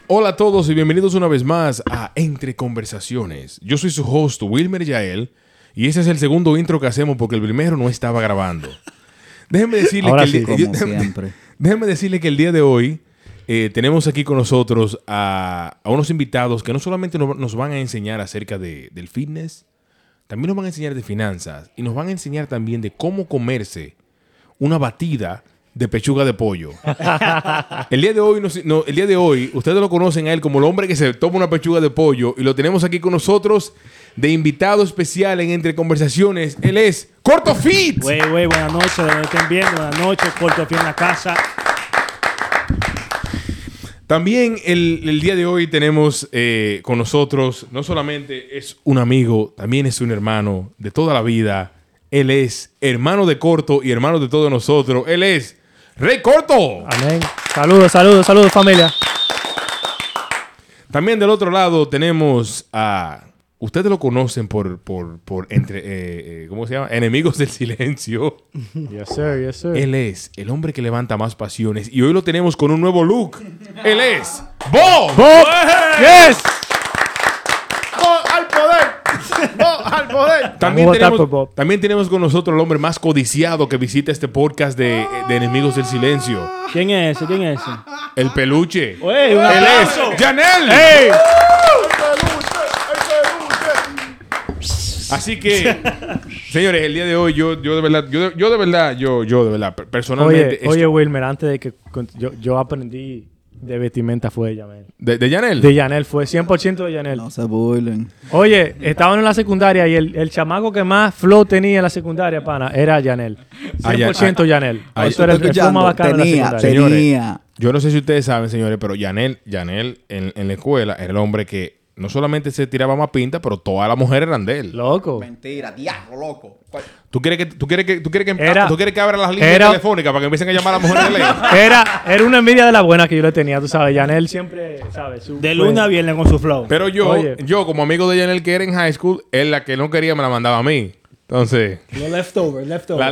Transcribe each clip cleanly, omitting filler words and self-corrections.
Hola a todos y bienvenidos una vez más a Entre Conversaciones. Yo soy su host, Wilmer Yael, y ese es el segundo intro que hacemos porque el primero no estaba grabando. Déjenme decirle, déjenme decirle que el día de hoy tenemos aquí con nosotros a unos invitados que no solamente nos van a enseñar acerca del fitness, también nos van a enseñar de finanzas y nos van a enseñar también de cómo comerse una batida de pechuga de pollo. El día de hoy, ustedes lo conocen a él como el hombre que se toma una pechuga de pollo y lo tenemos aquí con nosotros de invitado especial en Entre Conversaciones. Él es Corto Fit. Buenas noches, donde estén viendo. Buenas noches, Corto Fit en la casa. También el día de hoy tenemos con nosotros, no solamente es un amigo, también es un hermano de toda la vida. Él es hermano de Corto y hermano de todos nosotros. Él es Rey Corto. Amén. Saludos, familia. También del otro lado tenemos a... Ustedes lo conocen por ¿cómo se llama? Enemigos del Silencio. Yes, sir. Él es el hombre que levanta más pasiones. Y hoy lo tenemos con un nuevo look. Él es Bob. Yes. ¡Al poder! ¡Al poder! También tenemos con nosotros el hombre más codiciado que visita este podcast de Enemigos del Silencio. ¿Quién es ese? El peluche. Oye, un Él aplauso. es Yanel. ¡Hey! Así que, señores, el día de hoy yo de verdad, personalmente... Oye, Wilmer, antes de que yo aprendí de vestimenta fue de Yanel. ¿De Yanel? De Yanel, fue 100% de Yanel. No se burlen. Oye, estaban en la secundaria y el chamaco que más flow tenía en la secundaria, pana, era Yanel. 100% Yanel. Eso era el flow más bacano de la secundaria. Señores, yo no sé si ustedes saben, señores, pero Yanel en la escuela era el hombre que no solamente se tiraba más pinta, pero todas las mujeres eran de él. Loco. Mentira, diablo, loco. ¿Tú quieres que abra las líneas telefónicas para que empiecen a llamar a las mujeres de ley? Era una envidia de la buena que yo le tenía, tú sabes. Yanel siempre, ¿sabes? De luna viene con su flow. Pero yo como amigo de Yanel que era en high school, él la que no quería me la mandaba a mí. Entonces... Lo leftover.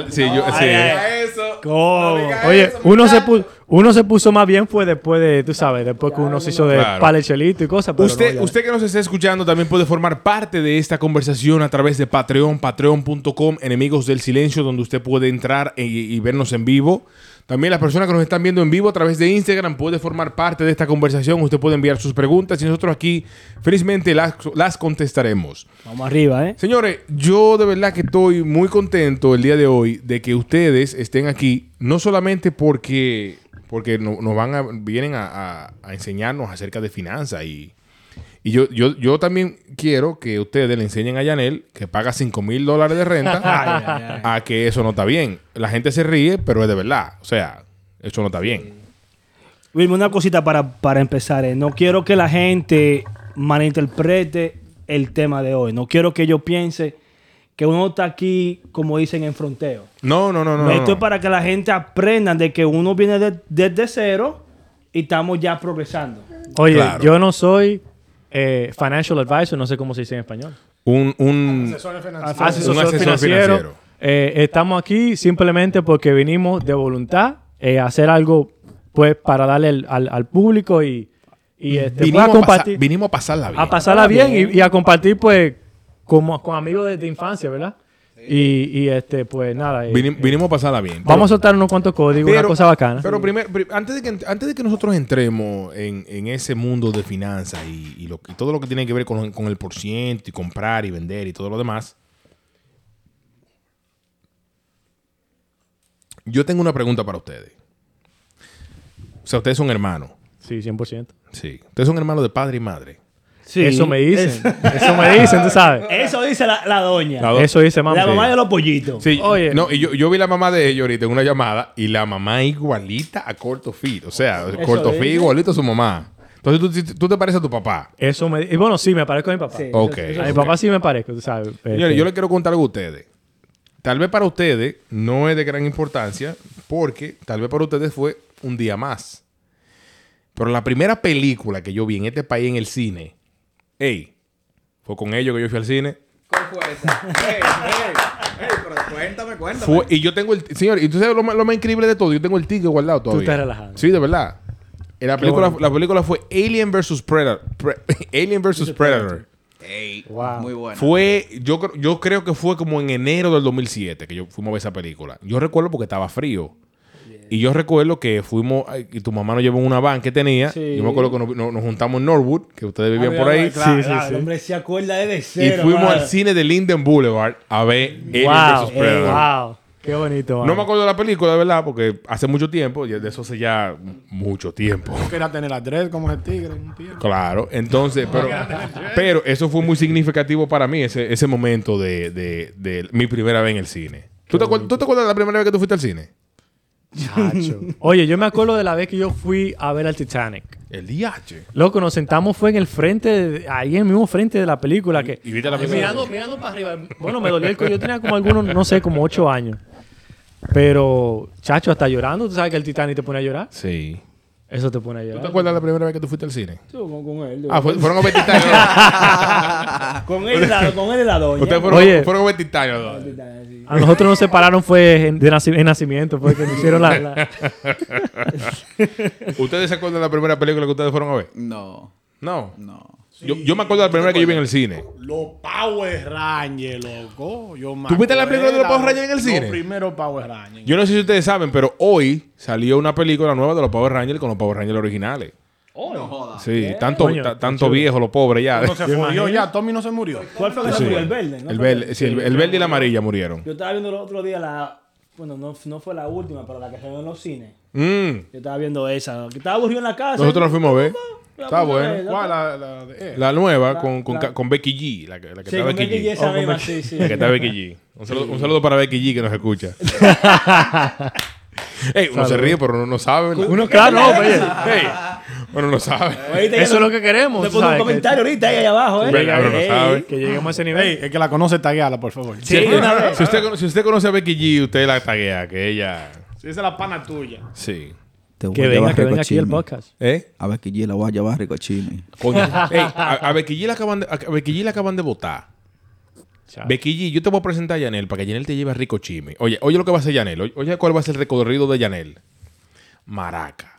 Eso. Oye, uno se puso más bien fue después de, tú sabes, después que uno se hizo de palechelito y cosas. Usted que nos esté escuchando también puede formar parte de esta conversación a través de Patreon, patreon.com, Enemigos del Silencio, donde usted puede entrar y vernos en vivo. También las personas que nos están viendo en vivo a través de Instagram pueden formar parte de esta conversación. Usted puede enviar sus preguntas y nosotros aquí felizmente las contestaremos. Vamos arriba, ¿eh? Señores, yo de verdad que estoy muy contento el día de hoy de que ustedes estén aquí, no solamente porque vienen a enseñarnos acerca de finanzas y yo también quiero que ustedes le enseñen a Yanel, que paga $5,000 de renta, a que eso no está bien. La gente se ríe, pero es de verdad. O sea, eso no está bien. Wilmer, una cosita para empezar. No quiero que la gente malinterprete el tema de hoy. No quiero que yo piense que uno está aquí, como dicen, en fronteo. No. Esto es para que la gente aprenda de que uno viene desde cero y estamos ya progresando. Oye, yo no soy... financial advisor, no sé cómo se dice en español. Un asesor financiero. Estamos aquí simplemente porque vinimos de voluntad a hacer algo pues para darle al público y vinimos a compartir. Vinimos a pasarla bien. A pasarla bien y a compartir pues con amigos de infancia, ¿verdad? Pues nada. Vinimos a pasarla bien. Vamos a soltar unos cuantos códigos, una cosa bacana. Pero primero, antes de que nosotros entremos en ese mundo de finanzas y todo lo que tiene que ver con el porciento y comprar y vender y todo lo demás, yo tengo una pregunta para ustedes. O sea, ustedes son hermanos. Sí, 100%. Sí. Ustedes son hermanos de padre y madre. Sí, eso me dicen, tú sabes. Eso dice la doña. Eso dice mamá. La mamá de los pollitos. Sí, oye. No, y yo vi la mamá de ellos ahorita en una llamada y la mamá igualita a Corto Fit. O sea, Corto Fit igualito a su mamá. Entonces tú te pareces a tu papá. Y bueno, sí, me parezco a mi papá. Sí, ok. A mi papá sí me parezco, tú sabes. Señores, yo les quiero contar algo a ustedes. Tal vez para ustedes no es de gran importancia porque tal vez para ustedes fue un día más. Pero la primera película que yo vi en este país en el cine... fue con ellos que yo fui al cine. ¿Cuál fue esa? Pero cuéntame. Y yo tengo señor, y tú sabes lo más increíble de todo, yo tengo el ticket guardado todavía. Tú estás relajado. Sí, de verdad. La película fue Alien vs. Predator. Alien vs. Predator. Ey, Wow. muy bueno. Fue, yo creo que fue como en enero del 2007 que yo fuimos a ver esa película. Yo recuerdo porque estaba frío. Y yo recuerdo que fuimos, y tu mamá nos llevó en una van que tenía. Sí. Yo me acuerdo que nos juntamos en Norwood, que ustedes vivían por ahí. Claro, el hombre se acuerda de Y cero. fuimos madre. al cine de Linden Boulevard a ver Alien Wow. vs. Predator. Wow. Qué bonito. No mano. me acuerdo de la película, de verdad, porque hace mucho tiempo, y de eso hace ya mucho tiempo. Quería tener la dread como el tigre. Un tigre. Claro, entonces, pero eso fue muy significativo para mí, ese momento de mi primera vez en el cine. ¿Tú te acuerdas de la primera vez que tú fuiste al cine? Chacho. Oye, yo me acuerdo de la vez que yo fui a ver al Titanic. El DH. Loco, nos sentamos fue en el frente, ahí en el mismo frente de la película. Que, Y viste la película. mirando para arriba. Bueno, me dolió el cuello. Yo tenía como algunos, no sé, como 8 años. Pero, chacho, hasta llorando. ¿Tú sabes que el Titanic te pone a llorar? Sí. Eso te pone a ¿Tú te llorar. acuerdas de la primera vez que tú fuiste al cine? Sí, con él. Fueron a ver Titanic. Con él y la doña. Ustedes Oye. fueron a ver Titanic. ¿no? A nosotros nos separaron fue en nacimiento. Fue que nos hicieron la... ¿Ustedes se acuerdan de la primera película que ustedes fueron a ver? No, No. no. Yo me acuerdo de la primera vez que yo vi en el cine. Los Power Rangers, loco. Yo me ¿Tú viste la película de los acuerdo, Power Rangers en el cine? Los primeros Power Rangers. Yo no sé si ustedes saben, pero hoy salió una película nueva de los Power Rangers con los Power Rangers originales. No jodas. Sí, tanto, Coño, tanto viejo, los pobres ya. No se murió ya. Tommy no se murió. ¿Cuál fue que se murió? El verde. ¿no? El verde, sí, el verde y la amarilla murieron. Yo estaba viendo el otro día bueno, no fue la última, pero la que se ve en los cines. Mm. Yo estaba viendo esa. Que estaba aburrido en la casa. Nosotros la fuimos a ver. La Está puse a ver, bueno. ¿Cuál? La de La nueva La- con Becky G. La que Sí, está con Becky Becky G, G. esa Oh, con misma, Becky- sí, sí. La que está Becky G. Un saludo para Becky G que nos escucha. Ey, uno se ríe, pero uno no sabe. Uno, claro, no, oye. Ey, uno no sabe. Ahorita Eso es lo que queremos. Me pongo un ¿sabes? comentario ahorita ahí abajo, Ven, ahora no Ey, sabe. que lleguemos a ese nivel. Ey, el que la conoce, tagueala, por favor. Si usted conoce a Becky G, usted la taguea, que ella... Sí, esa es la pana tuya. Sí. Te voy Que a venga llevar aquí el ricochini. podcast. ¿Eh? A ver que yo la voy a llevar ricochini. Coño. Ey, a Becky G la acaban de votar. Chacho. Becky G, yo te voy a presentar a Yanel para que Yanel te lleve a Rico Chime. Oye lo que va a hacer Yanel. Oye, ¿cuál va a ser el recorrido de Yanel? Maraca.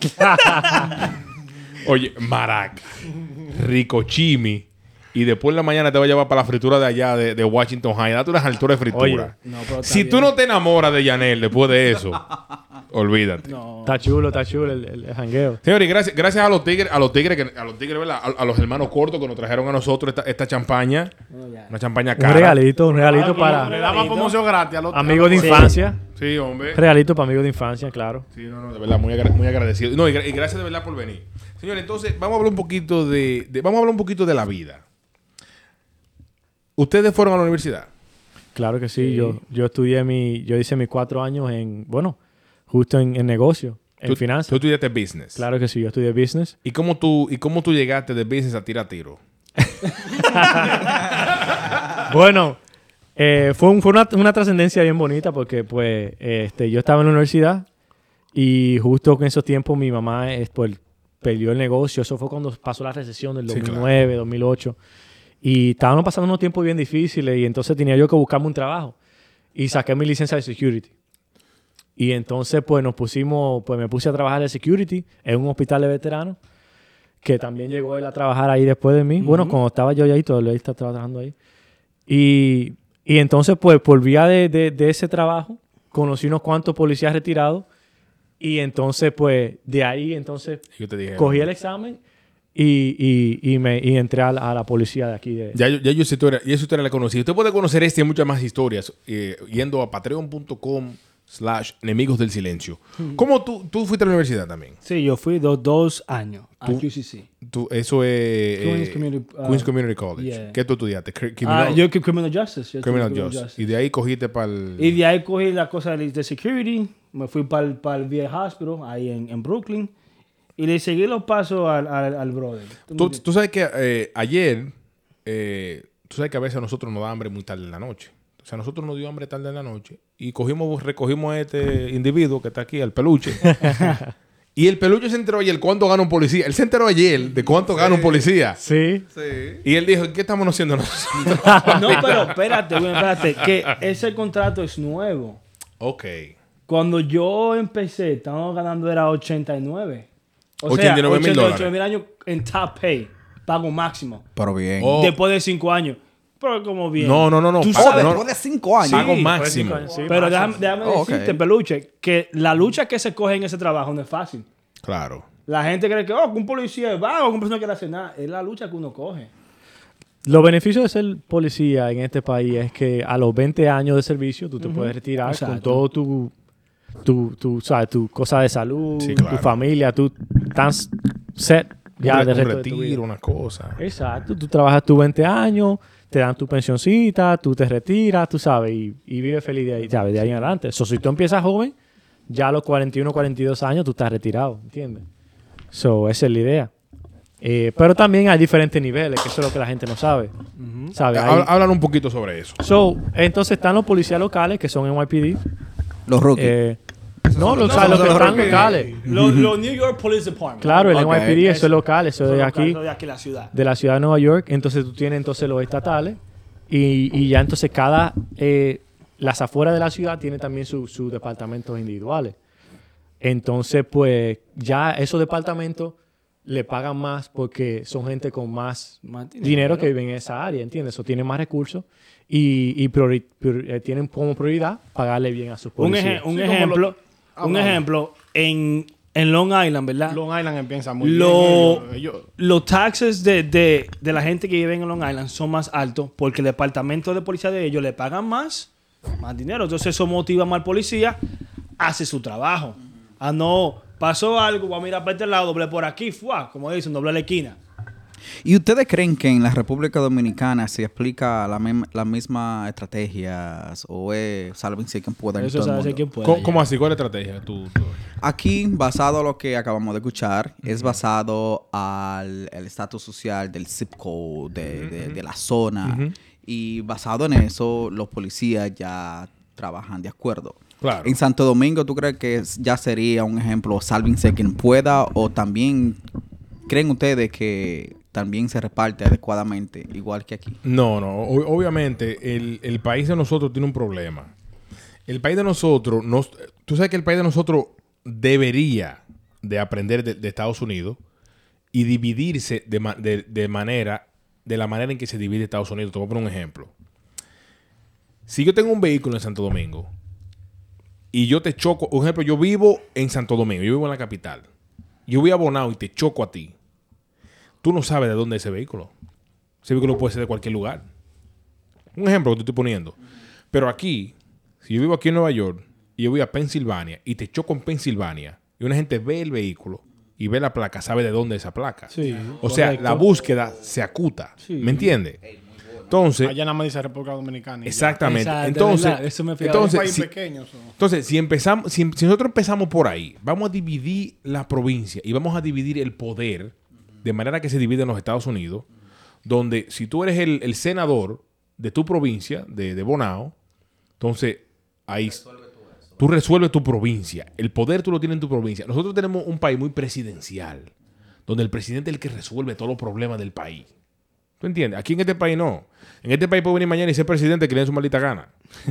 Oye, Maraca. Rico Chimi. Y después en la mañana te va a llevar para la fritura de allá de Washington High. Date unas alturas de fritura. Oye, No, pero está Si bien. tú no te enamoras de Yanel después de eso, olvídate. No. Está chulo el jangueo. Señores, gracias a los tigres, ¿verdad? A los hermanos cortos que nos trajeron a nosotros esta champaña. No, ya. Una champaña Un cara. regalito Le para daba promoción gratis a los amigos de Sí. infancia. Sí, hombre. Regalito para amigos de infancia, claro. Sí, no, de verdad, muy agradecido. No, y gracias de verdad por venir. Señores, entonces vamos a hablar un poquito de la vida. ¿Ustedes fueron a la universidad? Claro que sí. Yo hice mis 4 años justo en negocio, en finanzas. Tú estudiaste business. Claro que sí, yo estudié business. ¿Y cómo tú llegaste de business a tiro? Bueno, fue una trascendencia bien bonita porque pues yo estaba en la universidad y justo en esos tiempos mi mamá pues, perdió el negocio. Eso fue cuando pasó la recesión del Sí, 2009, 2008. Y estábamos pasando unos tiempos bien difíciles y entonces tenía yo que buscarme un trabajo. Y saqué mi licencia de security. Y entonces pues me puse a trabajar de security en un hospital de veteranos que también llegó él a trabajar ahí después de mí. Bueno, cuando estaba yo ahí, todavía estaba trabajando ahí. Y entonces, pues, por vía de ese trabajo, conocí unos cuantos policías retirados. Y entonces, pues, de ahí, entonces, Yo te dije. cogí el examen y entré a la policía de aquí. Ya yo sé historia, y esa historia la conocí. Usted puede conocer esta y muchas más historias yendo a patreon.com/enemigos del silencio. ¿Cómo tú fuiste a la universidad también? Sí, yo fui 2 años a QCC. Eso es Queens Community College. yeah. ¿Qué tú estudiaste? Yo Criminal Justice. yo Criminal estudié Justice. Y de ahí cogiste para el... Y de ahí cogí la cosa de security. Me fui para el VA Hospital, ahí en Brooklyn. Y le seguí los pasos al brother. Tú sabes que ayer, tú sabes que a veces a nosotros nos da hambre muy tarde en la noche. O sea, a nosotros nos dio hambre tarde en la noche y recogimos a este individuo que está aquí, el peluche. Y el peluche se enteró ayer cuánto gana un policía. Él se enteró ayer de cuánto gana un policía. Sí. Sí. Y él dijo, ¿qué estamos haciendo nosotros? No, pero espérate, que ese contrato es nuevo. Ok. Cuando yo empecé, estábamos ganando era 89. O sea, $89,000. $89,000 años en top pay. Pago máximo. Pero bien. Oh. Después de 5 años. Pero como bien. No. Tú Ah, sabes. no. después de 5 años. Pago Sí, máximo. pues, sí, Pero máximo. déjame Oh, ok. decirte, Peluche, que la lucha que se coge en ese trabajo no es fácil. Claro. La gente cree que, que un policía es vago, que un persona no quiere hacer nada. Es la lucha que uno coge. Los beneficios de ser policía en este país es que a los 20 años de servicio tú te puedes retirar con Exacto. todo tu cosa de salud, Sí, claro. tu familia, tú estás set ya del un resto de tu vida. retiro, una cosa. Exacto, tú trabajas tus 20 años, te dan tu pensioncita, tú te retiras, tú sabes, y vives feliz de ahí, ¿sabes? De ahí en adelante. Si tú empiezas joven, ya a los 41, 42 años tú estás retirado, ¿entiendes? Esa es la idea. Pero también hay diferentes niveles, que eso es lo que la gente no sabe. ¿Sabe? Hablan un poquito sobre eso. Entonces están los policías locales, que son NYPD. Los rookies. Los que los están rookies. locales. Los New York Police Department. Claro, el Ok. NYPD, eso es local, eso es de aquí, Eso de aquí la ciudad. de la ciudad de Nueva York. Entonces tú tienes entonces los estatales y ya entonces las afueras de la ciudad tienen también sus departamentos individuales. Entonces, pues, ya esos departamentos le pagan más porque son gente con más dinero que vive en esa área, ¿entiendes? O tienen más recursos y tienen como prioridad pagarle bien a sus policías. Un ejemplo, en Long Island, ¿verdad? Long Island empieza muy Lo- bien. Los taxes de la gente que vive en Long Island son más altos porque el departamento de policía de ellos le pagan más dinero. Entonces eso motiva más al policía a hacer su trabajo. No, pasó algo, voy a mirar para este lado, doble por aquí, ¡fua! Como dicen, doble la esquina. ¿Y ustedes creen que en la República Dominicana se aplica la misma estrategias o es sálvense quien pueda en Eso todo el sabe mundo? quién puede. ¿Cómo así? ¿Cuál es la estrategia? Aquí, basado a lo que acabamos de escuchar, es basado al el estatus social del zip code, de la zona. Y basado en eso, los policías ya trabajan de acuerdo. Claro. En Santo Domingo, ¿tú crees que ya sería un ejemplo, sálvense quien pueda? ¿O también creen ustedes que también se reparte adecuadamente, igual que aquí? No. Obviamente, el país de nosotros tiene un problema. El país de nosotros, tú sabes que el país de nosotros debería de aprender de Estados Unidos y dividirse de la manera en que se divide Estados Unidos. Te voy a poner un ejemplo. Si yo tengo un vehículo en Santo Domingo y yo te choco, por ejemplo, yo vivo en Santo Domingo, yo vivo en la capital, yo voy a Bonao y te choco a ti, tú no sabes de dónde es ese vehículo. Ese vehículo puede ser de cualquier lugar. Un ejemplo que te estoy poniendo. Pero aquí, si yo vivo aquí en Nueva York y yo voy a Pensilvania y te choco en Pensilvania y una gente ve el vehículo y ve la placa, sabe de dónde es esa placa. Sí, o sea, correcto. la búsqueda se acuta. Sí. ¿Me entiendes? Entonces, Allá nada más dice República Dominicana. y ya. exactamente. Exacto, Entonces, ¿verdad? Eso me fijaba. Es un entonces, país si, pequeño. entonces, si nosotros empezamos por ahí, vamos a dividir la provincia y vamos a dividir el poder de manera que se divide en los Estados Unidos, donde si tú eres el senador de tu provincia, de Bonao, entonces ahí tú resuelves tu provincia. El poder tú lo tienes en tu provincia. Nosotros tenemos un país muy presidencial, donde el presidente es el que resuelve todos los problemas del país. ¿Tú entiendes? Aquí en este país no. En este país puede venir mañana y ser presidente que le den su maldita gana.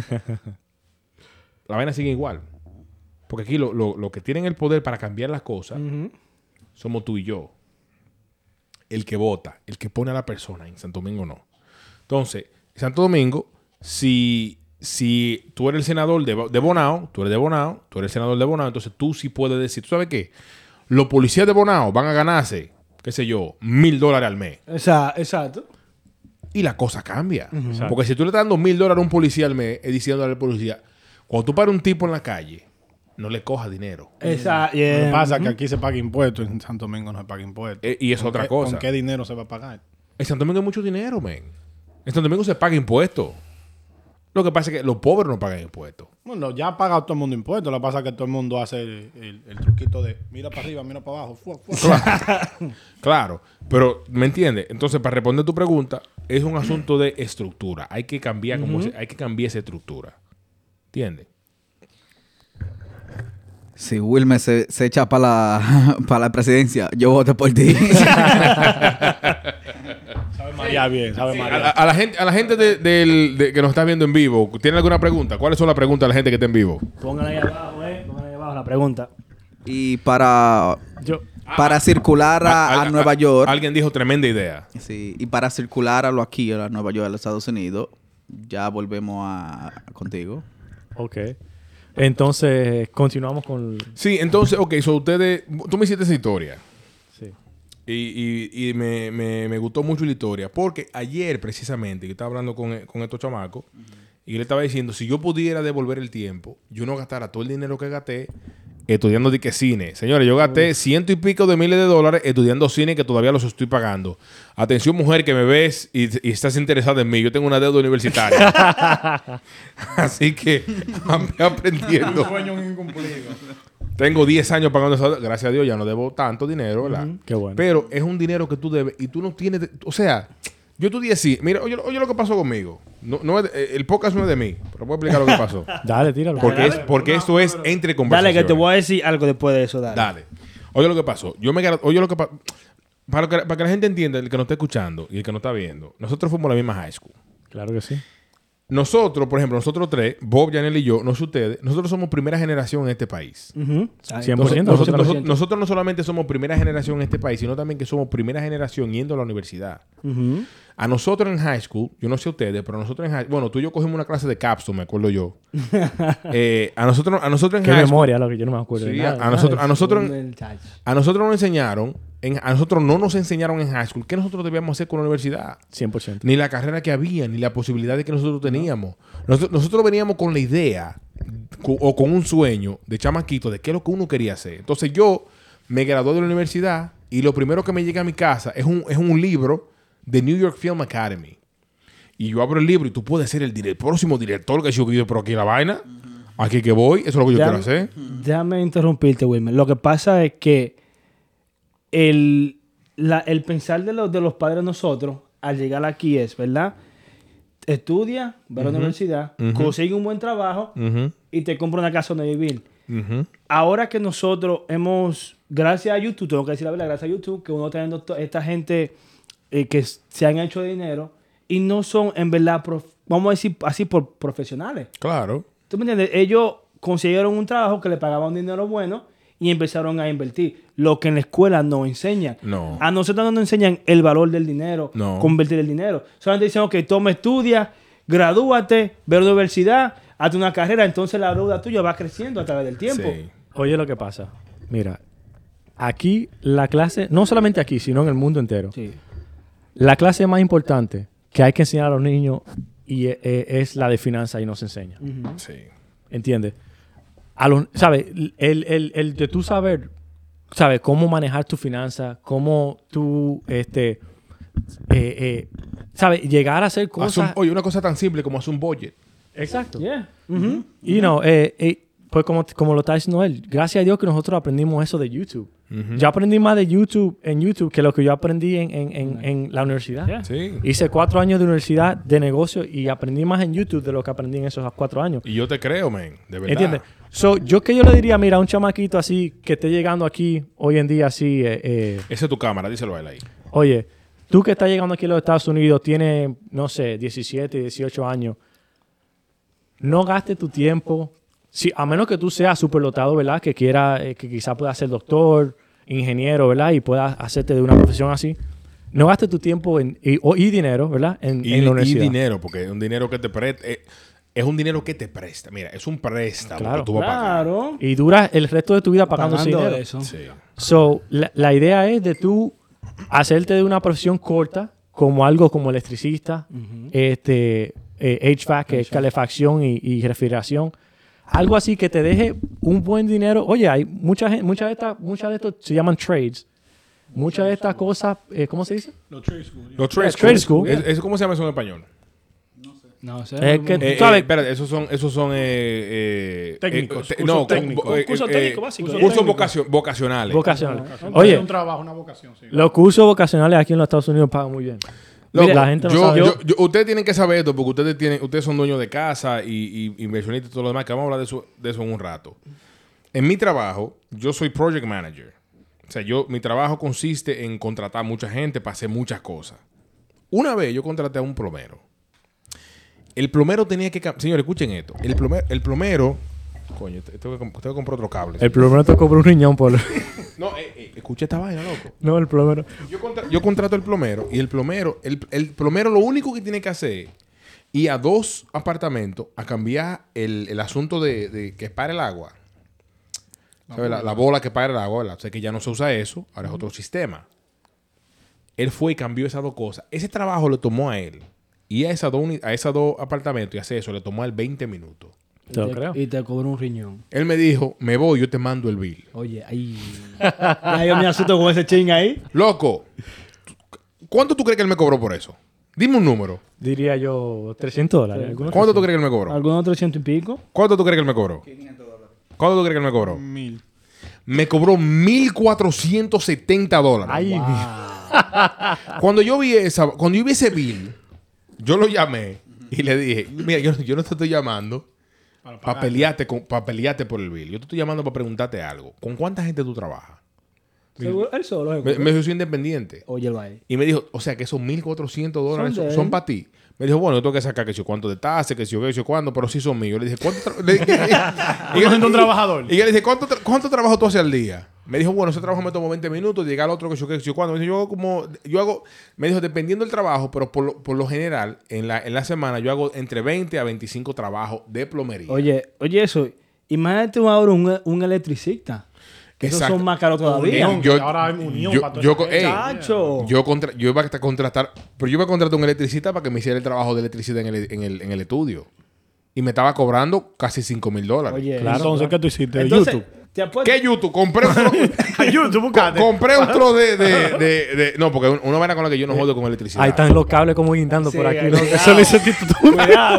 La vaina sigue igual. Porque aquí lo que tienen el poder para cambiar las cosas somos tú y yo. El que vota, el que pone a la persona. En Santo Domingo no. Entonces, en Santo Domingo, si tú eres el senador de Bonao, tú eres el senador de Bonao, entonces tú sí puedes decir, ¿tú sabes qué? Los policías de Bonao van a ganarse, qué sé yo, $1,000 al mes. Exacto. Y la cosa cambia. Porque si tú le estás dando $1,000 a un policía al mes, es diciéndole al policía, cuando tú pares un tipo en la calle, no le cojas dinero. Exacto. Lo que pasa es que aquí se paga impuestos. En Santo Domingo no se paga impuestos. Y es otra cosa. ¿Con qué dinero se va a pagar? En Santo Domingo hay mucho dinero, men. En Santo Domingo se paga impuestos. Lo que pasa es que los pobres no pagan impuestos. Bueno, ya paga todo el mundo impuestos. Lo que pasa es que todo el mundo hace el truquito de mira para arriba, mira para abajo. Claro, pero ¿me entiendes? Entonces, para responder tu pregunta, es un asunto de estructura. Hay que cambiar hay que cambiar esa estructura. ¿Entiendes? Si Wilmer se echa para la presidencia, yo voto por ti. Sabe marear bien, sabe marear. A la gente que nos está viendo en vivo, ¿tiene alguna pregunta? ¿Cuáles son las preguntas de la gente que está en vivo? Pónganla ahí abajo, Pónganla ahí abajo la pregunta. Y para... para circular a Nueva York. Alguien dijo tremenda idea. Sí, y para circular aquí a Nueva York, a los Estados Unidos, ya volvemos contigo. Ok. Entonces, continuamos con... Sí, entonces, ok, ustedes... Tú me hiciste esa historia. Sí. Y me gustó mucho la historia. Porque ayer, precisamente, yo estaba hablando con estos chamacos y le estaba diciendo, si yo pudiera devolver el tiempo, yo no gastara todo el dinero que gasté estudiando de que cine. Señores, yo gasté $100 y pico de miles de dólares estudiando cine que todavía los estoy pagando. Atención, mujer, que me ves y estás interesada en mí. Yo tengo una deuda universitaria. Así que aprendiendo. Un sueño incumplido. Tengo 10 años pagando esa deuda. Gracias a Dios ya no debo tanto dinero, ¿verdad? Qué bueno. Pero es un dinero que tú debes y tú no tienes... O sea, yo estudié así. Mira, oye lo que pasó conmigo. No es el podcast no es de mí, pero puedo explicar lo que pasó. Dale, tíralo. Porque esto es entre conversaciones. Dale, que te voy a decir algo después de eso, dale. Oye lo que pasó. Para que la gente entienda, el que nos está escuchando y el que nos está viendo, nosotros fuimos a la misma high school. Claro que sí. Nosotros, por ejemplo, nosotros tres, Bob, Janel y yo, no sé ustedes, nosotros somos primera generación en este país. 100%. Nosotros no solamente somos primera generación en este país, sino también que somos primera generación yendo a la universidad. A nosotros en high school, yo no sé ustedes, pero nosotros en high school, bueno, tú y yo cogimos una clase de capstone, me acuerdo yo. A nosotros en Qué high school... memoria, lo que yo no me acuerdo. Sí, de nada. a nosotros nos enseñaron, a nosotros no nos enseñaron en high school qué nosotros debíamos hacer con la universidad. 100%. Ni la carrera que había, ni la posibilidad de que nosotros teníamos. Nosotros veníamos con la idea o con un sueño de chamaquito de qué es lo que uno quería hacer. Entonces yo me gradué de la universidad y lo primero que me llega a mi casa es un libro de New York Film Academy. Y yo abro el libro y tú puedes ser el próximo director que yo quiero, pero aquí la vaina, aquí que voy, eso es lo que yo quiero hacer. Déjame interrumpirte, Wilmer. Lo que pasa es que el pensar de los padres de nosotros al llegar aquí es, ¿verdad? Estudia, va a la universidad, consigue un buen trabajo y te compra una casa donde vivir. Ahora que nosotros hemos, gracias a YouTube, tengo que decir la verdad, gracias a YouTube, que uno está viendo esta gente que se han hecho de dinero y no son, en verdad, vamos a decir así, por profesionales. Claro. ¿Tú me entiendes? Ellos consiguieron un trabajo que le pagaban dinero bueno y empezaron a invertir. Lo que en la escuela no enseñan. No. A nosotros no nos enseñan el valor del dinero, convertir el dinero. Solamente dicen, ok, toma, estudia, gradúate, ve a la universidad, hazte una carrera, entonces la deuda tuya va creciendo a través del tiempo. Sí. Oye lo que pasa. Mira, aquí la clase, no solamente aquí, sino en el mundo entero. Sí. La clase más importante que hay que enseñar a los niños es la de finanzas y no se enseña. Sí. ¿Entiendes? ¿Sabes? El de tú saber, ¿sabes? Cómo manejar tu finanzas, cómo tú, ¿sabes? Llegar a hacer cosas... Oye, una cosa tan simple como hacer un budget. Exacto. Yeah. Y pues como lo está diciendo él, gracias a Dios que nosotros aprendimos eso de YouTube. Yo aprendí más de YouTube en YouTube que lo que yo aprendí en la universidad. Yeah. Sí. Hice 4 años de universidad de negocio y aprendí más en YouTube de lo que aprendí en esos 4 años. Y yo te creo, man. De verdad. ¿Entiendes? Yo le diría, mira, a un chamaquito así que esté llegando aquí hoy en día así... Esa es tu cámara, díselo a él ahí. Oye, tú que estás llegando aquí a los Estados Unidos, tienes, no sé, 17, 18 años. No gastes tu tiempo... Sí, a menos que tú seas superdotado, ¿verdad? Que quiera, que quizás pueda ser doctor, ingeniero, ¿verdad? Y puedas hacerte de una profesión así. No gastes tu tiempo y dinero, ¿verdad? En la universidad. Y dinero, porque es un dinero que te presta. Es un dinero que te presta. Mira, es un préstamo Claro. que tú vas a pagar. Claro. Y duras el resto de tu vida pagando ese dinero. eso. Sí. So, la idea es de tú hacerte de una profesión corta, como algo como electricista, HVAC, que es calefacción y refrigeración. Algo así que te deje un buen dinero. Oye, hay muchas de estos se llaman trades. Muchas de estas cosas, ¿cómo se dice? Los trade school. Los trade Trade school. school. ¿Cómo se llama eso en español? No sé. Es que tú sabes, Espérate, esos son Técnicos, no, cursos técnicos. Cursos técnicos básicos. Cursos vocacionales. vocacionales. Un Oye, trabajo, una vocación, sí. los cursos vocacionales aquí en los Estados Unidos pagan muy bien. Loco, La gente no sabe. ustedes tienen que saber esto porque ustedes son dueños de casa y inversionistas y todo lo demás, que vamos a hablar de eso en un rato. En mi trabajo, yo soy project manager. O sea, mi trabajo consiste en contratar mucha gente para hacer muchas cosas. Una vez yo contraté a un plomero. El plomero tenía que... Señores, escuchen esto. El plomero Coño, tengo que comprar otro cable. El plomero te cobra un riñón por... No, escucha esta vaina, loco. No, el plomero. Yo contrato al plomero y el plomero lo único que tiene que hacer ir a 2 apartamentos a cambiar el asunto de que para el agua. ¿Sabes? La bola que para el agua, ¿verdad? O sea que ya no se usa eso, ahora es otro sistema. Él fue y cambió esas 2 cosas. Ese trabajo lo tomó a él. Y a esas dos apartamentos y hacer eso le tomó a él 20 minutos. Te lo creo. Y te cobró un riñón. Él me dijo, me voy, yo te mando el bill. Oye, ahí. Ay, yo me asusto con ese ching ahí. Loco, ¿cuánto tú crees que él me cobró por eso? Dime un número. Diría yo $300. ¿Cuánto tú crees que él me cobró? ¿Algunos 300 y pico? ¿Cuánto tú crees que él me cobró? $500. ¿Cuánto tú crees que él me cobró? 1000. Me cobró $1,470. Ay, Cuando yo vi ese bill, yo lo llamé y le dije, mira, yo no te estoy llamando para pelearte por el bill. Yo te estoy llamando para preguntarte algo. ¿Con cuánta gente tú trabajas? Seguro, él solo. Me dijo, soy independiente. Oye, el baile. Y me dijo, o sea, que esos $1,400 Son de son él. para ti. Me dijo, bueno, yo tengo que sacar que si cuánto de tasa, que si yo qué, si yo cuándo, pero sí son míos. Le dije, ¿cuánto? Un trabajador. Y yo le dije, ¿cuánto trabajo tú haces al día? Me dijo, bueno, ese trabajo me tomó 20 minutos, llegar al otro que yo qué, si yo cuándo. Me dijo, me dijo, dependiendo del trabajo, pero por lo general, en la semana yo hago entre 20 a 25 trabajos de plomería. Oye, eso. Imagínate ahora un electricista. Que esos Exacto. son más caros todavía. Unión, ahora hay unión para todo eso. Chacho. yo iba a contratar, pero yo iba a contratar un electricista para que me hiciera el trabajo de electricidad en el estudio. Y me estaba cobrando casi $5,000. Oye, Claro. Entonces, ¿qué tú hiciste? Entonces, YouTube. te apuesto. ¿Qué YouTube? Compré un tro- YouTube, buscate. compré un tro de... No, porque una vaina con la que yo no jodo con electricidad. ahí están los cables como guindando Sí, por aquí. ahí ¿No? cuidado. Eso lo hiciste tú. Cuidado.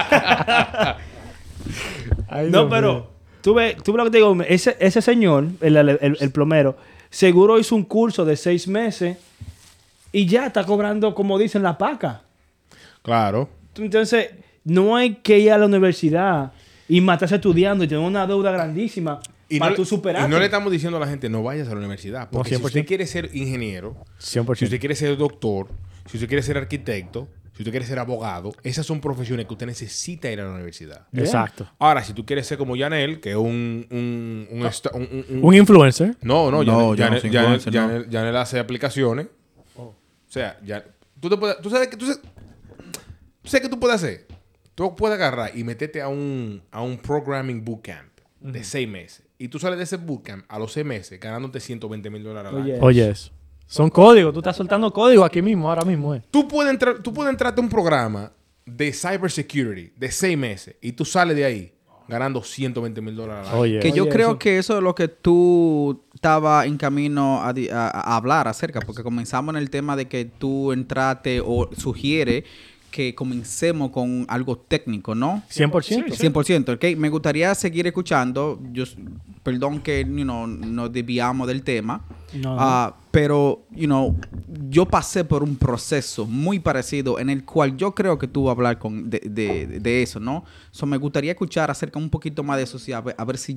Ay, No, Dios pero mío. tú ves lo que te digo. Ese señor, el plomero, seguro hizo un curso de 6 meses y ya está cobrando, como dicen, la paca. Claro. Entonces, no hay que ir a la universidad y matarse estudiando y tener una deuda grandísima para tú superarte. Y no le estamos diciendo a la gente, no vayas a la universidad. Porque si 100%. usted quiere ser ingeniero, 100%. si usted quiere ser doctor, si usted quiere ser arquitecto, si usted quiere ser abogado, esas son profesiones que usted necesita ir a la universidad. Exacto. Ahora, si tú quieres ser como Yanel, que es un Un influencer. No, No, yo no soy influencer, no. Yanel hace aplicaciones. O sea, tú sabes que tú sabes que tú puedes hacer. Tú puedes agarrar y meterte a un programming bootcamp de 6 meses. Y tú sales de ese bootcamp a los 6 meses ganándote $120,000 al año. Oye. Oye, eso. Son códigos. Tú estás soltando códigos aquí mismo, ahora mismo. Tú puedes entrarte a un programa de cybersecurity de 6 meses y tú sales de ahí ganando $120,000 al año. Oye. Que yo Oye, creo eso. que eso es lo que tú estabas en camino a hablar acerca, porque comenzamos en el tema de que tú entraste o sugiere que comencemos con algo técnico, ¿no? 100%. 100%, ¿ok? Me gustaría seguir escuchando. Perdón que nos desviamos del tema. No. Pero, yo pasé por un proceso muy parecido en el cual yo creo que tú vas a hablar de eso, ¿no? Me gustaría escuchar acerca un poquito más de eso, a ver si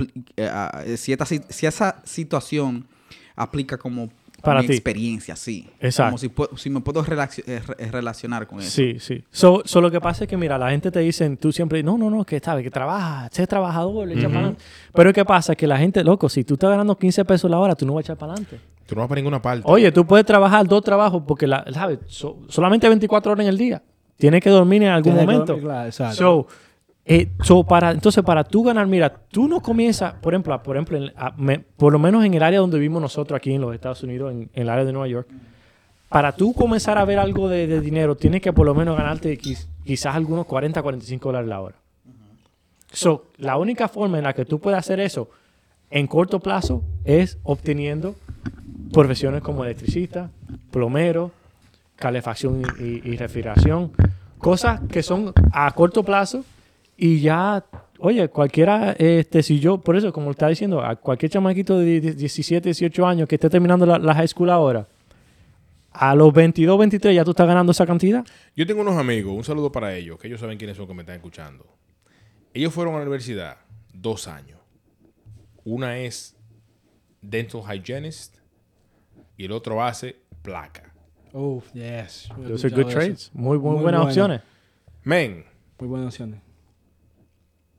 si esa situación aplica como Para mi ti. experiencia, sí. Exacto. Como si me puedo relacionar con eso. Sí, sí. Lo que pasa es que, mira, la gente te dice, tú siempre, no, que sabes, que trabaja, sé trabajador, le echa para adelante. Pero ¿qué pasa? Que la gente, loco, si tú estás ganando 15 pesos la hora, tú no vas a echar para adelante. Tú no vas para ninguna parte. Oye, tú puedes trabajar 2 trabajos porque, ¿sabes? Solamente 24 horas en el día. Tienes que dormir en algún Tienes que momento. dormir, claro, exacto. Entonces, para tú ganar, mira, tú no comienzas, por ejemplo, por lo menos en el área donde vivimos nosotros aquí en los Estados Unidos, en el área de Nueva York, para tú comenzar a ver algo de dinero, tienes que por lo menos ganarte quizás algunos $40, $45 la hora. La única forma en la que tú puedes hacer eso en corto plazo es obteniendo profesiones como electricista, plomero, calefacción y refrigeración, cosas que son a corto plazo. Y ya, oye, cualquiera, por eso, como está diciendo, a cualquier chamaquito de 17, 18 años que esté terminando la high school ahora, a los 22, 23 ya tú estás ganando esa cantidad. Yo tengo unos amigos, un saludo para ellos, que ellos saben quiénes son que me están escuchando. Ellos fueron a la universidad 2 años. Una es dental hygienist y el otro hace placa. Uf, yes. Those are good trades. Muy buenas opciones. Men, Muy buenas opciones.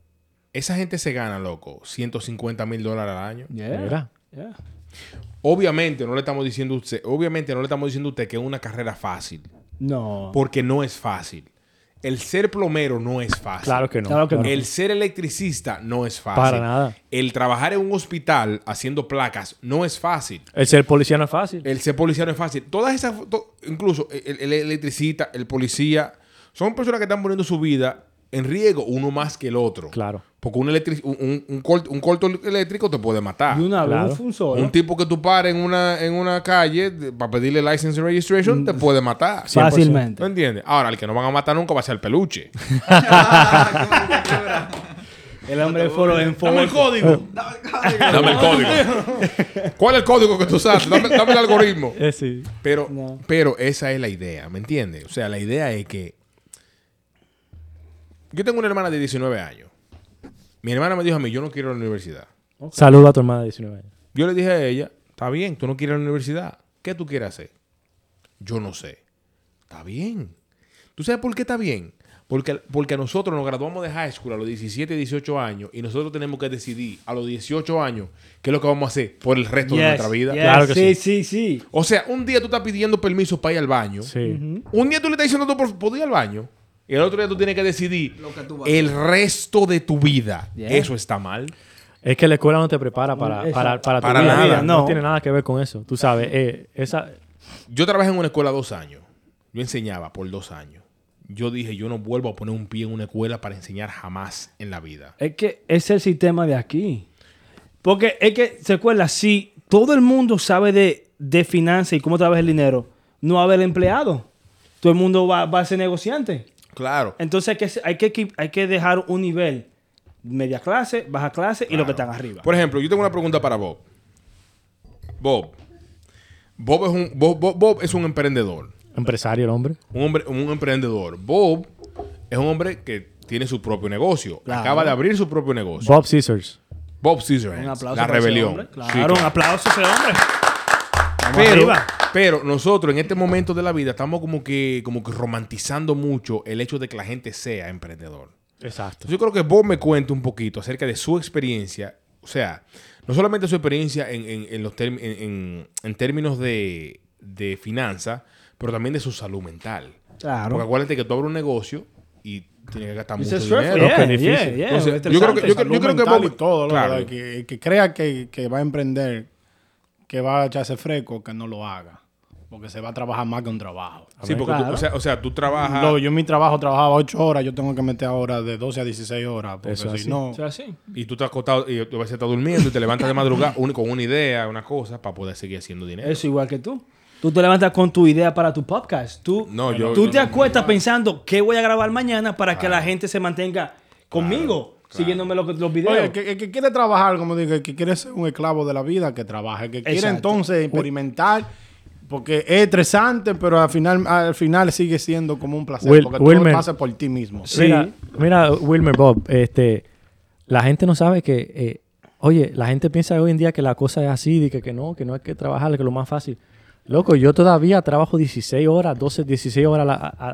esa gente se gana, loco, $150,000 al año. Mira. Yeah. Obviamente no le estamos diciendo a usted que es una carrera fácil. No. Porque no es fácil. El ser plomero no es fácil. Claro que no. Claro que no. El ser electricista no es fácil. Para nada. El trabajar en un hospital haciendo placas no es fácil. El ser policía no es fácil. El ser policía no es fácil. Todas esas, incluso el electricista, el policía, son personas que están poniendo su vida en riesgo uno más que el otro. Claro. Porque un corto eléctrico te puede matar. Y una Claro. vez fue un solo. Un tipo que tú pares en una calle para pedirle license and registration te puede matar. Fácilmente. ¿No entiendes? Ahora, el que no van a matar nunca va a ser el peluche. El hombre del foro en Dame el código. Dame el código. ¿Cuál es el código que tú usas? Dame el algoritmo. Sí. Pero, No. pero esa es la idea, ¿me entiendes? O sea, la idea es que yo tengo una hermana de 19 años. Mi hermana me dijo a mí, yo no quiero ir a la universidad. Saluda a tu hermana de 19 años. Yo le dije a ella, está bien, tú no quieres ir a la universidad. ¿Qué tú quieres hacer? Yo no sé. Está bien. ¿Tú sabes por qué está bien? Porque a nosotros nos graduamos de high school a los 17, 18 años y nosotros tenemos que decidir a los 18 años qué es lo que vamos a hacer por el resto de nuestra vida. Claro que sí. O sea, un día tú estás pidiendo permiso para ir al baño. Sí. Un día tú le estás diciendo a tu por ir al baño. Y el otro día tú tienes que decidir Lo que tú vas a el resto de tu vida. Yeah. Eso está mal. Es que la escuela no te prepara para tu Para vida. nada. No No. tiene nada que ver con eso. Tú sabes, Yo trabajé en una escuela 2 años. Yo enseñaba por 2 años. Yo dije, yo no vuelvo a poner un pie en una escuela para enseñar jamás en la vida. Es que es el sistema de aquí. Porque es que, ¿se acuerda? Si todo el mundo sabe de finanzas y cómo trabaja el dinero, no va a haber empleado. Todo el mundo va a ser negociante. Claro. Entonces hay que dejar un nivel. Media clase, baja clase y lo que están arriba. Por ejemplo, yo tengo una pregunta para Bob. Bob es un emprendedor. empresario el hombre. Un emprendedor. Bob es un hombre que tiene su propio negocio. Claro. Acaba de abrir su propio negocio. Bob Scissors. Bob Scissorhands. Un aplauso La para ese rebelión. hombre. Claro, Sí, un aplauso a ese hombre. Vamos Pero, arriba. pero nosotros en este momento de la vida estamos como que romantizando mucho el hecho de que la gente sea emprendedor. Exacto. Yo creo que Bob me cuente un poquito acerca de su experiencia. O sea, no solamente su experiencia en términos de finanzas, pero también de su salud mental. Claro. Porque acuérdate que tú abres un negocio y tienes que gastar mucho It's stressful, dinero. Qué difícil. Entonces, es yo creo que Mental Bob- y todo, claro. claro. Que crea que va a emprender, que va a echarse fresco, que no lo haga. Porque se va a trabajar más que un trabajo. Sí, porque Claro. o sea, tú trabajas... Yo en mi trabajo trabajaba 8 horas, yo tengo que meter ahora de 12 a 16 horas. Porque Eso es si así. no... O sea, sí. Y tú estás acostado y a veces estás durmiendo y te levantas de madrugada con una idea, una cosa, para poder seguir haciendo dinero. Eso igual que tú. Tú te levantas con tu idea para tu podcast. Tú te acuestas pensando qué voy a grabar mañana para que la gente se mantenga conmigo, siguiéndome los videos. Oye, el que quiere trabajar, como digo, el que quiere ser un esclavo de la vida, que trabaje. El que quiere Exacto. entonces experimentar, porque es estresante, pero al final sigue siendo como un placer, porque tú Wilmer. lo haces por ti mismo. Sí. Mira, Wilmer, Bob, la gente no sabe que, oye, la gente piensa hoy en día que la cosa es así, de que no hay que trabajar, que es lo más fácil. Loco, yo todavía trabajo 16 horas, 16 horas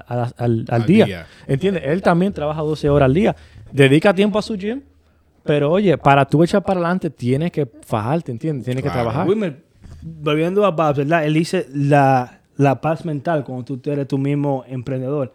al día. ¿Entiendes? Él también trabaja 12 horas al día. Dedica tiempo a su gym, pero oye, para tú echar para adelante tienes que fajarte, ¿entiendes? Tienes que trabajar. Wilmer, volviendo a Babs, ¿verdad? Él dice la paz mental cuando tú eres tú mismo emprendedor.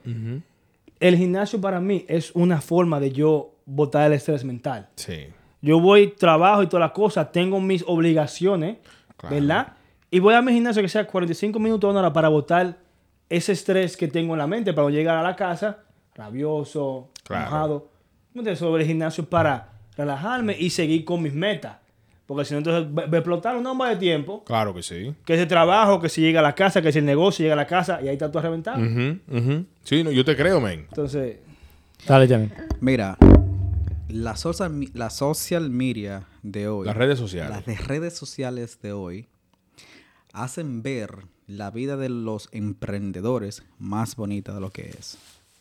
El gimnasio para mí es una forma de yo botar el estrés mental. Sí. Yo voy, trabajo y todas las cosas, tengo mis obligaciones, Claro. ¿verdad? Y voy a mi gimnasio que sea 45 minutos, 1 hora para botar ese estrés que tengo en la mente para no llegar a la casa rabioso, Claro. enojado. ¿Me entiendes? Sobre el gimnasio para relajarme y seguir con mis metas. Porque si no, entonces va a explotar una bomba de tiempo. Claro que sí. Que ese trabajo, que si llega a la casa, que si el negocio llega a la casa y ahí está todo reventado. Sí, no, yo te creo, man. Entonces, Dale, Janine. Mira, la social media de hoy, Las redes sociales. las redes sociales de hoy, hacen ver la vida de los emprendedores más bonita de lo que es.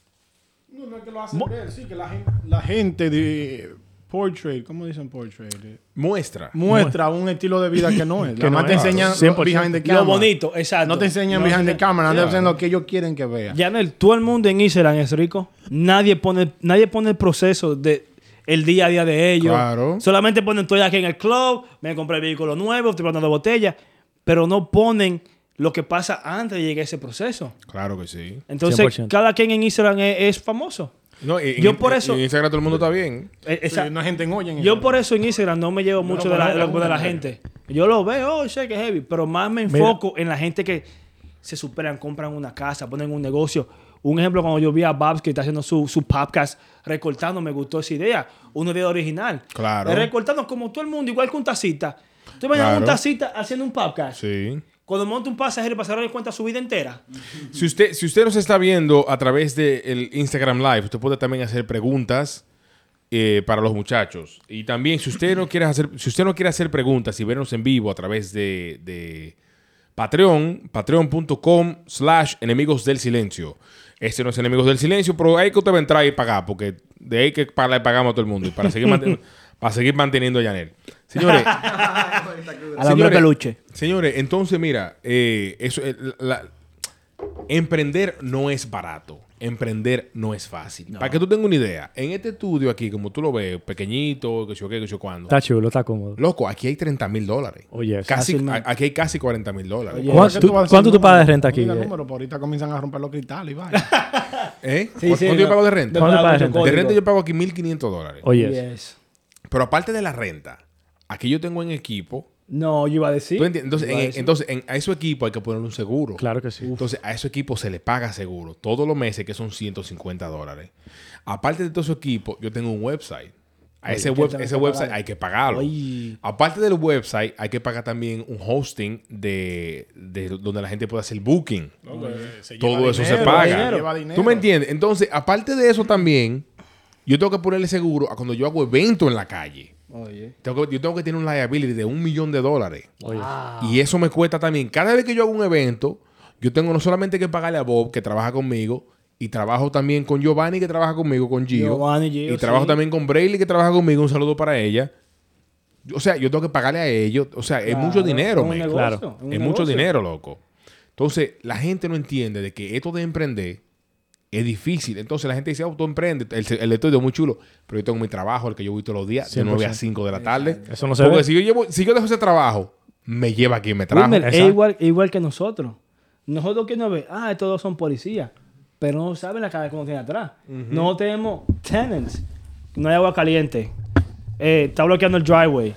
No es que lo hacen ver, sí, que la gente de portrait, ¿cómo dicen portrait? Muestra. Muestra un estilo de vida que no es. Que Nada más no te es. enseñan 100%. behind the lo camera. bonito, exacto. No te enseñan behind the camera, no te enseñan lo que ellos quieren que veas. Janel, todo el mundo en Instagram es rico. Nadie pone el proceso de el día a día de ellos. Claro. Solamente ponen, estoy aquí en el club, me compré el vehículo nuevo, estoy probando botellas, pero no ponen lo que pasa antes de llegar a ese proceso. Claro que sí. Entonces, 100%. cada quien en Instagram es famoso. No, Yo por eso- En Instagram todo el mundo está bien. No hay gente en olla. Yo por eso en Instagram no me llevo mucho de la gente. Yo lo veo, sé que es heavy, pero más me enfoco en la gente que se superan, compran una casa, ponen un negocio. Un ejemplo, cuando yo vi a Babs que está haciendo su podcast recortando, me gustó esa idea. Una idea original. Claro. Es recortando como todo el mundo, igual que un tacita. Tú imaginas un tacita haciendo un podcast. Sí. Cuando monta un pasajero para darle cuenta su vida entera. Si usted nos está viendo a través del Instagram Live, usted puede también hacer preguntas para los muchachos. Y también, si usted no quiere hacer preguntas y vernos en vivo a través de Patreon, patreon.com/enemigos del silencio. Este no es Enemigos del Silencio, pero ahí que usted va a entrar y pagar, porque de ahí que le pagamos a todo el mundo y para seguir, para seguir manteniendo a Yanel. Señores, A la hombre peluche. señores, entonces mira, emprender no es barato. Emprender no es fácil. No. Para que tú tengas una idea, en este estudio aquí, como tú lo ves, pequeñito, que yo qué, que yo cuándo. Está chulo, está cómodo. Loco, aquí hay $30,000. Oye, Casi, fácilmente. aquí hay casi $40,000. Oye, ¿Cuánto tú pagas de renta aquí? Número, por ahorita comienzan a romper los cristales y vaya. ¿Eh? Sí, ¿Cuánto sí, yo pago de renta? ¿Cuánto pagas de De renta? renta yo pago aquí $1,500. Oye, Yes. Pero aparte de la renta, aquí yo tengo en equipo. No, yo iba a decir. ¿Tú entiendes? Iba a decir. Entonces, a ese equipo hay que ponerle un seguro. claro que sí. Entonces, a ese equipo se le paga seguro todos los meses, que son $150. Aparte de todo su equipo, yo tengo un website. A ese ¿qué web, tengo ese que website pagar? hay que pagarlo. Oye. Aparte del website, hay que pagar también un hosting de donde la gente puede hacer booking. Todo eso se paga. Lleva dinero. ¿Tú me entiendes? Entonces, aparte de eso también, yo tengo que ponerle seguro a cuando yo hago eventos en la calle. Oye. Yo tengo que tener un liability de $1 millón. Oye. Y eso me cuesta también. Cada vez que yo hago un evento, yo tengo no solamente que pagarle a Bob, que trabaja conmigo, y trabajo también con Giovanni, que trabaja conmigo, con Gio. Gio, y trabajo sí. también con Brayley, que trabaja conmigo. Un saludo para ella. O sea, yo tengo que pagarle a ellos. O sea, es mucho dinero, un man. negocio, Claro. un Es mucho negocio. dinero, loco. Entonces, la gente no entiende de que esto de emprender es difícil. Entonces, la gente dice, tú emprende. El estudio es muy chulo, pero yo tengo mi trabajo, el que yo voy todos los días, de 9 a 5 de la tarde. Eso no se Porque ve. si yo dejo ese trabajo, me lleva a quien me trajo. Wilmer, es Exacto. igual que nosotros. Nosotros que nos ve, estos dos son policías, pero no saben la cara que uno tiene atrás. No tenemos tenants. No hay agua caliente. Está bloqueando el driveway.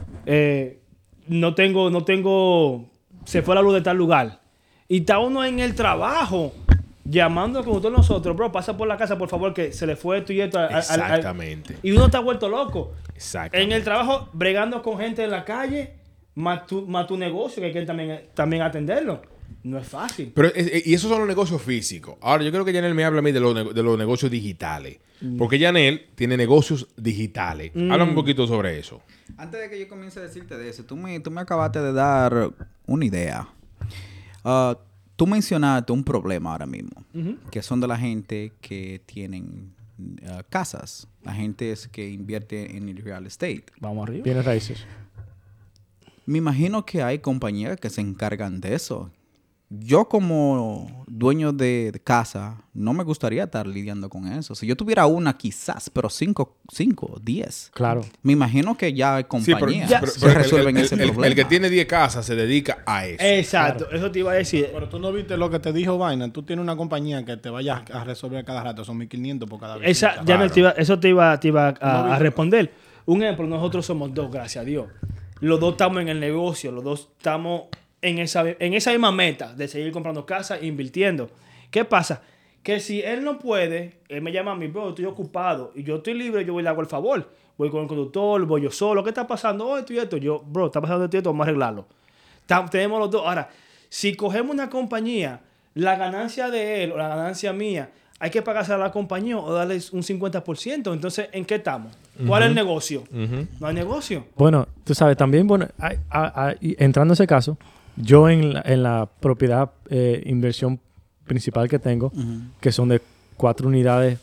No tengo. Se fue la luz de tal lugar. Y está uno en el trabajo llamando con todos nosotros, bro, pasa por la casa, por favor, que se le fue esto y esto. Exactamente. Y uno está vuelto loco. Exactamente. En el trabajo, bregando con gente en la calle, más tu negocio, que hay que también atenderlo. No es fácil. Pero, y esos son los negocios físicos. Ahora, yo creo que Yanel me habla a mí de los negocios digitales. Porque Yanel tiene negocios digitales. Háblame un poquito sobre eso. Antes de que yo comience a decirte de eso, tú me acabaste de dar una idea. Tú mencionaste un problema ahora mismo, que son de la gente que tienen casas, la gente es que invierte en el real estate. Vamos arriba. Bienes raíces. Me imagino que hay compañías que se encargan de eso. Yo como dueño de casa no me gustaría estar lidiando con eso. Si yo tuviera una quizás, pero 5, 10. Claro. Me imagino que ya hay compañías pero que resuelven ese problema. el que tiene 10 casas se dedica a eso. Exacto, eso te iba a decir. Pero tú no viste lo que te dijo Vaina. Tú tienes una compañía que te vaya a resolver cada rato. Son 1,500 por cada vez. Eso te iba a responder. Un ejemplo, nosotros somos dos, gracias a Dios. Los dos estamos en el negocio, los dos estamos en esa misma meta de seguir comprando casas e invirtiendo. ¿Qué pasa? Que si él no puede, él me llama a mí, bro, estoy ocupado y yo estoy libre, yo voy y le hago el favor. Voy con el conductor, voy yo solo. ¿Qué está pasando? Oh, esto y esto. Yo, bro, está pasando esto y esto, vamos a arreglarlo. Tenemos los dos. Ahora, si cogemos una compañía, la ganancia de él o la ganancia mía, hay que pagarse a la compañía o darles un 50%. Entonces, ¿en qué estamos? ¿Cuál es el negocio? No hay negocio. Bueno, tú sabes, también, bueno, entrando en ese caso, yo en la propiedad inversión principal que tengo, que son de 4 unidades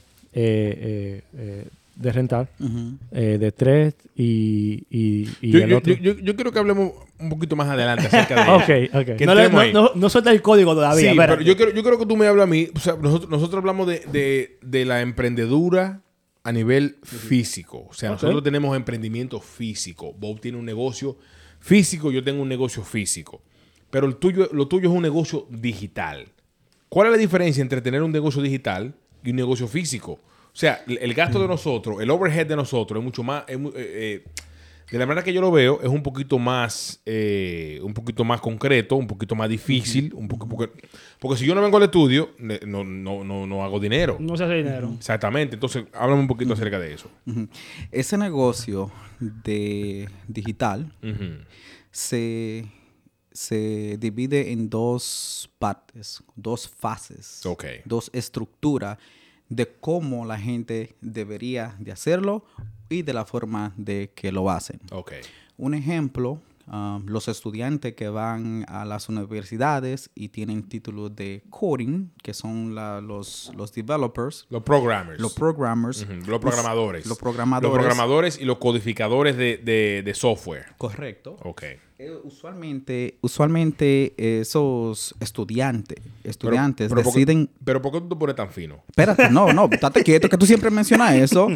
de rentar, de 3 y el otro. Yo quiero que hablemos un poquito más adelante acerca de eso. Ok. Que No, entremos ahí. no suelta el código todavía. Sí, espérate. pero yo quiero que tú me hables a mí. O sea, nosotros hablamos de la emprendedura a nivel físico. O sea, nosotros tenemos emprendimiento físico. Bob tiene un negocio físico, yo tengo un negocio físico. Pero lo tuyo es un negocio digital. ¿Cuál es la diferencia entre tener un negocio digital y un negocio físico? O sea, el gasto de nosotros, el overhead de nosotros es mucho más... de la manera que yo lo veo, es un poquito más concreto, un poquito más difícil. Porque si yo no vengo al estudio, no hago dinero. No se hace dinero. Exactamente. Entonces, háblame un poquito acerca de eso. Ese negocio de digital se divide en dos partes, dos fases, dos estructuras de cómo la gente debería de hacerlo y de la forma de que lo hacen. Un ejemplo, los estudiantes que van a las universidades y tienen títulos de coding, que son los developers. Los programmers. Los programmers. Los programadores. Los programadores. Los programadores y los codificadores de software. Correcto. Usualmente esos estudiantes pero deciden... ¿Pero por qué tú te pones tan fino? Espérate, no, estate quieto, que tú siempre mencionas eso.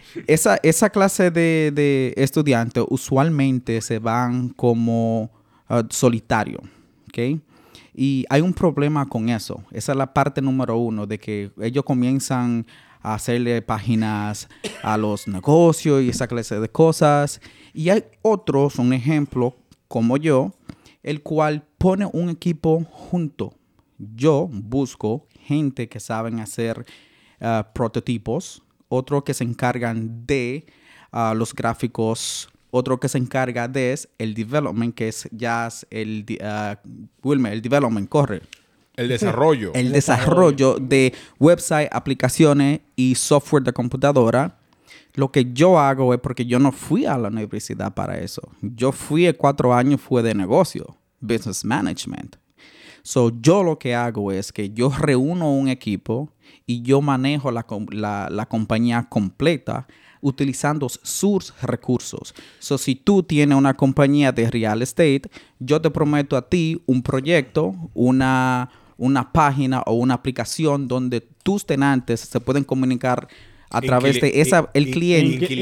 Esa clase de estudiantes usualmente se van como solitario, ¿ok? Y hay un problema con eso. Esa es la parte número 1, de que ellos comienzan a hacerle páginas a los negocios y esa clase de cosas. Y hay otros, un ejemplo, como yo, el cual pone un equipo junto. Yo busco gente que saben hacer prototipos, otros que se encargan de los gráficos, otro que se encarga de el development, que es ya Wilmer, el development, corre. El desarrollo. El desarrollo de website, aplicaciones y software de computadora. Lo que yo hago es porque yo no fui a la universidad para eso. Yo fui 4 años, fue de negocio, business management. So, yo lo que hago es que yo reúno un equipo y yo manejo la compañía completa utilizando sus recursos. So, si tú tienes una compañía de real estate, yo te prometo a ti un proyecto, una página o una aplicación donde tus tenantes se pueden comunicar a través de el cliente,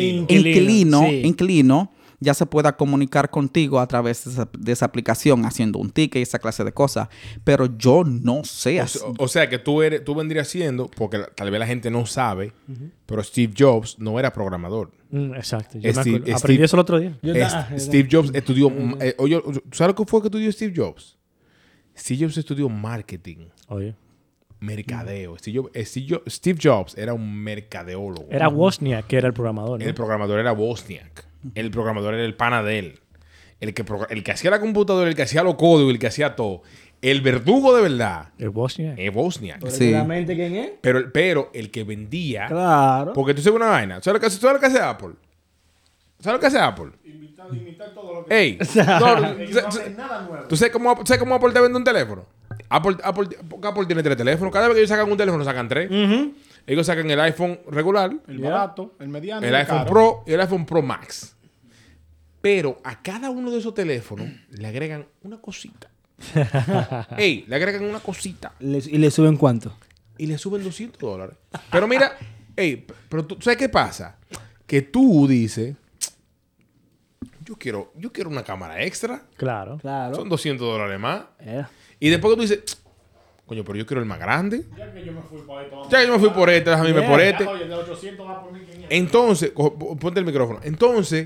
inquilino, ya se pueda comunicar contigo a través de esa aplicación, haciendo un ticket y esa clase de cosas. Pero yo no sé. O sea, que tú vendrías siendo, porque tal vez la gente no sabe, pero Steve Jobs no era programador. Exacto. Yo aprendí eso el otro día. Steve Jobs estudió... oye, ¿sabes qué fue que estudió Steve Jobs? Steve Jobs estudió marketing. Oye. Mercadeo. Steve Jobs era un mercadeólogo. Era Wozniak que era el programador, ¿no? El programador era Wozniak. El programador era el pana de él. El que hacía la computadora, el que hacía los códigos, el que hacía todo. El verdugo de verdad. Es Wozniak. Es Wozniak. Sí. ¿Realmente quién es? Pero el que vendía... Claro. Porque tú sabes una vaina. ¿Sabes lo que hace Apple? ¿Sabes lo que hace Apple? Imitar todo lo que... Ey. Ellos no hacen nada nuevo. ¿Tú sabes cómo Apple te vende un teléfono? Apple tiene 3 teléfonos. Cada vez que ellos sacan un teléfono, sacan 3. Ellos sacan el iPhone regular, El barato, el mediano, el iPhone caro. Pro y el iPhone Pro Max. Pero a cada uno de esos teléfonos le agregan una cosita. Le agregan una cosita. ¿Y le suben cuánto? Y le suben $200. Pero mira, pero tú sabes qué pasa. Que tú dices, yo quiero una cámara extra. Claro. Son $200 más. Yeah. Y después tú dices, coño, pero yo quiero el más grande. Ya que yo me fui por esto. Ya yo me fui por este, déjame irme por este. Oye, de 800 va por 1500. Entonces, ponte el micrófono. Entonces,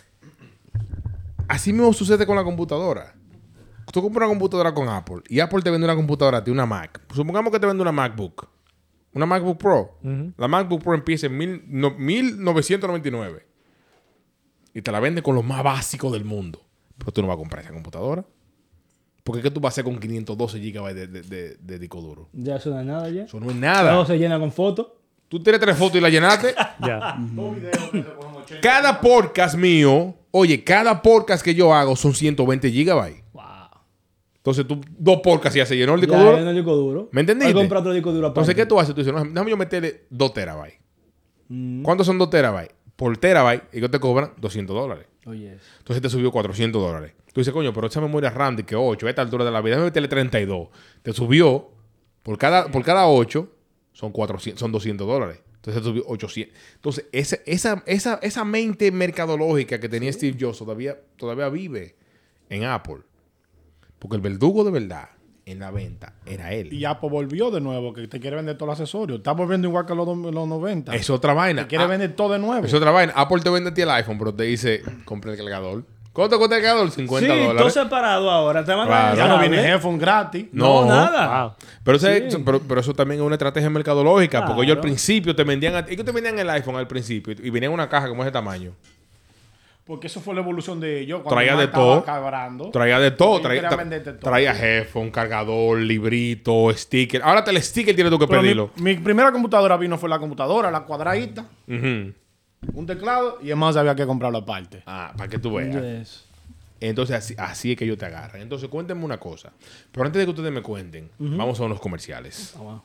así mismo sucede con la computadora. Tú compras una computadora con Apple y Apple te vende una computadora a ti, una Mac. Supongamos que te vende una MacBook. Una MacBook Pro. La MacBook Pro empieza en 1999. Y te la vende con lo más básico del mundo. Pero tú no vas a comprar esa computadora. Porque ¿qué tú vas a hacer con 512 GB de disco duro? Ya eso no es nada ya. Eso no es nada. Todo se llena con fotos. Tú tienes 3 fotos y la llenaste. Ya. Dos videos que se cogen 80. Cada podcast mío, cada podcast que yo hago son 120 GB. Wow. Entonces tú, 2 podcasts ya se llenó el disco Ya duro. llena el disco duro. ¿Me entendiste? Hay que comprar otro disco duro aparte. Entonces, ¿qué tú haces? Tú dices, no, déjame yo meterle 2 terabytes. ¿Cuántos son 2 terabytes? Por terabyte, ellos te cobran $200. Oye. Entonces te subió $400. Tú dices, coño, pero esa memoria RAM de que 8, a esta altura de la vida, déjame meterle 32. Te subió, por cada 8, son $200. Entonces subió 800. Entonces, esa mente mercadológica que tenía Steve Jobs todavía vive en Apple. Porque el verdugo de verdad en la venta era él. Y Apple volvió de nuevo, que te quiere vender todos los accesorios. Está volviendo igual que los 90. Es otra vaina. Te quiere vender todo de nuevo. Es otra vaina. Apple te vende a ti el iPhone, pero te dice, compra el cargador. ¿Cuánto cuesta el cargador? $50. todo separado ahora. Te mandan Ya no viene headphone gratis. No, nada. Wow. Pero eso también es una estrategia mercadológica. Porque ellos al Claro. principio te vendían... Ellos te vendían el iPhone al principio y venía en una caja como ese tamaño. Porque eso fue la evolución de ellos. Traía Mac de todo. estaba quebrando. Traía de todo. Ellos querían venderte todo. Traía headphone, cargador, librito, sticker. Ahora el sticker tienes tú que Pero pedirlo. mi primera computadora fue la computadora, la cuadradita, Ujú. un teclado y además había que comprarlo aparte. Ah, para que tú veas. Yes. Entonces, así es que ellos te agarran. Entonces, cuéntenme una cosa. Pero antes de que ustedes me cuenten, vamos a unos comerciales. Wow.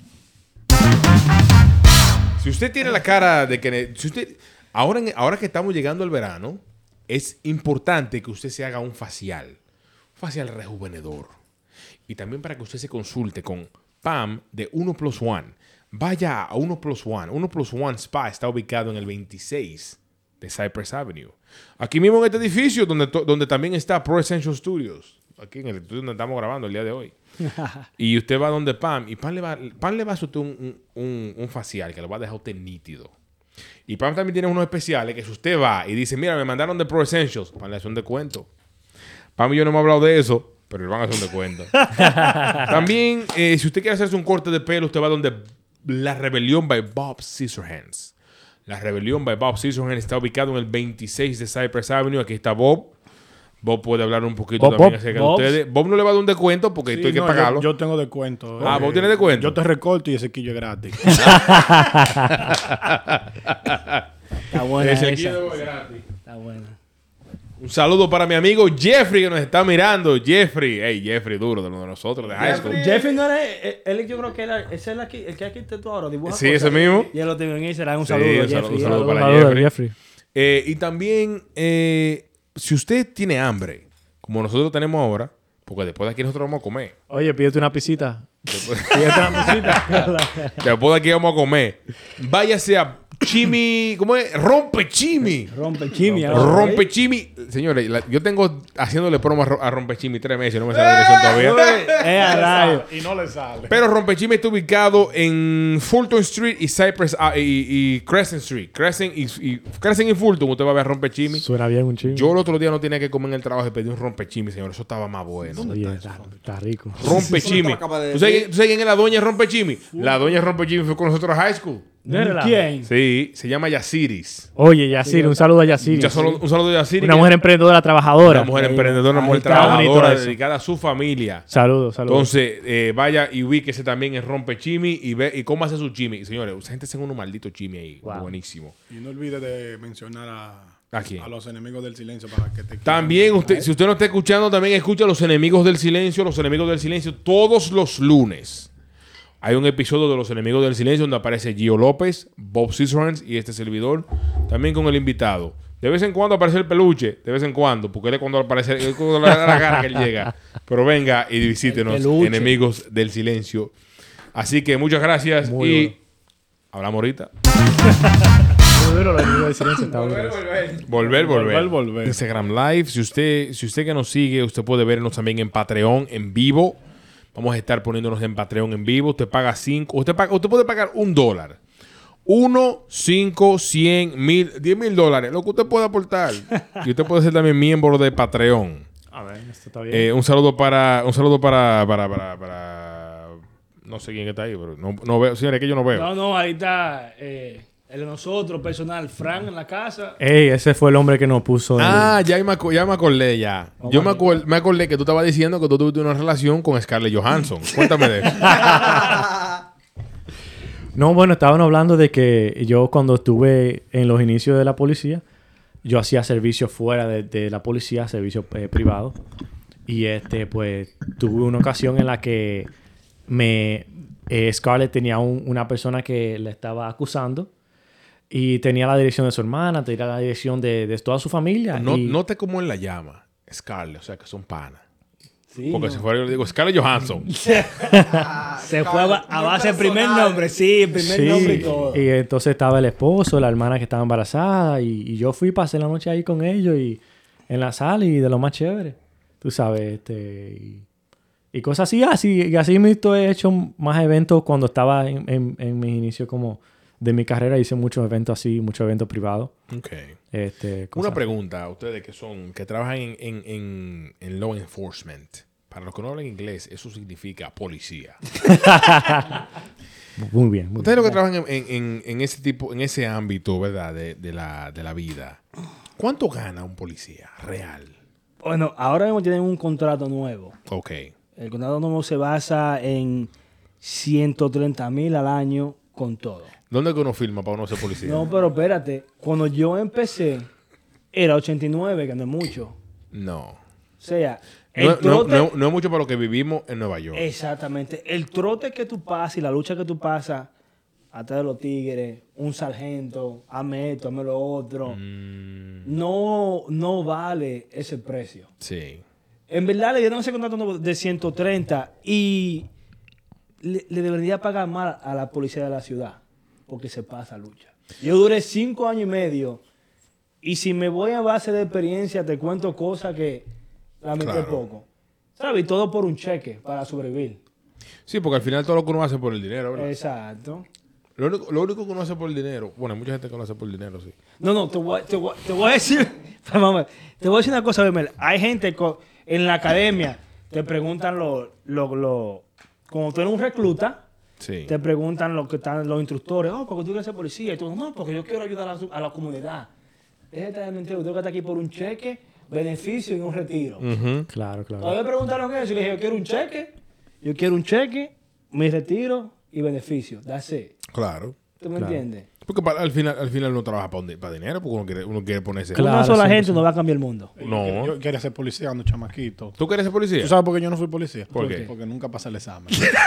Si usted tiene la cara de que... Si usted, ahora que estamos llegando al verano, es importante que usted se haga un facial rejuvenedor. Y también para que usted se consulte con Pam de 1+1. Vaya a 1+1. 1+1 Spa está ubicado en el 26 de Cypress Avenue. Aquí mismo en este edificio donde también está Pro Essential Studios. Aquí en el estudio donde estamos grabando el día de hoy. Y usted va donde Pam y Pam le va a hacer usted un facial que lo va a dejar usted nítido. Y Pam también tiene unos especiales que si usted va y dice, mira, me mandaron de Pro Essentials, Pam le hace un descuento. Pam y yo no hemos hablado de eso, pero le van a hacer un descuento. También, si usted quiere hacerse un corte de pelo, usted va donde La Rebelión by Bob Scissorhands. La Rebelión by Bob Scissorhands está ubicado en el 26 de Cypress Avenue. Aquí está Bob. Bob puede hablar un poquito también acerca de ustedes. Bob no le va a dar un descuento porque esto hay que pagarlo. Yo tengo descuento. Ah, ¿Bob tiene descuento? Yo te recorto y ese quillo es gratis. Está buena Ese esa. aquí es gratis. Está buena. Un saludo para mi amigo Jeffrey que nos está mirando. Jeffrey, Jeffrey duro de nosotros de high school. Jeffrey no era... Él yo creo que era... Ese es el que aquí tú ahora dibuja Sí, cosas. ese mismo. Y él lo tiene en Instagram. Un Sí, saludo, un Jeffrey. saludo para Saludos, Jeffrey. Y también, si usted tiene hambre, como nosotros tenemos ahora, porque después de aquí nosotros vamos a comer. Oye, pídete una pisita. Pídete una pisita. Después de aquí vamos a comer. Váyase a Chimi, ¿cómo es? Rompe Chimi. Rompe Chimi. Rompe Chimi. Señores, yo tengo haciéndole promo a Rompe Chimi 3 meses, no me sale la dirección todavía. A rayo. Y no le sale. Pero Rompe Chimi está ubicado en Fulton Street y Cypress y Crescent Street. Crescent y Fulton, usted va a ver Rompe Chimi. Suena bien un chingo. Yo el otro día no tenía que comer en el trabajo y pedí un Rompe Chimi, señor. Eso estaba más bueno. Oye, está rico. Rompe Chimi. acaba de ¿Tú sabes quién es la doña Rompe Chimi? La doña Rompe Chimi fue con nosotros a high school. ¿Quién? Sí, se llama Yasiris. Oye, Yacir, un saludo a Yacir. Un saludo de Yasiris. Una mujer emprendedora, trabajadora. Una mujer emprendedora, una mujer está trabajadora, bonito eso. dedicada a su familia. Saludos. Entonces, vaya y ubíquese también en Rompe Chimi y ve y cómo hace su chimi. Señores, esa gente hace unos malditos chimi ahí. Wow. Buenísimo. Y no olvides de mencionar ¿A quién? a los enemigos del silencio para que te También, si usted no está escuchando, también escucha Los Enemigos del Silencio. Los Enemigos del Silencio todos los lunes. Hay un episodio de Los Enemigos del Silencio donde aparece Gio López, Bob Scissorhands y este servidor. También con el invitado. De vez en cuando aparece el peluche. De vez en cuando. Porque él es cuando aparece. Es cuando le da la gana que él llega. Pero venga y visítenos. Enemigos del Silencio. Así que muchas gracias. Muy y bueno. hablamos ahorita. Muy duro, los amigos del silencio está bueno. Volver. Instagram Live. Si usted que nos sigue, usted puede vernos también en Patreon en vivo. Vamos a estar poniéndonos en Patreon en vivo. Usted paga 5. Usted puede pagar $1. 1, 5, 100, 1000, $10,000. Lo que usted pueda aportar. Y usted puede ser también miembro de Patreon. A ver, esto está bien. Un saludo para no sé quién está ahí, pero no veo. Señores, que yo no veo. No, ahí está el de nosotros, personal, Frank en la casa. Ey, ese fue el hombre que nos puso. Ya me acordé ya. Yo me acordé que tú estabas diciendo que tú tuviste una relación con Scarlett Johansson. Cuéntame de eso. No, bueno, estaban hablando de que yo cuando estuve en los inicios de la policía, yo hacía servicio fuera de la policía, servicio privado. Y pues tuve una ocasión en la que Scarlett tenía una persona que le estaba acusando y tenía la dirección de su hermana, tenía la dirección de toda su familia. Note cómo él la llama. Scarlett, o sea que son panas. Sí, Porque no. se fue, digo, Scarlett Johansson. Se fue a base del primer nombre, sí, el primer nombre y todo. Y entonces estaba el esposo, la hermana que estaba embarazada y yo fui, pasé la noche ahí con ellos y en la sala y de lo más chévere. Tú sabes, y cosas así. Y así mismo he hecho más eventos cuando estaba en mis inicios como de mi carrera. Hice muchos eventos así, muchos eventos privados. Ok. Una Una pregunta a ustedes que trabajan en law enforcement. Para los que no hablan inglés, eso significa policía. Muy bien. Muy Ustedes bien. los que trabajan en ese tipo, en ese ámbito, ¿verdad? De la vida. ¿Cuánto gana un policía real? Bueno, ahora mismo tienen un contrato nuevo. Ok. El contrato nuevo se basa en 130,000 al año con todo. ¿Dónde que uno firma para uno ser policía? No, pero espérate. Cuando yo empecé, era 89, que no es mucho. No. O sea, el No, trote... no es mucho para lo que vivimos en Nueva York. Exactamente. El trote que tú pasas y la lucha que tú pasas, hasta de los tigres, un sargento, hazme esto, hazme lo otro, no vale ese precio. Sí. En verdad le dieron ese contrato nuevo de 130 y le debería pagar más a la policía de la ciudad porque se pasa lucha. Yo duré 5 años y medio y si me voy a base de experiencia te cuento cosas que la metí Claro. poco. ¿Sabes? Y todo por un cheque para sobrevivir. Sí, porque al final todo lo que uno hace por el dinero, ¿verdad? Exacto. Lo único que uno hace por el dinero, bueno, hay mucha gente que lo hace por el dinero, sí. No, te voy a decir, mamá, te voy a decir una cosa, Bemel. Hay gente en la academia, te preguntan como tú eres un recluta, Sí. te preguntan lo que están los instructores, ¿por qué tú quieres ser policía? Y tú, no, porque yo quiero ayudar a la comunidad. Déjate de mentir, yo tengo que estar aquí por un cheque, beneficio y un retiro. Ujú. Claro, claro. Todavía me preguntaron eso y le dije, yo quiero un cheque, mi retiro y beneficio. That's it. Claro. ¿Tú me Claro. entiendes? Porque al final uno trabaja para dinero, porque uno quiere ponerse... Claro. Una sola 100%. gente no va a cambiar el mundo. No. Yo quería ser policía cuando chamaquito. ¿Tú quieres ser policía? ¿Tú sabes por qué yo no fui policía? ¿Por qué? Porque nunca pasé el examen.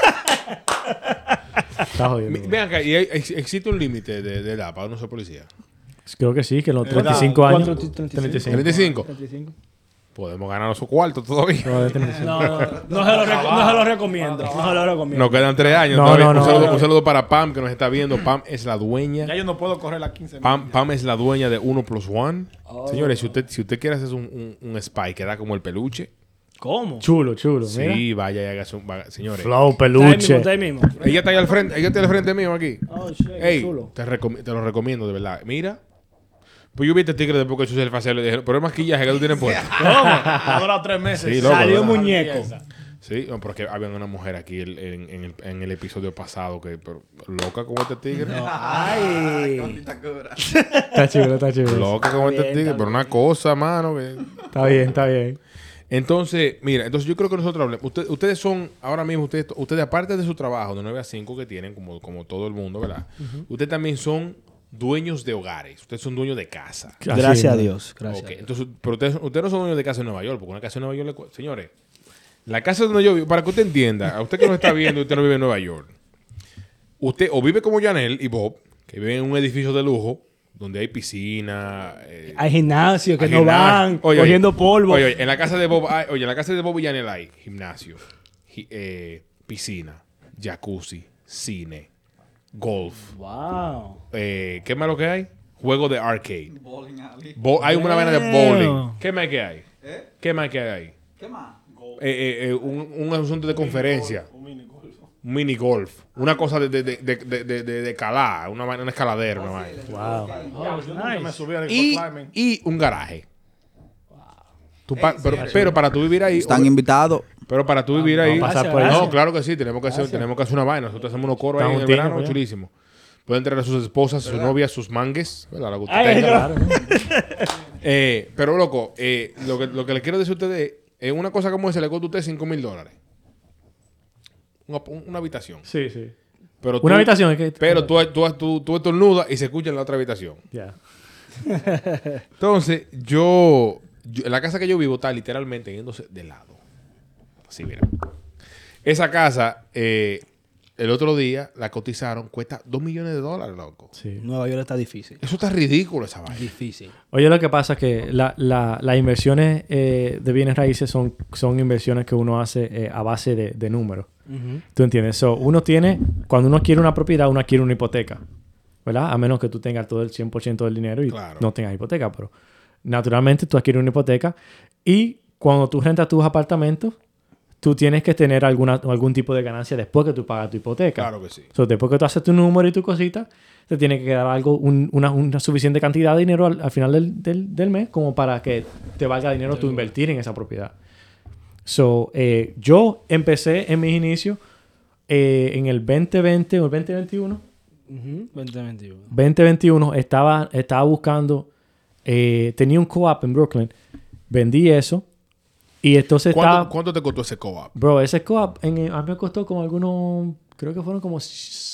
Está jodiendo. Ven acá, ¿y existe un límite de edad para uno ser policía? Creo que sí, que en los ¿Verdad? 35 años. 35. 35. 35. 35. Podemos ganarnos su cuarto todavía. No, de 35. No se lo recomiendo. No se lo recomiendo. Nos quedan 3 años. No, todavía. no, no. Un saludo para Pam, que nos está viendo. Pam es la dueña. Ya yo no puedo correr las 15 Pam es la dueña de 1+1. Oh. Señores, si usted quiere hacer un spy que da como el peluche, ¿Cómo? Chulo, chulo. Mira. sí, vaya y haga señores. Flow, Está peluche. ahí mismo. Ella está ahí al frente, ella está al frente mío aquí. Oh, shit, Ey, chulo. te lo recomiendo, de verdad. Mira. Pues yo vi a este tigre después que hizo el facelo y le dije, pero es maquillaje que tú tienes puesto. Ha durado 3 meses. Sí, loco, Salió ¿verdad? muñeco. Sí, no, porque había una mujer aquí en el episodio pasado que pero, loca como este tigre. Ay. Está chulo, está chulo. Loca como este bien, tigre, está pero una cosa, mano. Que... Está bien, está bien. Entonces, mira, entonces yo creo que nosotros hablemos. Ustedes son, ahora mismo, ustedes aparte de su trabajo de 9 a 5 que tienen, como todo el mundo, ¿verdad? Ustedes también son dueños de hogares. Ustedes son dueños de casa. Gracias a Dios. Gracias. Ok, a Dios. entonces, pero ustedes no son dueños de casa en Nueva York, porque una casa en Nueva York, señores, la casa donde yo vivo, para que usted entienda, a usted que nos está viendo, usted no vive en Nueva York. Usted o vive como Janel y Bob, que viven en un edificio de lujo, donde hay piscina. Hay gimnasios que hay no gimnasio. van Oye, cogiendo polvo. Oye, en la casa de Bob, en la casa de Bob y Janel hay gimnasio, piscina, jacuzzi, cine, golf. Wow. ¿Qué más lo que hay? Juego de arcade. Bowling alley. Hay una vaina de Damn. bowling. ¿Qué más que hay? ¿Eh? ¿Qué más que hay? ¿Qué más? Un asunto de conferencia. Un mini golf. Una cosa de calar. Una escaladera. Una vaina. Wow. Yo nunca me subí al Y, climbing. y un garaje. Pero para tú vivir ahí. Están invitados. Pero para tú vivir ahí. Vamos a pasar por No, eso. claro que sí. Tenemos que hacer una vaina. Nosotros hacemos unos coros ahí en el Estamos verano. tiempos ya. Chulísimo. Pueden traer a sus esposas, sus novias, sus mangues. ¿Verdad? Lo que usted Ay, tenga. claro. Pero loco, lo que les quiero decir a ustedes es una cosa como esa le cuesta a usted $5,000. Una habitación. Sí, sí. Pero Una habitación es que... Pero tú estornudas y se escucha en la otra habitación. Ya. Entonces, yo en la casa que yo vivo está literalmente yéndose de lado. Así, mira. Esa casa, el otro día la cotizaron, cuesta $2 millones, loco. Sí. Nueva York está difícil. Eso está ridículo, esa vaina. Difícil. Oye, lo que pasa es que las inversiones de bienes raíces son inversiones que uno hace a base de números. ¿Tú entiendes? So, cuando uno quiere una propiedad, uno quiere una hipoteca, ¿verdad? A menos que tú tengas todo el 100% del dinero y no tengas hipoteca. Pero naturalmente tú adquieres una hipoteca y cuando tú rentas tus apartamentos, tú tienes que tener algún tipo de ganancia después que tú pagas tu hipoteca. Claro que sí. So, después que tú haces tu número y tu cosita, te tiene que quedar una suficiente cantidad de dinero al final del mes como para que te valga dinero tú invertir en esa propiedad. So, yo empecé en mis inicios en el 2020 o el 2021. 2021. 2021 estaba buscando... tenía un co-op en Brooklyn. Vendí eso. Y entonces ¿Cuánto te costó ese co-op? Bro, ese co-op a mí me costó como algunos... Creo que fueron como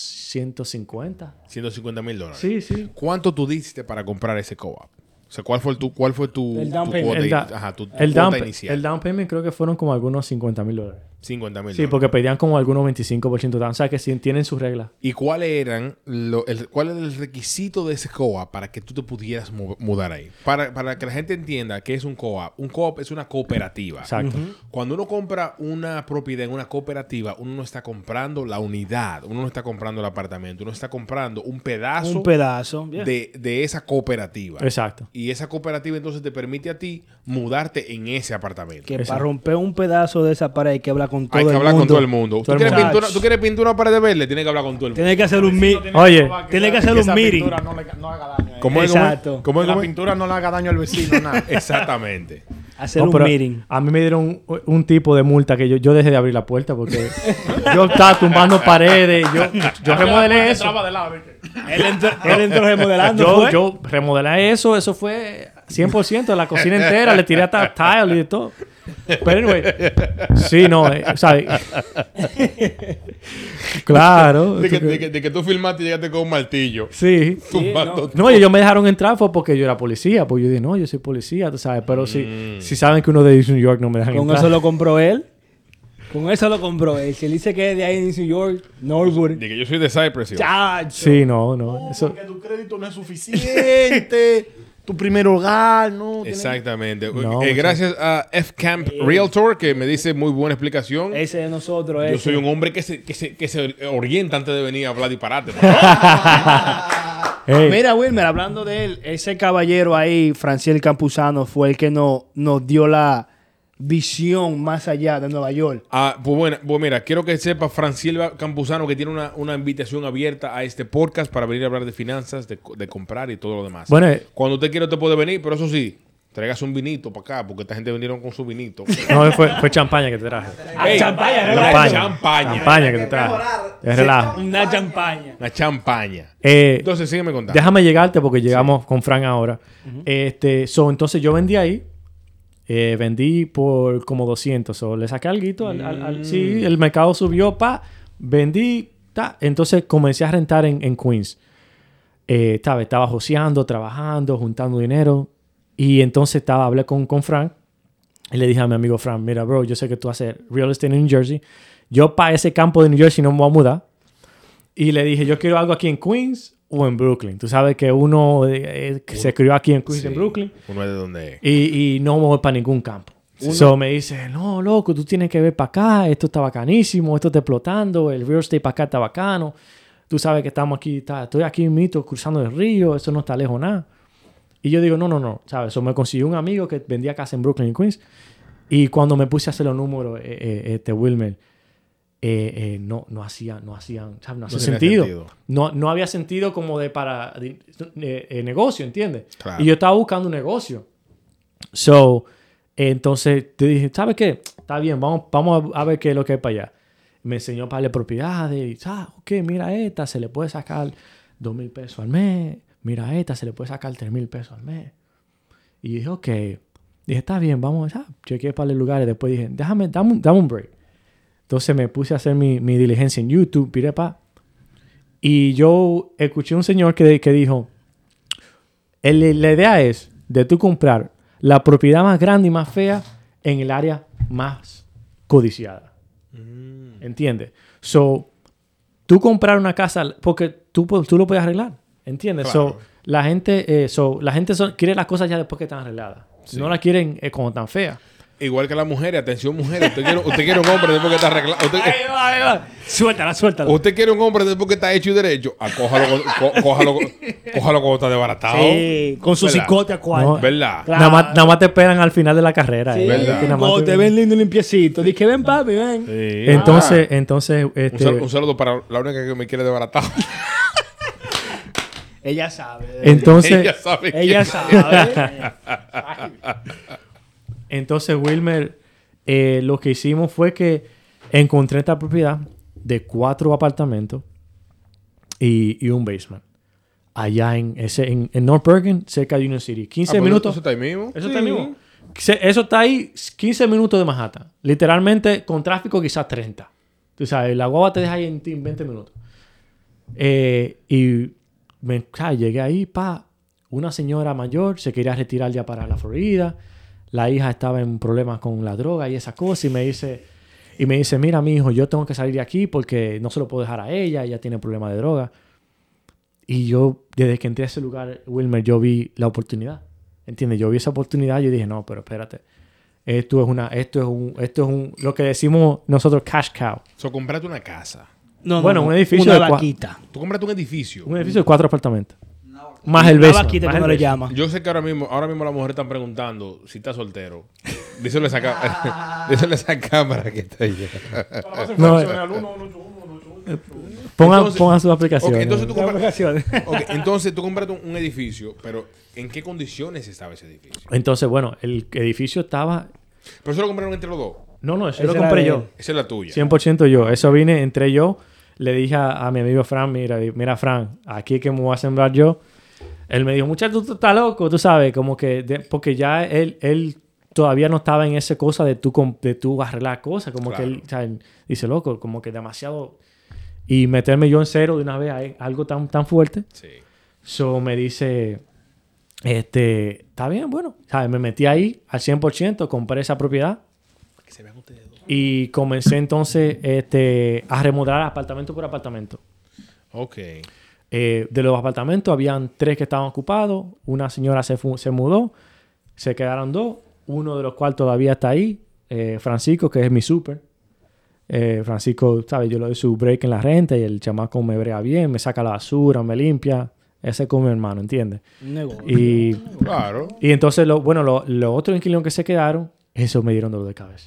150. $150,000. Sí, sí. ¿Cuánto tú diste para comprar ese co-op? O sea, ¿cuál fue tu El down payment. cuota inicial? El down payment creo que fueron como algunos $50,000. $50,000. Sí, porque pedían como algunos 25% down. O sea, que sí tienen sus reglas. ¿Y cuál era el requisito de ese co-op para que tú te pudieras mudar ahí? Para que la gente entienda qué es un co-op. Un co-op es una cooperativa. Exacto. Cuando uno compra una propiedad en una cooperativa, uno no está comprando la unidad, uno no está comprando el apartamento, uno está comprando un pedazo, Yeah. de esa cooperativa. Exacto. Y esa cooperativa entonces te permite a ti mudarte en ese apartamento. Que para romper un pedazo de esa pared hay que hablar con todo Hay el que mundo. hablar con todo el mundo. Todo ¿Tú el quieres, mundo. ¿Tú quieres pintura una pared verde? Tienes que hablar con todo el mundo. Tienes que hacer un meeting. Oye, Tiene que hacer un meeting. No haga daño. ¿Cómo es? Exacto. ¿Cómo es? La pintura no le haga daño al vecino, nada. Exactamente. Hacer No, un pero meeting. a mí me dieron un tipo de multa que yo dejé de abrir la puerta porque yo estaba tumbando paredes. Yo remodelé eso. Entraba de lado, ¿viste? Él entró remodelando. Yo remodelé eso. Eso fue 100%. La cocina entera. Le tiré hasta tile y de todo. Pero anyway. Sí, no. ¿Sabes? Claro. De que tú filmaste y llegaste con un martillo. Sí. Tumbando No, ellos me dejaron entrar fue porque yo era policía. Pues yo dije, no, yo soy policía, tú sabes. Pero si saben que uno de New York no me dejan Con entrar. eso lo compró él. Con eso lo compró él. Si él dice que es de ahí en New York, Norwood. De que yo soy de Cypress. Chacho. Sí, no. Eso... Porque tu crédito no es suficiente. Tu primer hogar, ¿no? Exactamente. No, gracias a F-Camp Realtor, que me dice muy buena explicación. Ese de nosotros. Yo ese. soy un hombre que se orienta antes de venir a hablar disparate. Hey, Mira, Wilmer, hablando de él, ese caballero ahí, Franciel Campuzano, fue el que nos dio la visión más allá de Nueva York. Pues mira, quiero que sepa Franciel Campuzano que tiene una invitación abierta a este podcast para venir a hablar de finanzas, de comprar y todo lo demás. Bueno, Cuando usted quiera, usted puede venir, pero eso sí, traigas un vinito para acá, porque esta gente vinieron con su vinito. no, fue champaña que te traje. Ey, champaña, Champaña que te traje. Es relajo. Una champaña. Una champaña. Eh, Entonces, sígueme contando. déjame llegarte porque llegamos con Frank ahora. Entonces yo vendí ahí. Vendí por como 200. Le saqué alguito. Sí, el mercado subió. Vendí. Entonces comencé a rentar en Queens. Estaba joseando, trabajando, juntando dinero. Y entonces hablé con Frank. Y le dije a mi amigo Frank, mira, bro, yo sé que tú haces real estate en New Jersey. Yo para ese campo de New Jersey no me voy a mudar. Y le dije, yo quiero algo aquí en Queens o en Brooklyn. Tú sabes que uno se crió aquí en Queens, en Brooklyn. Uno es de donde es. Y no me voy para ningún campo. So me dice, no, loco, tú tienes que ver para acá. Esto está bacanísimo. Esto está explotando. El real estate para acá está bacano. Tú sabes que estamos aquí. Estoy aquí mismo cruzando el río. Eso no está lejos nada. Y yo digo, no. ¿Sabes? So me consiguió un amigo que vendía casa en Brooklyn y Queens. Y cuando me puse a hacer los números, Wilmer, no hacía sentido. No había sentido como para negocio, ¿entiendes? Claro. Y yo estaba buscando un negocio. So, entonces te dije, ¿sabes qué? Está bien, vamos a ver qué es lo que hay para allá. Me enseñó para las propiedades. Y, ok, mira esta, se le puede sacar $2,000 al mes. Mira esta, se le puede sacar $3,000 al mes. Y dije, ok. Dije, está bien, vamos a chequear para los lugares. Después dije, dame un break. Entonces me puse a hacer mi diligencia en YouTube, y yo escuché un señor que dijo, la idea es de tú comprar la propiedad más grande y más fea en el área más codiciada. ¿Entiendes? So, tú comprar una casa, porque tú lo puedes arreglar, ¿entiendes? Claro. La gente quiere las cosas ya después que están arregladas. Sí. No las quieren cuando están feas. Igual que las mujeres, atención mujeres, usted quiere un hombre después que está arreglado. Ahí va. Suéltala. Usted quiere un hombre después que está hecho y derecho. Cójalo cuando está desbaratado. Sí, con su ¿Verdad? cicote a cuarta. No. ¿Verdad? Claro. Nada más te esperan al final de la carrera. Sí, ¿Verdad? Que nada más cuando te ven lindo y limpiecito. Dice que ven, papi, ven. Sí. Entonces, Un saludo para la única que me quiere desbaratado. Ella sabe. entonces, Ella sabe quién Ella es. sabe. entonces Wilmer, lo que hicimos fue que encontré esta propiedad de 4 apartamentos y un basement. Allá en North Bergen, cerca de Union City. 15 minutos. ¿Eso está ahí mismo? Eso está ahí mismo. Eso está ahí 15 minutos de Manhattan. Literalmente, con tráfico quizás 30. Tú sabes, la guagua te deja ahí en 20 minutos. Llegué ahí, una señora mayor se quería retirar ya para la Florida. La hija estaba en problemas con la droga y esa cosa. Y me dice, mira, mi hijo, yo tengo que salir de aquí porque no se lo puedo dejar a ella. Ella tiene problemas de droga. Y yo, desde que entré a ese lugar, Wilmer, yo vi la oportunidad. ¿Entiendes? Yo vi esa oportunidad y yo dije, no, pero espérate. Esto es lo que decimos nosotros cash cow. Comprate una casa. Bueno, un edificio Una de vaquita. Tú compraste un edificio. Un edificio de 4 apartamentos. Más el Una basement. vaquita más que el no le basement. llama. Yo sé que ahora mismo las mujeres están preguntando si está soltero. Díselo a esa cámara que está ahí. No, pongan sus aplicaciones. Ok, entonces tú Las compraste, vacaciones. entonces tú compraste un edificio, pero ¿en qué condiciones estaba ese edificio? Entonces, bueno, el edificio estaba... Pero eso lo compraron entre los dos. No, eso Esa lo era compré de yo. él. Esa es la tuya. 100% yo. Eso entré yo. Le dije a mi amigo Fran, mira Fran, aquí es que me voy a sembrar yo. Él me dijo, muchacho, tú estás loco, tú sabes, como que... porque ya él todavía no estaba en esa cosa de tú arreglar cosas. Como Claro. que él, o sea, dice, loco, como que demasiado... Y meterme yo en cero de una vez a algo tan fuerte. Sí. So me dice, está bien, bueno. ¿Sabes? Me metí ahí al 100%, compré esa propiedad. Que se vean ustedes dos. Y comencé entonces a remodelar apartamento por apartamento. Ok. De los apartamentos habían 3 que estaban ocupados. Una señora se mudó. Se quedaron 2. Uno de los cuales todavía está ahí. Francisco, que es mi súper. Francisco, ¿sabes? Yo le doy su break en la renta y el chamaco me brega bien, me saca la basura, me limpia. Ese es como mi hermano, ¿entiendes? Un negocio. Y Claro. entonces, los otros inquilinos que se quedaron, esos me dieron dolor de cabeza.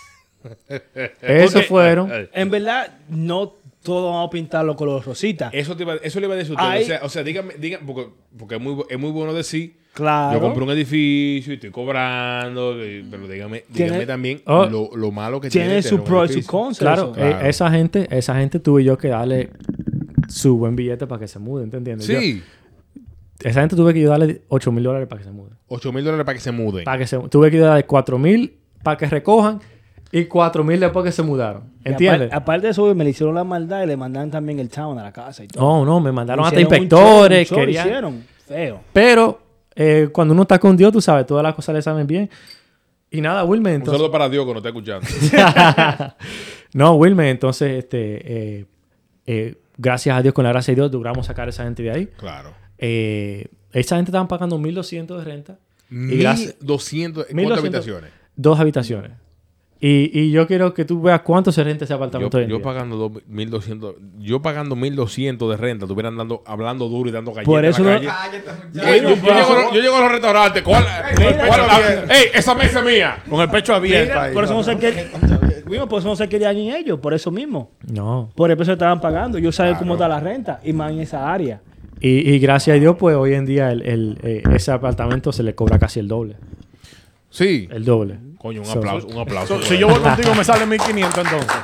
Esos fueron... En verdad, no todos vamos a pintarlo color rosita. Eso le iba a decir a Ahí- usted. O sea, dígame, porque es muy bueno decir. Claro. Yo compré un edificio y estoy cobrando, pero dígame también Oh. lo malo que Tiene tener sus un pros y sus edificio. cons. Claro, eso. Claro. esa gente tuve yo que darle su buen billete para que se muden, ¿te entiendes? Sí. Esa gente tuve que yo darle $8,000 para que se muden. $8,000 para que se muden. Tuve que darle $4,000 para que recojan y $4,000 después que se mudaron. Y ¿Entiendes? aparte de eso, me le hicieron la maldad y le mandaron también el town a la casa y todo. No, me mandaron hasta Hicieron un inspectores. show, querían- hicieron feo. Pero cuando uno está con Dios, tú sabes, todas las cosas le salen bien. Y nada, Wilmer, Un entonces... saludo para Dios que nos está escuchando. No, Wilmer, entonces, gracias a Dios, con la gracia de Dios, logramos sacar a esa gente de ahí. Claro. Esa gente estaban pagando $1,200 de renta. Y gracias- 1,200. 1,200. ¿Cuántas habitaciones? 2 habitaciones. Y yo quiero que tú veas cuánto se renta ese apartamento. hoy en Yo día. pagando 1,200. Yo pagando 1,200 de renta. Estuvieran hablando duro y dando galletas. Por eso en la calle. Yo llego a los restaurantes. ¡Ey! Esa mesa es mía. Con el pecho abierto. Mira, ahí. por eso no se quería. Por eso no se querían ni ellos, por eso mismo. No. Por el precio que estaban pagando. Yo sabía cómo está la renta y más en esa área. Y gracias a Dios, pues hoy en día ese apartamento se le cobra casi el doble. Sí. El doble. Coño, un aplauso. Un aplauso. Si yo voy contigo me sale 1,500 entonces.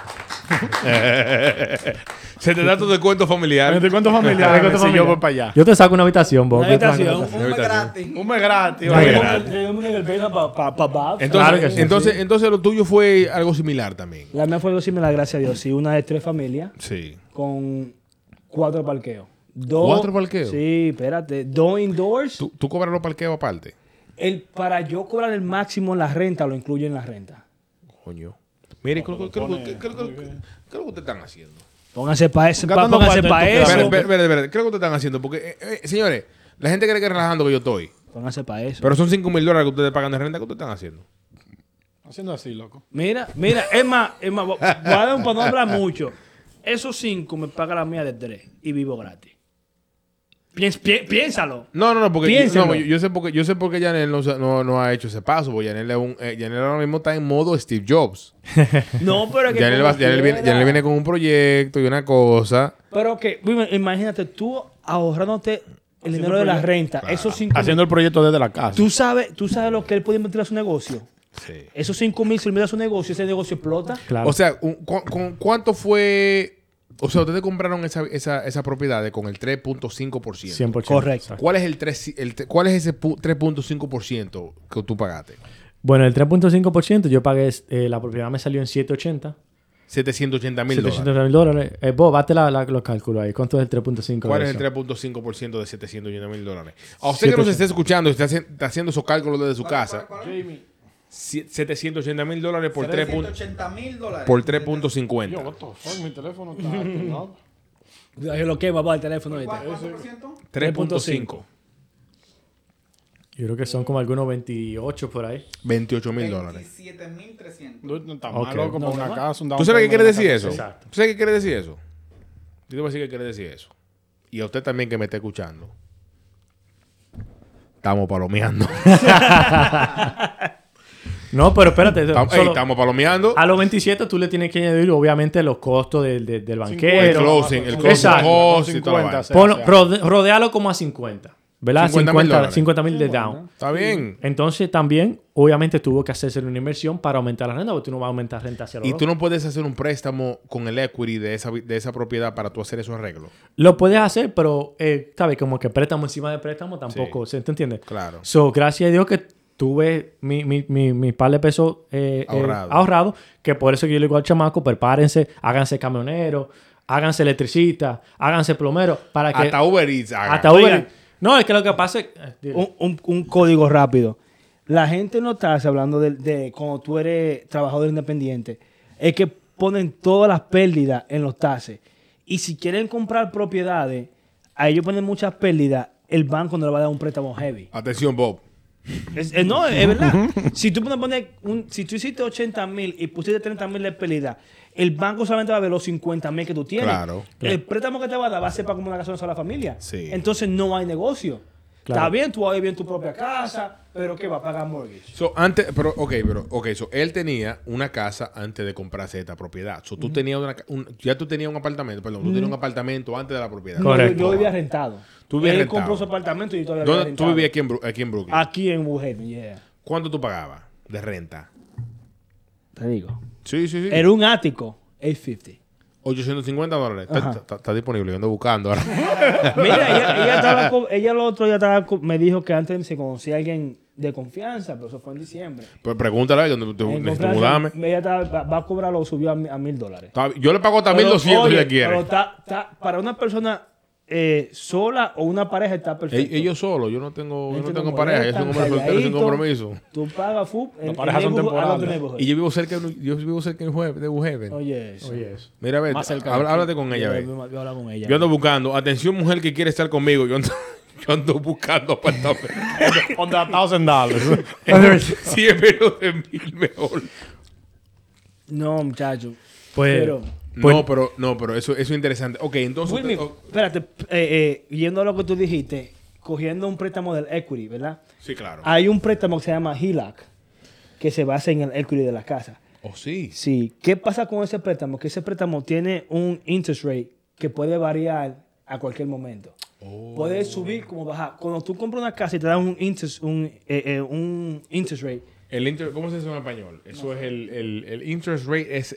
Se te da tu descuento familiar. ¿Te cuento familiar? Si yo voy para allá. Yo te saco una habitación, Bob. Una Yo te saco habitación. una habitación. Un mes gratis. Un mes gratis. Claro que Entonces, sí. entonces lo tuyo fue algo similar también. La mía fue algo similar, gracias a Dios. Sí, una de 3 familias Sí. con 4 parqueos. 4 parqueos. Sí, espérate. 2 indoors. ¿Tú cobras los parqueos aparte? Para yo cobrar el máximo en la renta, lo incluyo en la renta. Coño. Mire, ¿qué es lo que ustedes están haciendo? Pónganse para eso. Gastando Pónganse cuarto para en tu eso. casa. Espera. ¿Qué es lo que ustedes están haciendo? Porque, señores, la gente cree que es relajando que yo estoy. Pónganse para eso. Pero son $5,000 que ustedes pagan de renta. ¿Qué ustedes están haciendo? Haciendo así, loco. Mira, es más, voy a dar para no hablar mucho. Esos 5 me paga la mía de 3 y vivo gratis. Piénsalo. No, porque Piénsenlo. yo sé por qué Yanel no ha hecho ese paso. Porque Yanel ahora mismo está en modo Steve Jobs. No, pero es que Yanel viene con un proyecto y una cosa. Pero que, imagínate, tú ahorrándote el dinero de la renta, esos 5 Haciendo el proyecto desde la casa. tú sabes lo que él puede invertir a su negocio. Sí. Esos 5,000 se lo mete a su negocio, ese negocio explota. Claro. O sea, ¿cuánto fue? O sea, ustedes compraron esa propiedad con el 3.5%. 100%. Correcto. ¿Cuál es cuál es ese 3.5% que tú pagaste? Bueno, el 3.5% yo pagué, la propiedad me salió en 780. $780,000. $780,000. Vos, bate los cálculos ahí. ¿Cuánto es el 3.5%? ¿Cuál es el 3.5% de $780,000? A usted que nos esté escuchando y está haciendo esos cálculos desde su casa, $780,000 por $780,000. por Yo, 3.50. what the fuck, mi teléfono está activado. Yo lo que va el teléfono ahorita. ¿Cuánto por ciento? 3.5. Yo creo que son como algunos 28 por ahí. $28,000. $27,300. No está Ok. mal, loco, por una casa. ¿Tú sabes qué quiere decir eso? Exacto. ¿Tú sabes qué quiere decir eso? Yo te voy a decir qué quiere decir eso. Y a usted también que me está escuchando. Estamos palomeando. No, pero espérate. Estamos palomeando. A los 27 tú le tienes que añadir, obviamente, los costos del banquero. El closing Exacto. cost y toda la vaina. 50, Rodealo como a 50. ¿Verdad? $50,000. 50,000 de down. Está bien. Entonces también, obviamente, tuvo que hacerse una inversión para aumentar la renta, porque tú no vas a aumentar renta hacia lo Y loco. tú no puedes hacer un préstamo con el equity de esa propiedad para tú hacer esos arreglos. Lo puedes hacer, pero, ¿sabes? Como que préstamo encima de préstamo tampoco, ¿se te entiende? Claro. So, gracias a Dios que tuve mi par de pesos ahorrado, que por eso que yo le digo al chamaco, prepárense, háganse camioneros, háganse electricistas, háganse plomeros, para que... Hasta Uber Eats haga. Hasta Uber. Oigan. No, es que lo que pasa es... Un código rápido. La gente no está hablando de cuando tú eres trabajador independiente. Es que ponen todas las pérdidas en los taxes. Y si quieren comprar propiedades, a ellos ponen muchas pérdidas, el banco no le va a dar un préstamo heavy. Atención, Bob. No, es verdad. Si tú si tú hiciste 80,000 y pusiste 30,000 de pérdida, el banco solamente va a ver los 50,000 que tú tienes. Claro. El préstamo que te va a dar va a ser para como una casa de una sola familia. Sí. Entonces no hay negocio. Claro. Está bien, tú vas a vivir en tu propia casa, pero ¿qué va a pagar mortgage? So, él tenía una casa antes de comprarse esta propiedad. So, tú tenías ya tú tenías un apartamento, perdón, tú tenías un apartamento antes de la propiedad. No, Correcto. yo vivía rentado. Tú vivías Él rentado. compró su apartamento y yo todavía vivía ¿Dónde tú rentado. vivías aquí en Brooklyn? Aquí en Woodhaven, yeah. ¿Cuánto tú pagabas de renta? Te digo. Sí. Era un ático, $850. $850. Ajá. Está disponible. Yo ando buscando ahora. Mira, ella lo otro día me dijo que antes se conocía a alguien de confianza, pero eso fue en diciembre. Pues pregúntale dónde tú En necesitas confianza, mudarme. ella va a cobrar, lo subió a $1,000. Yo le pago hasta Pero, 1,200 si oye, ella quiere. pero para una persona sola o una pareja está perfecto. Ellos solos, yo no tengo Gente pareja, yo soy un hombre soltero sin calladito. compromiso. Tú pagas Las parejas son temporales. Y yo vivo cerca de Woodhaven. Oye, eso. Mira, ve, Más cerca de háblate con ella, ve. Yo hablo con ella. Yo ando buscando, atención mujer que quiere estar conmigo, yo ando buscando apartamento. On the $1,000. Si es menos de 1,000 mejor. No, muchacho. Pues, Pero, No, pero eso es interesante. Ok, entonces... Wilmy, espérate, yendo a lo que tú dijiste, cogiendo un préstamo del equity, ¿verdad? Sí, claro. Hay un préstamo que se llama HELOC, que se basa en el equity de la casa. Oh, sí. Sí. ¿Qué pasa con ese préstamo? Que ese préstamo tiene un interest rate que puede variar a cualquier momento. Puede subir como bajar. Cuando tú compras una casa y te dan un interest rate, ¿Cómo se dice en español? Eso es el interest rate, es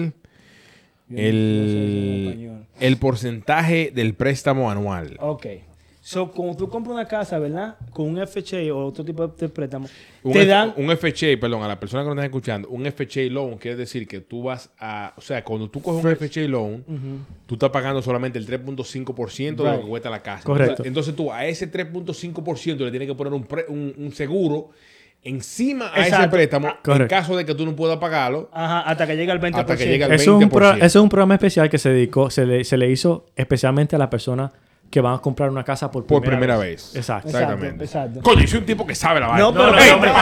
no sé en español. el porcentaje del préstamo anual. Ok. So, cuando tú compras una casa, ¿verdad? Con un FHA o otro tipo de préstamo, Un te dan... un FHA, perdón, a la persona que nos está escuchando, un FHA loan quiere decir que tú vas a... O sea, cuando tú coges un FHA loan, tú estás pagando solamente el 3.5% de lo que cuesta la casa. Correcto. Entonces tú a ese 3.5% le tienes que poner un seguro encima a ese Exacto. préstamo en Correcto. caso de que tú no puedas pagarlo. Ajá, hasta que llegue al 20%. Hasta que llegue al Eso es, 20%. eso es un programa especial que se dedicó, se le hizo especialmente a las personas que van a comprar una casa por primera vez. Exacto. Exactamente. Exacto. Coño, yo soy un tipo que sabe la vaina. No, pero- ¡Ey! no, pero-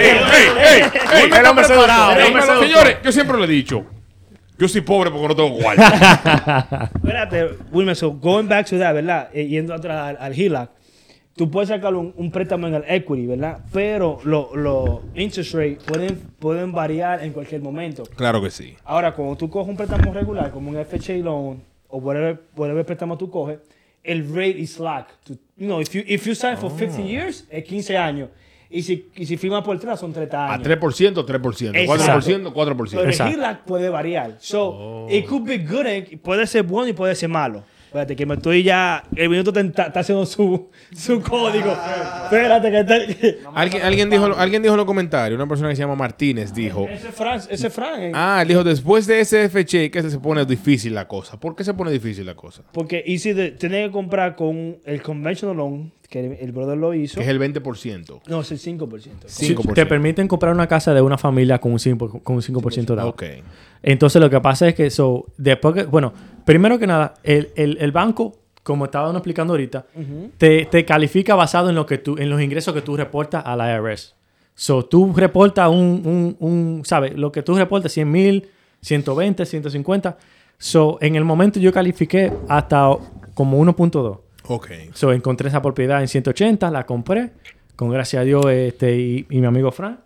¡Ey! El hombre preparado, el hombre se Señores, yo siempre lo he dicho. Yo soy pobre porque no tengo cuarto. Espérate, Wilmer, so going back to that, ¿verdad? Yendo atrás al HELOC, tú puedes sacar un préstamo en el equity, ¿verdad? Pero los interest rates pueden variar en cualquier momento. Claro que sí. Ahora, cuando tú coges un préstamo regular, como un FHA loan o whatever préstamo tú coges, el rate is slack. You know, if you sign for 50 years, es 15 años. Y si firmas por 3, son 30 A años. 3%, 3%. Exacto. 4%, 4%. Pero el Exacto. HELOC puede variar. So, it could be good, puede ser bueno y puede ser malo. Espérate, que me estoy ya... El minuto está haciendo su código. Espérate, que está... Alguien dijo en los comentarios, una persona que se llama Martínez dijo... Ese Fran. Él dijo, después de ese FHA que se pone difícil la cosa. ¿Por qué se pone difícil la cosa? Porque tiene que comprar con el conventional loan, que el brother lo hizo. Que es el 20%. No, es el 5%. Si 5%. te permiten comprar una casa de una familia con un 5% de agua. Ok. Entonces lo que pasa es que después que, bueno, primero que nada, el banco, como estábamos explicando ahorita, te califica basado en en los ingresos que tú reportas a la IRS. Tú reportas ¿sabes? Lo que tú reportas, 100,000, 120, 150. En el momento yo califiqué hasta como 1.2. Ok. Encontré esa propiedad en 180, la compré, con gracias a Dios y mi amigo Frank.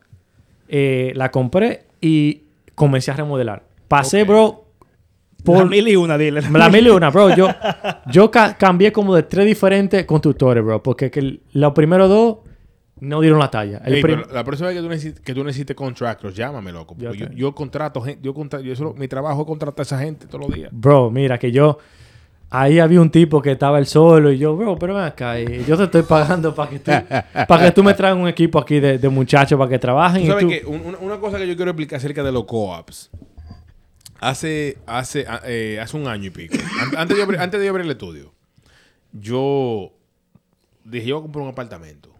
La compré y comencé a remodelar. Pasé, Ok. bro, La 1001, dile. la 1001, bro. Yo cambié como de 3 diferentes constructores, bro, porque los primeros 2 no dieron la talla. Pero la próxima vez que tú necesites contractors, llámame, loco. Porque yo contrato gente, mi trabajo es contratar a esa gente todos los días. Bro, mira que ahí había un tipo que estaba él solo y yo, bro, pero ven acá, yo te estoy pagando para que tú me traigas un equipo aquí de muchachos para que trabajen. Tú sabes y que una cosa que yo quiero explicar acerca de los co-ops. Hace un año y pico. Antes de yo abrir el estudio. Yo dije, yo voy a comprar un apartamento.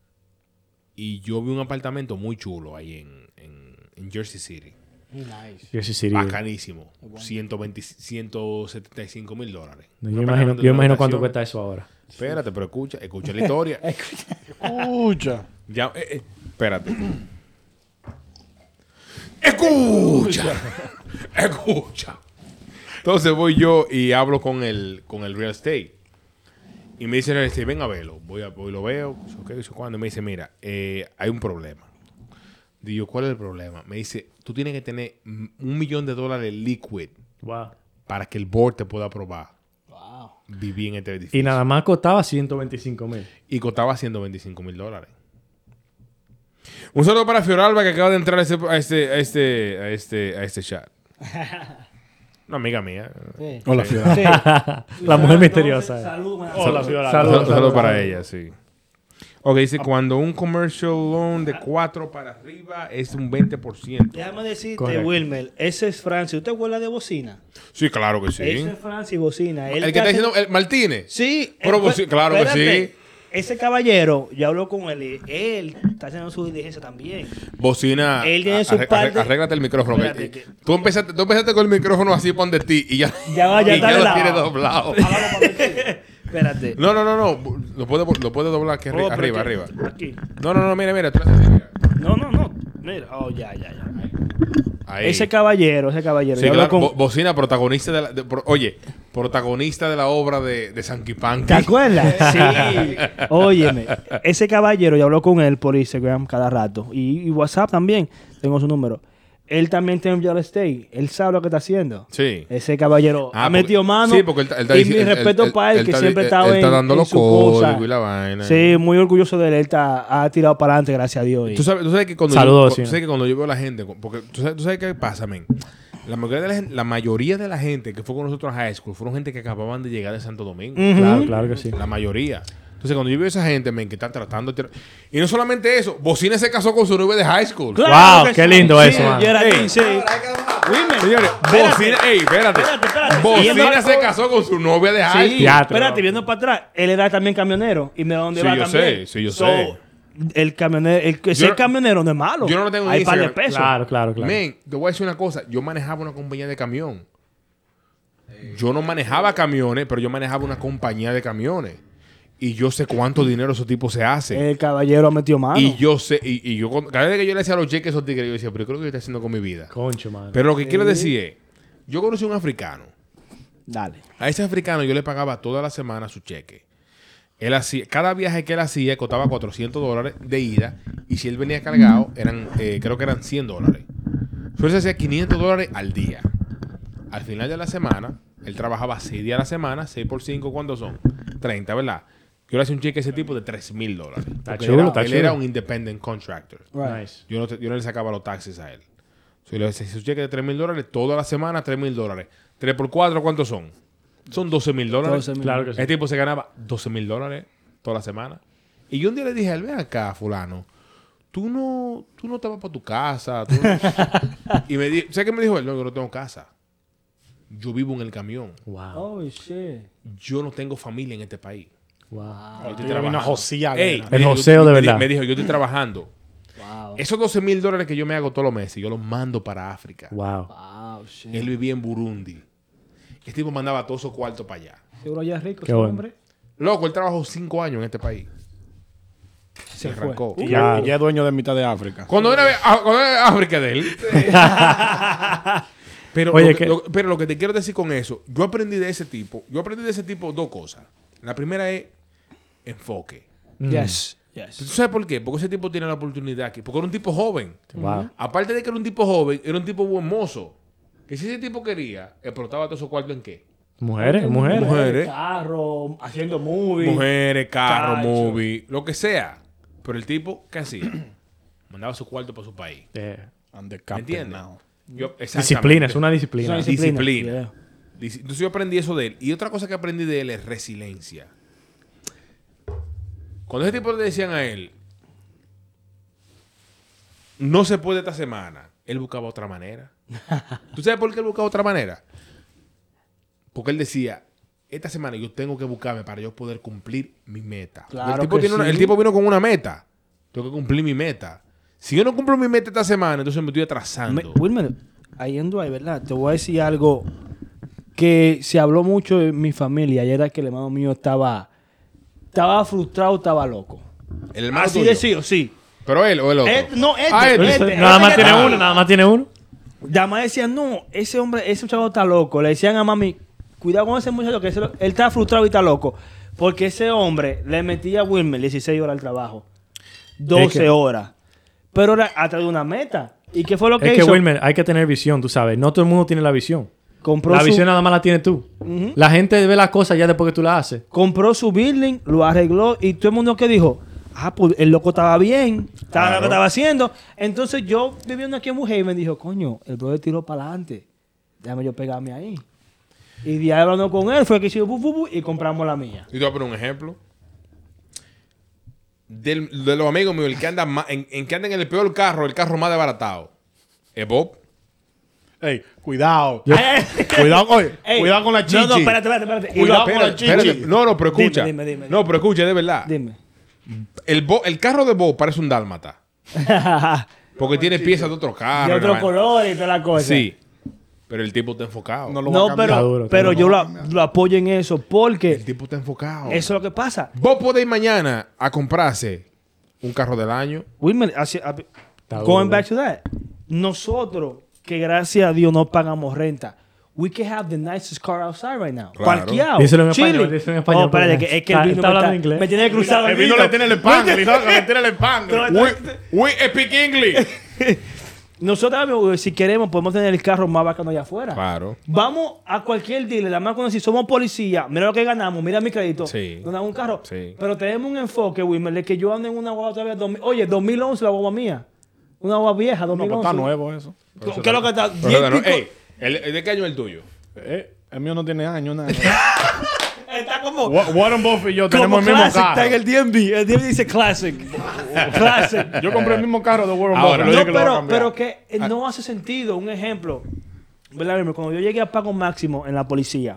Y yo vi un apartamento muy chulo ahí en Jersey City. Nice. Yo sí, Bacanísimo. $175,000. Yo imagino cuánto cuesta eso ahora. Espérate, pero escucha la historia. Escucha. Ya, espérate. Escucha. Entonces voy yo y hablo con el real estate. Y me dice el real estate, ven a verlo. Voy lo veo. Cuando me dice, mira, hay un problema. Digo, ¿cuál es el problema? Me dice, tú tienes que tener $1 millón liquid Wow. para que el board te pueda aprobar. Wow. Viví en este edificio. Y nada más costaba 125,000. Y costaba $125,000. Un saludo para Fioralba que acaba de entrar a este chat. Una amiga mía. Sí. Hola, Fiora. Sí. La mujer misteriosa. Salud. Hola, Fiora. Un saludo para ella, sí. Ok, dice, cuando un commercial loan de 4 para arriba es un 20%. Déjame decirte, Correcto. Wilmer, ese es Francis. ¿Usted acuerda de bocina? Sí, claro que sí. Ese es Francis Bocina. Él El que está diciendo, el Martínez. Sí. Pero claro que sí. Ese caballero, yo hablo con él y él está haciendo su diligencia también. Bocina. Él tiene su parte- Arréglate el micrófono. Espérate, que- que- Tú empezaste con el micrófono así pon de ti y ya, Ya va, ya y está ya de lo lado. tienes doblado. Espérate. No. Lo puede doblar aquí Oh, pero arriba. que- Aquí. No, mira. Tú le haces así, mira. No. Mira. Oh, ya. Ahí. Ese caballero. Sí, yo hablo claro. Bocina, protagonista protagonista de la obra de Sanky Panky. ¿Te acuerdas? Sí. Óyeme, ese caballero, yo hablo con él por Instagram cada rato. Y WhatsApp también. Tengo su número. Él también tiene un real estate. Él sabe lo que está haciendo. Sí. Ese caballero ha porque- metido mano. Sí, porque él está y mi diciendo- respeto para él, que siempre está él está dando los su cosa. códigos y la vaina. Sí, muy orgulloso de él. Ha tirado para adelante, gracias a Dios. Y- Tú sabes que cuando Saludos, yo, sí. cuando yo veo a la gente, porque tú sabes qué pasa, men. La mayoría de la gente que fue con nosotros a high school fueron gente que acababan de llegar de Santo Domingo. Claro que sí. La mayoría. Entonces, cuando yo veo a esa gente, men, que están tratando de y no solamente eso, Bocina se casó con su novia de high school. Wow, que qué sí. lindo Sí, eso, man. yo era Ey. 15. Wilmer, Señores, Bocina, espérate. Espérate. Bocina se casó con su novia de high Sí, school. Teatro. espérate, viendo para atrás, él era también camionero y me da dónde Sí, va yo también. sé, sí, yo sé. el camionero, el que ser camionero no es malo. Yo no lo tengo en Hay par de Instagram. pesos. Claro. Men, te voy a decir una cosa. Yo manejaba una compañía de camión. Yo no manejaba camiones, pero yo manejaba una compañía de camiones. Y yo sé cuánto dinero esos tipos se hacen. El caballero ha metido mano. Y yo sé, y yo cada vez que yo le hacía los cheques a esos tigres, yo decía, pero creo que yo estoy haciendo con mi vida. Concho, mano. Pero lo que quiero decir es, yo conocí a un africano. Dale. A ese africano yo le pagaba toda la semana su cheque. Él hacía, cada viaje que él hacía costaba $400 de ida. Y si él venía cargado, creo que eran $100. Entonces hacía $500 al día. Al final de la semana, él trabajaba 6 días a la semana. 6 por 5, ¿cuántos son? 30, ¿verdad? Yo le hacía un cheque a ese tipo de $3,000. Está Porque chulo, está él chulo. era un independent contractor. Right. Nice. Yo no le sacaba los taxes a él. So, yo le hacía su cheque de $3,000 toda la semana, $3,000. 3 por 4, ¿cuántos son? Son $12,000. 12,000. Claro que sí. Ese tipo se ganaba $12,000 toda la semana. Y yo un día le dije a él, ven acá, fulano, tú no te vas para tu casa. Tú no... Y me dijo, ¿sabes qué me dijo él? No, yo no tengo casa. Yo vivo en el camión. Wow. Oh, shit. Yo no tengo familia en este país. Wow. Yo estoy Yo vine a josear, Ey, ¿verdad? me El dijo, joseo de me verdad. Me dijo, yo estoy trabajando. Wow. Esos $12,000 que yo me hago todos los meses, yo los mando para África. Wow. Wow, shit. Él vivía en Burundi. Este tipo mandaba todos esos cuartos para allá. Seguro ya es rico Qué ese bueno. hombre. Loco, él trabajó 5 años en este país. Se fue. arrancó. Y Claro. ya es dueño de mitad de África. Cuando era África de él. Pero, Oye, pero lo que te quiero decir con eso, yo aprendí de ese tipo. Yo aprendí de ese tipo 2 cosas. La primera es enfoque. Yes. ¿Tú Yes. sabes por qué? Porque ese tipo tiene la oportunidad aquí. Porque era un tipo joven. Wow. Aparte de que era un tipo joven, era un tipo buen mozo. Que si ese tipo quería, explotaba todos esos cuartos en qué? Mujeres. Mujeres. Carro, haciendo movie. Mujeres, carro, Chacho. movie, lo que sea. Pero el tipo, ¿qué hacía? Mandaba su cuarto para su país. And the ¿Me captain entiendes? now. Disciplina, es una disciplina. Una Disciplina. Yeah. Entonces yo aprendí eso de él. Y otra cosa que aprendí de él es resiliencia. Cuando ese tipo le decían a él, no se puede esta semana, él buscaba otra manera. ¿Tú sabes por qué él buscaba otra manera? Porque él decía, esta semana yo tengo que buscarme para yo poder cumplir mi meta. Porque Claro el tipo, que tiene sí. el tipo vino con una meta. Tengo que cumplir mi meta. Si yo no cumplo mi meta esta semana, entonces me estoy atrasando. Wilmer, ahí en Dubái, ¿verdad? Te voy a decir algo que se habló mucho en mi familia. Y era que el hermano mío estaba frustrado, estaba loco. El hermano Así tuyo. decido, sí. Pero él o el otro. No, este. Ah, este. este. Nada más Este tiene que- uno, nada más tiene uno. La mamá decía, no, ese hombre, ese muchacho está loco. Le decían a mami, cuidado con ese muchacho, que él está frustrado y está loco. Porque ese hombre le metía a Wilmer 16 horas al trabajo. 12 horas. Pero era atrás de una meta. ¿Y qué fue lo que Es que, hizo? Wilmer, hay que tener visión, tú sabes. No todo el mundo tiene la visión. Compró La su, visión nada más la tienes tú. Ujú. La gente ve las cosas ya después que tú las haces. compró su building, lo arregló y todo el mundo que dijo, pues el loco estaba bien, estaba lo que estaba haciendo. Entonces yo viviendo aquí en Mujer me dijo, coño, el brother tiró para adelante. Déjame yo pegarme ahí. Y de ahí hablando con él, fue que hicimos y compramos la mía. Y te voy a poner un ejemplo. De los amigos míos, el que anda que anda en el peor carro, el carro más desbaratado, es Bob. Ey, cuidado. Yo- Cuidado, oye, Ey, cuidado con la chichi. No, espérate. Cuidado con la Espérate, chichi. espérate. No, pero escucha. Dime. No, pero escucha, de verdad. Dime. El carro de Bob parece un dálmata. Porque tiene piezas de otro carro. de otro una vaina. color y toda la cosa. Sí. Pero el tipo está enfocado. No lo va a No, cambiar. Está duro, está pero duro. yo lo apoyo en eso porque El tipo está enfocado. eso es lo que pasa. Vos podéis mañana a comprarse un carro del año. Wilmer, duro, going bro. back to that, nosotros que gracias a Dios no pagamos renta, we can have the nicest car outside right now. Claro. Parqueado. Díselo en español, chilling. díselo en español, Oh, espérate, porque que es que el está- vino está me, hablando inglés. me tiene cruzado El vino le tiene el spangle. No, le tiene el spangle. We speak English. Nosotros, si queremos, podemos tener el carro más bacano allá afuera. Claro. Vamos a cualquier dealer, la más conocida, si somos policía, mira lo que ganamos, mira mi crédito, Sí. nos dan un carro. Sí. Pero tenemos un enfoque, Wilmer, de que yo ando en una guagua todavía, 2011 la guagua mía. Una guagua vieja, No, 2011. pues está nuevo eso. ¿Qué es lo que está? Pero, 10 no, pico- ey, ¿de qué año es el tuyo? El mío no tiene años, nada. Está como... Warren Buffett y yo Como tenemos el mismo Classic, está en carro. el DMV. El DMV dice Classic. Classic. Yo compré el mismo carro de Warren Ahora, Buffett. lo lo No, dije que lo voy a pero, cambiar. pero que no hace sentido. Un ejemplo. ¿Verdad, Wilmer? Cuando yo llegué a pago máximo en la policía,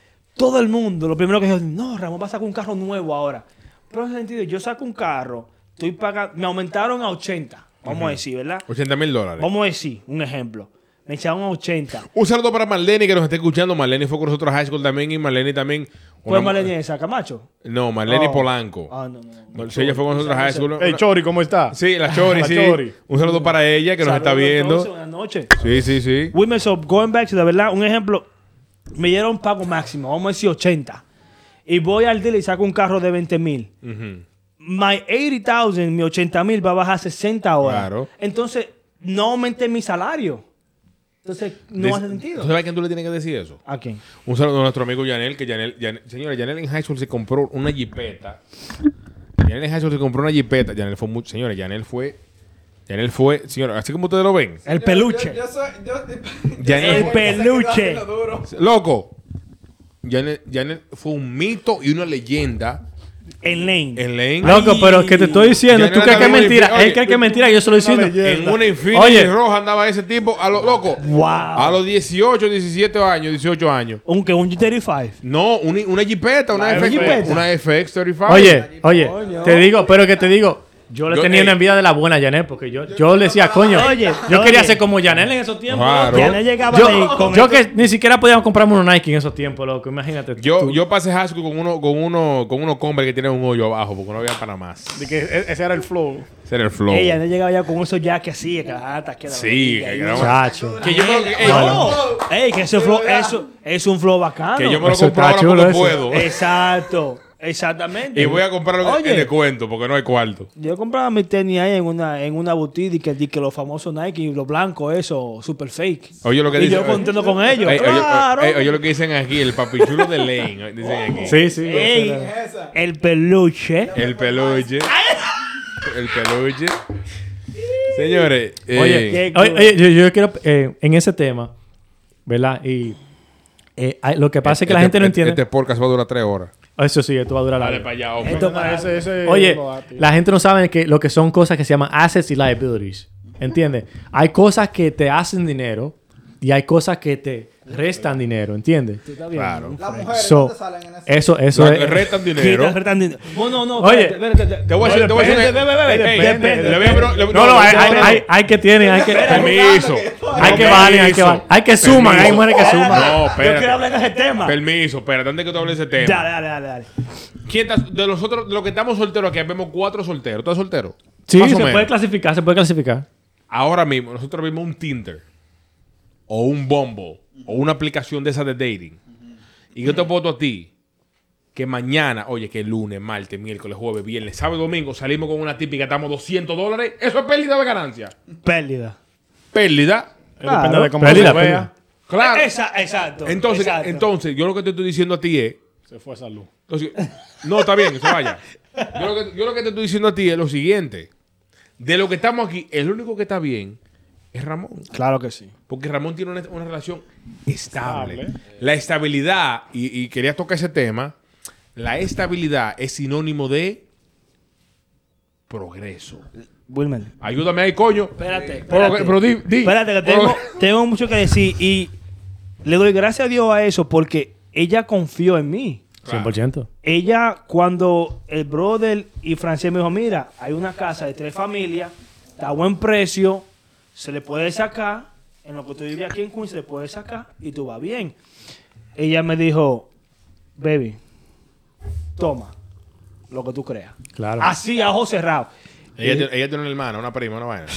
todo el mundo, lo primero que dijo, no, Ramón va a sacar un carro nuevo ahora. Pero en ese sentido, yo saco un carro me aumentaron a 80, vamos a decir, ¿verdad? $80,000. Vamos a decir, un ejemplo. Me echaron a 80. Un saludo para Marlene que nos está escuchando. Marlene fue con nosotros a high school también y Marlene también. ¿Fue Marlene esa, Camacho? No, Marlene Polanco. No. Sí, ella fue con nosotros a high school. Hey, Chori, ¿cómo está? Sí, la Chori, sí. Chori. Un saludo para ella que nos está viendo. Entonces, buenas noches. Sí. Women, so going back to the verdad, un ejemplo, me dieron pago máximo, vamos a decir 80. Y voy al dealer y saco un carro de 20,000. My 80,000, mi 80,000 va a bajar 60 ahora. Claro. Entonces, no aumenté mi salario. Entonces, no hace sentido. ¿Tú sabes a quién tú le tienes que decir eso? ¿A quién? Un saludo a nuestro amigo Yanel, que señora, Yanel en high school se compró una jipeta. Yanel en high school se compró una jipeta. Señora, Yanel fue, señora, así como ustedes lo ven. El peluche. El peluche. Loco. Yanel fue un mito y una leyenda. En Lane. En Lane. Loco, pero que te estoy diciendo, Ya tú no crees que es era mentira. oye, Él cree que es mentira, yo se lo estoy diciendo. En una Infiniti Oye. roja andaba ese tipo a lo loco. Wow. A los 18, 17 años, 18 años. Un G35. No, una jipeta, una FX35. Oye, te digo, pero que te digo, yo le tenía una envidia de la buena Yanel, porque yo le decía, coño, yo quería ser como Yanel en esos tiempos. Claro. Ya no llegaba ahí con Yo que ni siquiera podíamos comprarme unos Nike en esos tiempos, loco, imagínate. Yo pasé high school con unos Converse que tienen un hoyo abajo porque no había para más. De que ese era el flow. Ese era el flow. Ella no llegaba ya con esos jackets así, que Sí, Chacho. que yo me lo, No, ey, que ese flow, eso es un flow bacano. que yo me lo Eso compro está ahora chulo porque eso. puedo. Exacto, exactamente. Y voy a comprarlo en Oye. descuento porque no hay cuarto. Yo compraba mi tenis ahí en una boutique y que los famosos Nike, los blancos, eso, super fake. Oye, lo que Y dicen. yo contento con ellos. Oye, Claro. oye, lo que dicen aquí, el papichulo de Lane. Dicen aquí. Sí. Ey, el peluche. El peluche. El peluche. Señores. Oye, Oye, yo quiero, en ese tema, ¿verdad? Y lo que pasa es que la gente no entiende. Este podcast va a durar 3 horas. Eso sí, esto va a durar Dale largo. para allá, hombre. Esto para- Ese Oye, lo da, tío. la gente no sabe que lo que son cosas que se llaman assets y liabilities. ¿Entiendes? Hay cosas que te hacen dinero y hay cosas que te restan dinero, ¿entiendes? Claro. Las mujeres So, no te salen en ese. eso Los que es. restan ¿Qué dinero. te retan dinero? No, Oye, espérate. Te voy a decir. Depende. No, hay que tienen, hay que. Permiso. Hay que valen, hay que suman, hay mujeres que suman. No, Yo quiero espérate. hablar de ese tema. Permiso, espérate, antes que tú hables de ese tema. Dale. ¿Quién está, de nosotros, de los que estamos solteros aquí, vemos 4 solteros. ¿Estás soltero? Sí, Más o se menos. puede clasificar. Ahora mismo, nosotros vimos un Tinder o un Bumble o una aplicación de esa de dating. Y yo te apuesto a ti que mañana, oye, que lunes, martes, miércoles, jueves, viernes, sábado y domingo salimos con una típica, estamos $200. Eso es pérdida de ganancia. Pérdida. Pérdida. Depende de cómo Pérdida, se vea. Claro. Exacto. Entonces, yo lo que te estoy diciendo a ti es. Se fue salud. Entonces, no, está bien, que se vaya. Yo lo que te estoy diciendo a ti es lo siguiente. De lo que estamos aquí, el único que está bien es Ramón. Claro que sí. Porque Ramón tiene una relación estable. La estabilidad, y quería tocar ese tema, la estabilidad es sinónimo de progreso. Wilmer. Ayúdame ahí, coño. Espérate. Pero di. Espérate, que tengo mucho que decir y le doy gracias a Dios a eso porque ella confió en mí. 100%. Ella, cuando el brother y Francés me dijo, mira, hay una casa de 3 familias, está a buen precio, se le puede sacar, en lo que tú vives aquí en Queens se le puede sacar y tú vas bien. Ella me dijo, baby, toma lo que tú creas. Claro. Así, a ojos cerrados. Ella tiene una hermana, una prima, una vaina.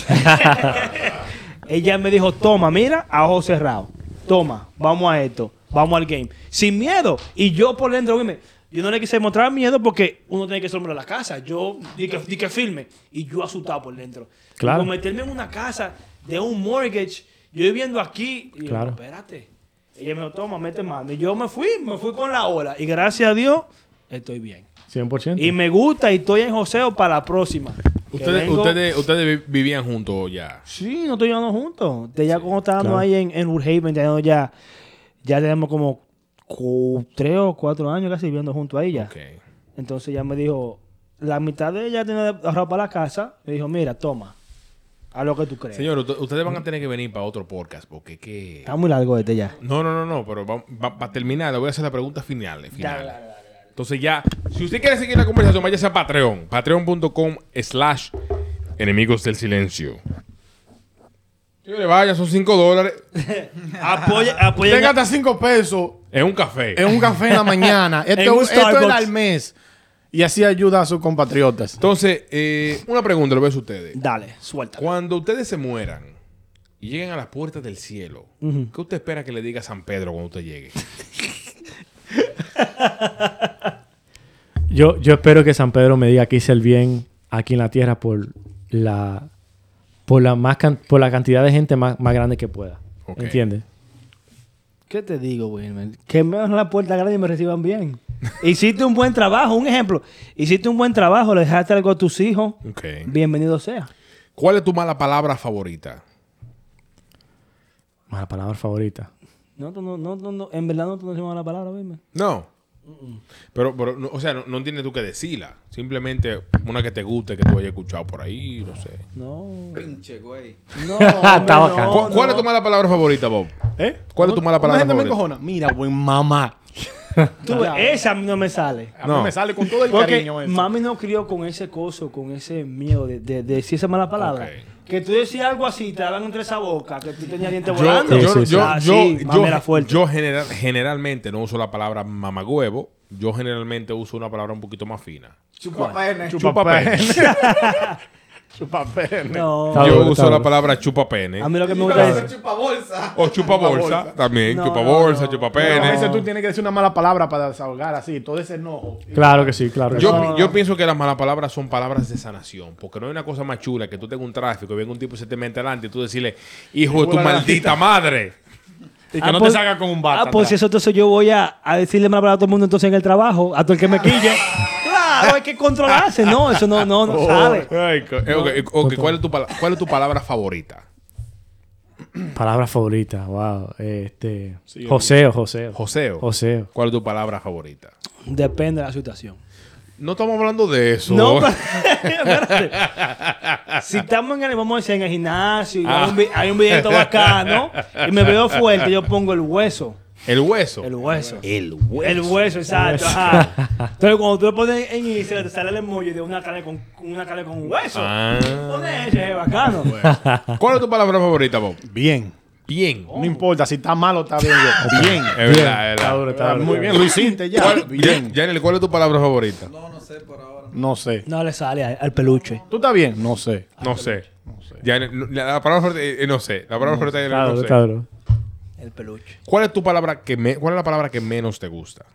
Ella me dijo, toma, mira, a ojos cerrados. Toma, vamos a esto, vamos al game. Sin miedo. Y yo por dentro, dime, yo no le quise mostrar miedo porque uno tiene que ser hombre de la casa. Yo di que firme. Y yo asustado por dentro. Claro. Como meterme en una casa de un mortgage, yo viviendo aquí. Y Claro. yo, espérate. Ella me dijo, toma, mete mano. Y yo me fui con la ola. Y gracias a Dios, estoy bien. 100%. Y me gusta y estoy en joseo para la próxima. Que vengo- Ustedes vivían juntos ya. Sí, no estoy llegando juntos. De ya cuando estábamos Claro. ahí en Woodhaven, ya tenemos como 3 o 4 años casi viviendo juntos ahí ya. Ok. Entonces ya me dijo, la mitad de ella tiene ahorrado para la casa. Me dijo, mira, toma, haz lo que tú crees. Señor, ustedes van a tener que venir para otro podcast porque que... Está muy largo este ya. No, pero para terminar, le voy a hacer la pregunta final. Dale. Entonces ya, si usted quiere seguir la conversación, váyase a Patreon. Patreon.com/enemigos del silencio. Yo le vaya, son $5. Apoya. Usted gasta 5 pesos Es un café. en un café en la mañana. En Esto un es Starbucks. al mes. Y así ayuda a sus compatriotas. Entonces, una pregunta, lo veo a ustedes. Dale, suelta. Cuando ustedes se mueran y lleguen a las puertas del cielo, ¿qué usted espera que le diga a San Pedro cuando usted llegue? Yo espero que San Pedro me diga que hice el bien aquí en la tierra por la cantidad de gente más grande que pueda. Ok. ¿Entiendes? ¿Qué te digo, Wilmer? Que me abran la puerta grande y me reciban bien. Hiciste un buen trabajo, un ejemplo. Hiciste un buen trabajo, le dejaste algo a tus hijos. Ok. Bienvenido sea. ¿Cuál es tu mala palabra favorita? Mala palabra favorita. No, en verdad no decimos la palabra, Wilmer. No. Pero no, o sea, no tienes tú que decirla. Simplemente una que te guste, que tú hayas escuchado por ahí, no sé. No. Pinche, güey. No, Está bacán. ¿Cuál es tu mala palabra favorita, Bob? ¿Cuál es tu mala palabra Una gente me favorita? encojona. Mira, buen mamá. Tú ves, esa a mí no me sale. A mí me sale con todo el Porque cariño eso. mami no crió con ese coso, con ese miedo de decir esa mala palabra. Ok. Que tú decías algo así, te daban entre esa boca, que tú tenías dientes Yo, volando. Mami era fuerte. yo generalmente no uso la palabra mamagüevo. Yo generalmente uso una palabra un poquito más fina. Chupapene. Chupapene. Chupapene. No. Está Yo duro, uso está la duro. palabra chupapene. A mí lo que me gusta es... Chupabolsa. O chupabolsa también. No, Chupabolsa, no, no. Pero a chupapene. veces tú tienes que decir una mala palabra para desahogar así, todo ese enojo. Claro que sí, claro que sí. Yo pienso que las malas palabras son palabras de sanación. Porque no hay una cosa más chula que tú tengas un tráfico y venga un tipo y se te mete adelante y tú decirle, hijo de tu de la maldita madre. Y que no pues- te salga con un bate. pues eso entonces yo voy a decirle mala palabra a todo el mundo entonces en el trabajo, a todo el que me quille. Claro, hay que controlarse. No, eso no sale. Ay, ok, ¿cuál es tu palabra favorita? Palabra favorita, wow. Joseo. Joseo. ¿Cuál es tu palabra favorita? Depende de la situación. No estamos hablando de eso. No, espérate. Si estamos vamos a decir, en el gimnasio y hay un videito bacano y me veo fuerte, yo pongo el hueso. El hueso. El hueso. El hueso, exacto. Ajá. Entonces, cuando tú le pones en Instagram, te sale el emoji de una carne con hueso. Ah. Pone ese, es bacano. ¿Cuál es tu palabra favorita, Bob? Bien. Bien. No importa si está mal o está bien. Bien. Es verdad, es verdad. Está duro, está duro. Muy bien, lo hiciste ya. Bien. Yanel, ¿cuál es tu palabra favorita? No sé por ahora. No sé. No le sale al peluche. ¿Tú estás bien? No sé. No sé. Yanel, la palabra favorita, no sé. La palabra favorita de Está Yanel, duro, no está sé. duro. El peluche. ¿Cuál es la palabra que menos te gusta?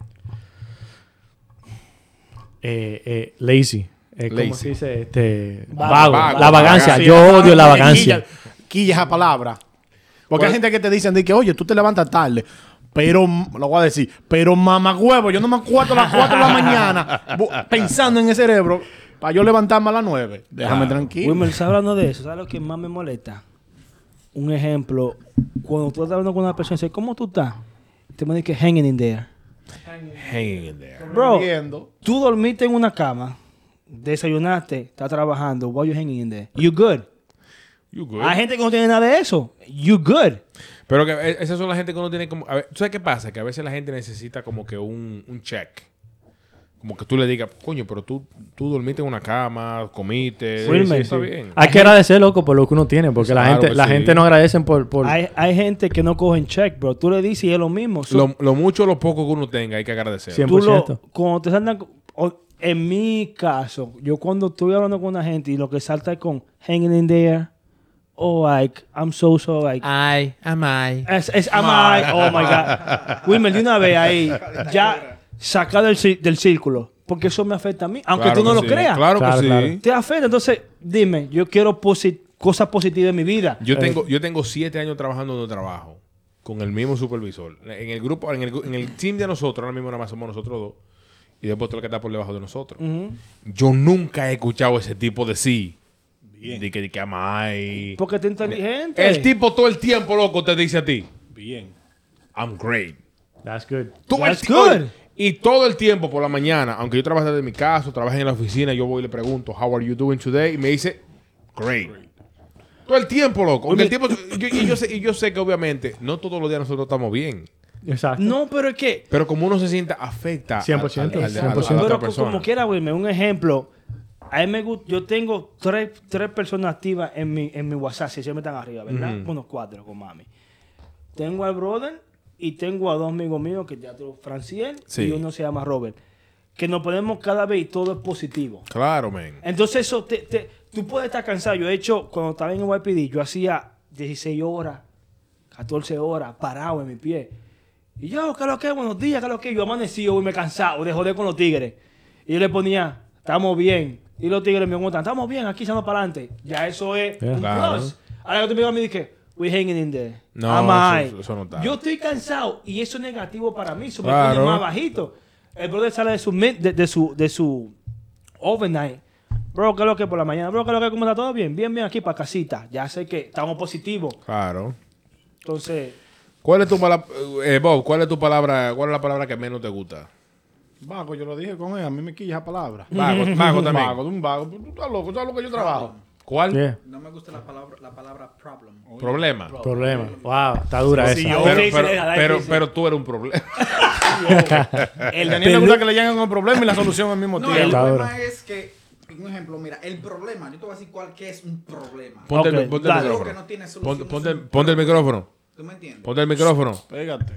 Lazy. ¿Cómo Lazy. se dice? Vago. Vago. La vagancia. Sí, Yo odio la vagancia. Quilla esa palabra. Porque hay gente que te dicen de que, oye, tú te levantas tarde. Pero, lo voy a decir, pero mamagüevo, yo no me acuerdo a las 4 de la mañana pensando en el cerebro para yo levantarme a las 9. Déjame tranquilo. Wilmer, ¿sabes hablando de eso? ¿Sabes lo que más me molesta? Un ejemplo, cuando tú estás hablando con una persona y dices, ¿cómo tú estás? Te me dice que hanging in there. Hanging in there. Bro, Viendo. tú dormiste en una cama, desayunaste, estás trabajando, why you hanging in there? You good. You good. Hay gente que no tiene nada de eso. You good. Pero que esas son la gente que uno tiene como... A ver, ¿tú sabes qué pasa? Que a veces la gente necesita como que un check. Como que tú le digas, coño, pero tú dormiste en una cama, comiste... Wilmer, está sí. bien. Hay que agradecer, loco, por lo que uno tiene. Porque Claro que la sí. gente no agradecen por... Hay gente que no cogen check, bro. Tú le dices y es lo mismo. Lo mucho o lo poco que uno tenga hay que agradecer. 100%. Cuando te saltan... En mi caso, yo cuando estoy hablando con una gente y lo que salta es con hanging in there, oh, like, I'm so, like... Am I? Am I? Oh, my God. Wilmer, de una vez ahí, ya sacado del círculo. Porque eso me afecta a mí. Aunque Claro tú no que lo sí. creas. Claro que Claro, sí. claro. Te afecta. Entonces, dime, yo quiero cosas positivas en mi vida. Yo tengo 7 años trabajando donde trabajo. Con el mismo supervisor. En el grupo, en el team de nosotros, ahora mismo nada más somos nosotros dos. Y después todo lo que está por debajo de nosotros. Yo nunca he escuchado ese tipo de sí. De que ama y... Porque tú eres inteligente. El tipo todo el tiempo, loco, te dice a ti, Bien. I'm great. That's good. Todo el That's tiempo- good. Y todo el tiempo por la mañana, aunque yo trabaje desde mi casa, trabaje en la oficina, yo voy y le pregunto, how are you doing today? Y me dice, great. Todo el tiempo, loco. Aunque el tiempo, yo sé que obviamente no todos los días nosotros estamos bien. Exacto. No, pero es que... Pero como uno se sienta, afecta 100%, a la 100%. otra Pero persona. como quiera, Wilmer, un ejemplo. A mí me gusta... Yo tengo tres personas activas en mi WhatsApp, si siempre están arriba, ¿verdad? Ujú. Bueno, 4 con mami. Tengo al brother y tengo a 2 amigos míos, que ya tengo Franciel Sí. y uno se llama Robert. Que nos ponemos cada vez y todo es positivo. Claro, men. Entonces, eso tú puedes estar cansado. Yo he hecho, cuando estaba en el YPD, yo hacía 16 horas, 14 horas, parado en mi pie. Y yo, ¿qué es lo que? Buenos días, ¿qué es lo que? Yo amanecí hoy me cansado de joder con los tigres. Y yo le ponía, estamos bien. Y los tigres me preguntan, estamos bien, aquí echando para adelante. Ya eso es Yeah. un Claro. plus. Ahora que tú me digas, me dije, we hanging in there. No, I'm eso- high. eso no está. Yo estoy cansado y eso es negativo para mí. Eso me Claro. pone más bajito. El brother sale de su overnight. Bro, ¿qué es lo que por la mañana? Bro, ¿qué es lo que? ¿Cómo está todo bien? Bien, bien aquí para casita. Ya sé que estamos positivos. Claro. Entonces, ¿Cuál es tu palabra, Bob? ¿Cuál es tu palabra? ¿Cuál es la palabra que menos te gusta? Vago, yo lo dije con él. A mí me quilla esa palabra. Vago, Un vago también. vago, un vago. Tú estás loco, ¿sabes lo que yo trabajo? ¿Cuál? Yeah. No me gusta la palabra problem. Problema. Problema. Wow, está dura Sí, esa. yo- Pero tú eres un problema. El Daniel le gusta que le lleguen con el problema y la solución al mismo No, tiempo. el Está problema duro. es que, un ejemplo, mira, el problema, yo te voy a decir cuál que es un problema. Ponte, Ok, ponte el dale. Algo que micrófono. no tiene solución. Ponte el micrófono. ¿Tú me entiendes? Ponte el micrófono. Pégate.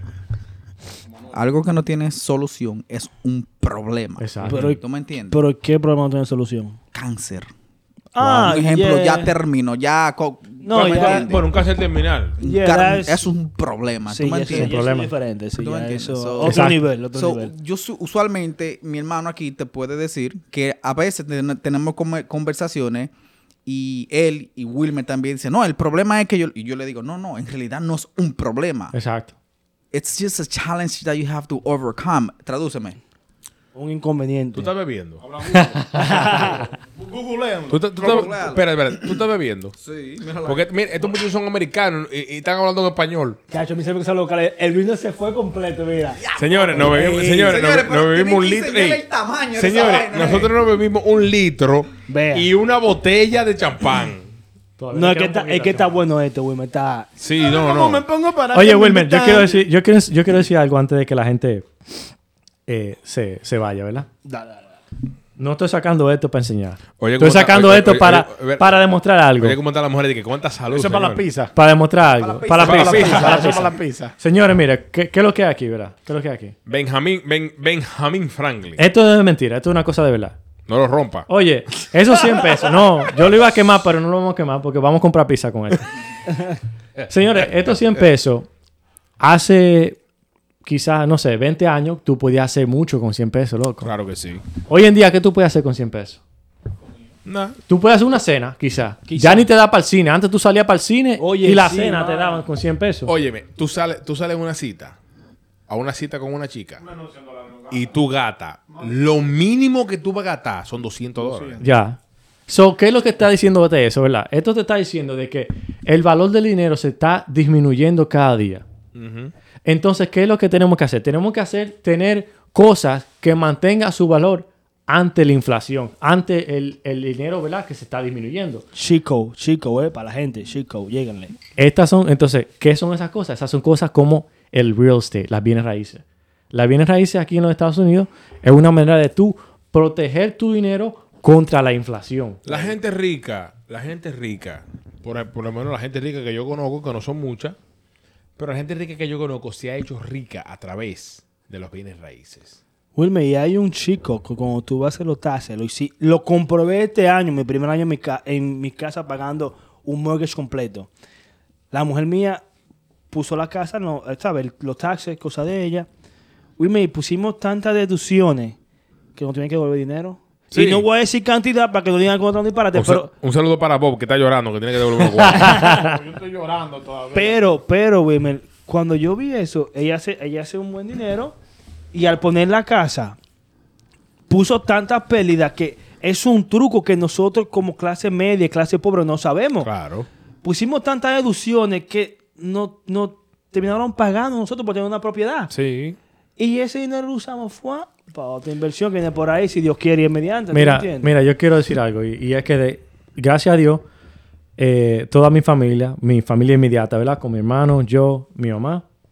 Algo que no tiene solución es un problema. Exacto. pero, ¿Tú me entiendes? pero ¿qué problema no tiene solución? Cáncer. Ah, Un ejemplo, yeah. ya termino, ya... No, ¿tú me ya- entiendes? Bueno, un cáncer terminal. Un Yeah, car- that's- eso es un problema. Sí, ¿Tú me ya eso, entiendes? ya eso problema. es diferente. Sí, ¿Tú me ya entiendes? eso, So- otro Exacto. nivel, otro So, nivel. yo usualmente, mi hermano aquí te puede decir que a veces tenemos conversaciones y él y Wilmer también dicen, no, el problema es que yo... Y yo le digo, no, en realidad no es un problema. Exacto. It's just a challenge that you have to overcome. Tradúceme. Un inconveniente. ¿Tú estás bebiendo? Googleando. ¿Tú estás- Googlealo. espera. ¿Tú estás bebiendo? Sí, mírala. Porque, mira, estos muchachos son americanos y están hablando en español. Cacho, mis amigos son locales. El vino se fue completo, mira. Señores, nos bebimos, Ey, señores, señores, nos pero bebimos un tienen que litro. enseñar ey, el tamaño de esa señores, vaina, nosotros nos bebimos un litro Vea. y una botella de champán. Todavía No, le es que, queda un está, poquito es que está hacia bueno esto, Wilmer. Está... Sí, ¿Cómo no. me pongo para Oye, que me Wilmer, yo invitan? quiero decir, yo quiero decir algo antes de que la gente se vaya, ¿verdad? Dale. No estoy sacando esto para enseñar. Oye, Estoy ¿cómo está? sacando Oye, esto oye, oye, para demostrar algo. Oye, ¿cómo están las mujeres? De que cuánta salud. Eso es para la señores. pizza. Para demostrar algo. Para la Para la pizza. pizza. Para la Eso es pizza. para la pizza. Señores, mire, ¿qué es lo que hay aquí, verdad? ¿Qué es lo que hay aquí? Benjamin Franklin. Esto no es mentira, esto es una cosa de verdad. No lo rompa. Oye, esos 100 pesos. No, yo lo iba a quemar, pero no lo vamos a quemar porque vamos a comprar pizza con esto. Señores, estos 100 pesos, hace quizás, no sé, 20 años, tú podías hacer mucho con 100 pesos, loco. Claro que sí. Hoy en día, ¿qué tú puedes hacer con 100 pesos? Nah. Tú puedes hacer una cena, quizás. Ya ni te da para el cine. Antes tú salías para el cine Oye, y la sí, cena man. te daban con 100 pesos. Óyeme, tú sales a una cita con una chica y tú gata. Lo mínimo que tú vas a gastar son $200. Ya. So, ¿qué es lo que está diciendo de eso, verdad? Esto te está diciendo de que el valor del dinero se está disminuyendo cada día. Entonces, ¿qué es lo que tenemos que hacer? Tenemos que tener cosas que mantengan su valor ante la inflación, ante el dinero, ¿verdad? Que se está disminuyendo. Chico, para la gente. Chico, lléganle. Estas son, entonces, ¿qué son esas cosas? Esas son cosas como el real estate, las bienes raíces. Las bienes raíces aquí en los Estados Unidos es una manera de tú proteger tu dinero contra la inflación. La gente rica, por lo menos la gente rica que yo conozco, que no son muchas, pero la gente rica que yo conozco se ha hecho rica a través de los bienes raíces. Wilmer, y hay un chico que cuando tú vas a hacer los taxes, lo comprobé este año, mi primer año en mi casa pagando un mortgage completo. La mujer mía puso la casa, no, ¿sabes? Los taxes, cosas de ella. Wilmer, pusimos tantas deducciones que no tienen que devolver dinero. Sí. Y no voy a decir cantidad para que no digan con disparate, Un saludo para Bob, que está llorando, que tiene que devolver los cuartos. Yo estoy llorando todavía. pero, Wilmer, cuando yo vi eso, ella hace un buen dinero y al poner la casa, puso tantas pérdidas que es un truco que nosotros como clase media, clase pobre no sabemos. Claro. Pusimos tantas deducciones que no terminaron pagando nosotros por tener una propiedad. Sí. Y ese dinero lo usamos para otra inversión que viene por ahí, si Dios quiere y es mediante. ¿tú me entiendes? Mira, yo quiero decir algo. Y es que, gracias a Dios, toda mi familia inmediata, ¿verdad? Con mi hermano, yo, mi mamá,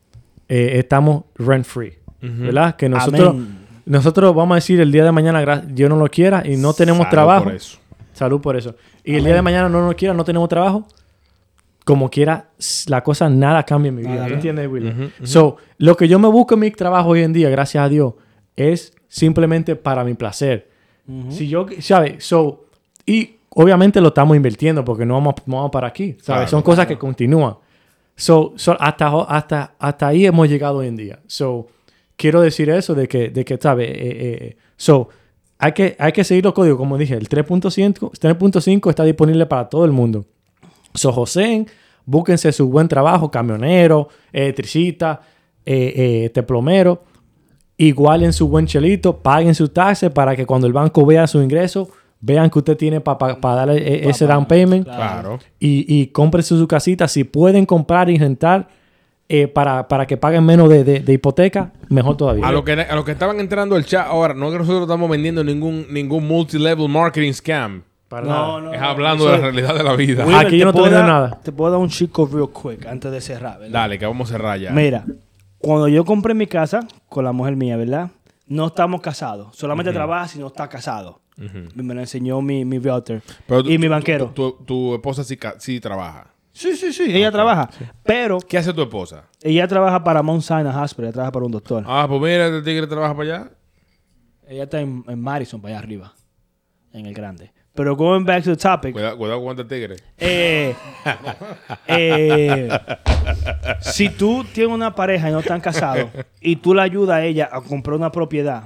estamos rent free. ¿Verdad? Que nosotros vamos a decir el día de mañana, Dios no lo quiera, y no tenemos trabajo. Por eso. Salud por eso. Y el día de mañana no nos quiera, no tenemos trabajo. Como quiera, la cosa nada cambia en mi vida. ¿Me entiendes, Will? So, lo que yo me busco en mi trabajo hoy en día, gracias a Dios, es simplemente para mi placer. Si yo, ¿sabes? So, y obviamente lo estamos invirtiendo porque no vamos para aquí, ¿sabes? Claro, Son cosas que continúan. So, hasta ahí hemos llegado hoy en día. So, quiero decir eso de que ¿sabes? So, hay que seguir los códigos. Como dije, el 3.5 está disponible para todo el mundo. So, José, búsquense su buen trabajo, camionero, electricista, plomero. Igualen su buen chelito, paguen sus taxes para que cuando el banco vea su ingreso, vean que usted tiene para darle ese down payment. Claro. Y cómprense su casita. Si pueden comprar y rentar para que paguen menos de hipoteca, mejor todavía. A lo que estaban entrando al chat ahora, no es que nosotros estamos vendiendo ningún multi-level marketing scam. No. Es hablando de la realidad de la vida. Wilmer, Aquí yo no te vendo nada. Te puedo dar un chico real quick antes de cerrar, ¿verdad? Dale, que vamos a cerrar ya. Mira, cuando yo compré mi casa con la mujer mía, ¿verdad? No estamos casados. Solamente trabaja si no está casado. Me lo enseñó mi realtor y mi banquero. Tu esposa sí trabaja. Sí. Ella trabaja. Sí. Pero ¿Qué hace tu esposa? ella trabaja para Mount Sinai Hospital. Ella trabaja para un doctor. Ah, pues mira, el tigre trabaja para allá. Ella está en Madison, para allá arriba. En el grande. Pero going back to the topic. Cuidado con el tigre. Si tú tienes una pareja y no están casados y tú le ayudas a ella a comprar una propiedad,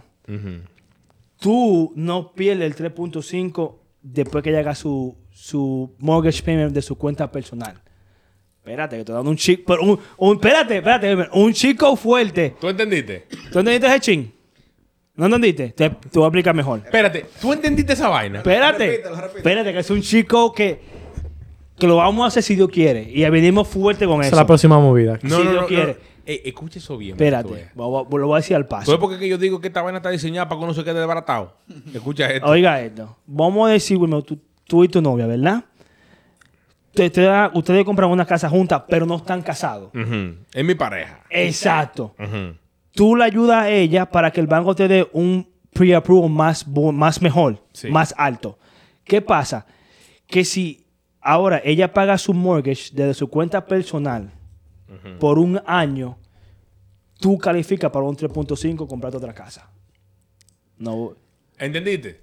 tú no pierdes el 3.5 después que ella haga su mortgage payment de su cuenta personal. Espérate, que te dando un chico. Espérate, un chico fuerte. ¿Tú entendiste? ¿Tú entendiste ese ching? ¿No entendiste? Te voy a explicar mejor. Espérate, ¿tú entendiste esa vaina? Espérate, que es un chico que lo vamos a hacer si Dios quiere. Y venimos fuerte con eso. Esa es la próxima movida. No, si no, Dios no, quiere. Escuche eso bien. Espérate, lo voy a decir al paso. ¿Sabes por qué yo digo que esta vaina está diseñada para que uno se quede desbaratado? Escucha esto. Oiga esto. Vamos a decir, Wilmer, tú y tu novia, ¿verdad? Ustedes compran una casa juntas, pero no están casados. Es mi pareja. Exacto. Tú le ayudas a ella para que el banco te dé un pre-approval más mejor, más alto. ¿Qué pasa? Que si ahora ella paga su mortgage desde su cuenta personal por un año, tú calificas para un 3.5 comprarte otra casa. No. ¿Entendiste?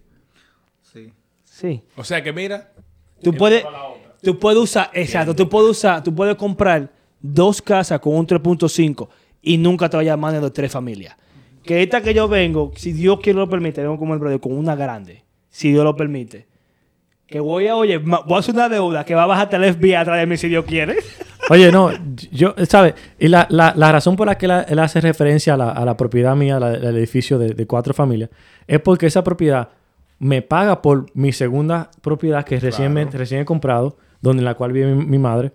Sí. O sea que mira. Tú puedes usar, exacto, tú puedes comprar 2 casas con un 3.5 y nunca te vayas más de 3 familias. Que esta que yo vengo, si Dios quiere lo permite, vengo como el brother con una grande, si Dios lo permite. Que voy a hacer una deuda que va a bajar hasta el FBI atrás de mí si Dios quiere. Oye, no, yo, ¿sabes? Y la razón por la que él hace referencia a la propiedad mía, al edificio de 4 familias, es porque esa propiedad me paga por mi segunda propiedad que recién he comprado, en la cual vive mi madre.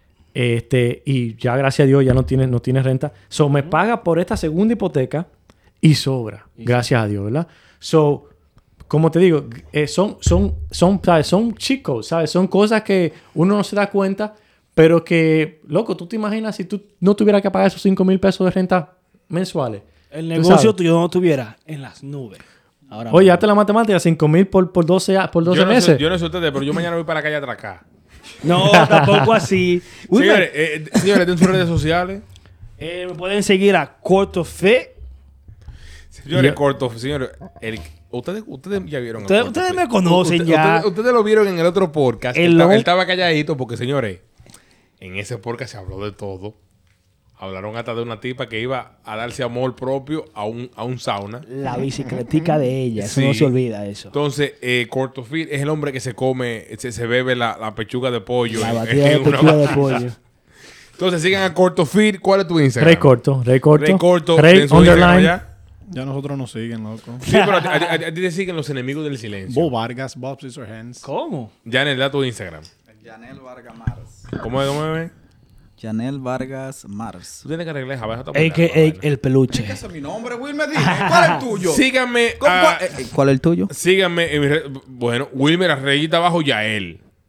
Y ya, gracias a Dios, ya no tiene renta. So, me paga por esta segunda hipoteca y sobra. Gracias a Dios, ¿verdad? So, como te digo, ¿sabes? Son chicos, ¿sabes? Son cosas que uno no se da cuenta, pero que, loco, ¿tú te imaginas si tú no tuvieras que pagar esos $5,000 de renta mensuales? El negocio tuyo no estuviera en las nubes. Ahora oye, hazte la matemática, 5,000 por 12 meses. Yo no sé ustedes, pero yo mañana voy para la calle a atracar. No, tampoco así. Señores, en sus redes sociales. Me pueden seguir a Cortofit. Señores, señores, ustedes ya vieron. Ustedes me conocen ya. Ustedes lo vieron en el otro podcast. Él estaba calladito porque, señores, en ese podcast se habló de todo. Hablaron hasta de una tipa que iba a darse amor propio a un sauna. La bicicletica de ella. Eso no se olvida eso. Entonces, Cortofit es el hombre que se come, se bebe la pechuga de pollo. La batida de pechuga de pollo. Entonces, sigan a Cortofit. ¿Cuál es tu Instagram? Rey Corto. Rey underline. Ya nosotros nos siguen, loco. Sí, pero a ti te siguen los enemigos del silencio. Bo Vargas, Bob's Hands. ¿Cómo? Janel, da tu Instagram. Janel Vargas Mars. ¿Cómo es? Janel Vargas Mars. Tú tienes que arreglar el peluche. ¿Qué es mi nombre, Wilmer? Dime, ¿cuál es el tuyo? Síganme. ¿Cuál es el tuyo? Síganme en mi red. Bueno, Wilmer, rayita abajo, Yael.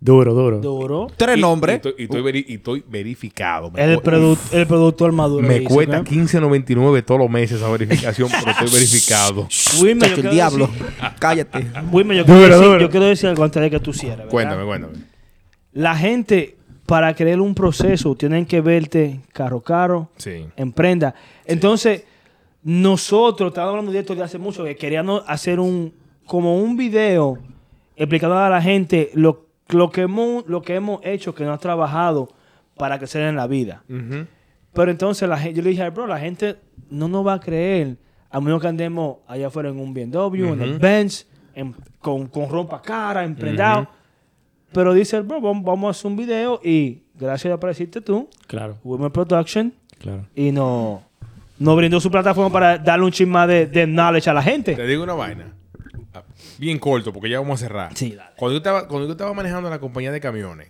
Duro. 3 nombres. Y estoy verificado. El productor maduro. Me dice, cuesta ¿no? $15.99 todos los meses esa verificación, pero estoy verificado. Wilmer, Que el diablo. Cállate. Wilmer, yo quiero decir algo antes de que tú cierres. ¿verdad? Cuéntame. La gente, para crear un proceso, tienen que verte caro, Sí. en prenda. Entonces, nosotros, estábamos hablando de esto de hace mucho, que queríamos hacer como un video explicando a la gente lo que hemos hecho, que no ha trabajado para crecer en la vida. Ujú. Pero entonces yo le dije, bro, la gente no nos va a creer a menos que andemos allá afuera en un BMW, en el Benz, con ropa cara, emprendado. Pero dice el bro, vamos a hacer un video y gracias a apareciste tú, Claro. Women Production, Claro. y nos brindó su plataforma para darle un chisme de knowledge a la gente. Te digo una vaina. Bien corto, porque ya vamos a cerrar. Sí, dale. Cuando yo estaba manejando la compañía de camiones,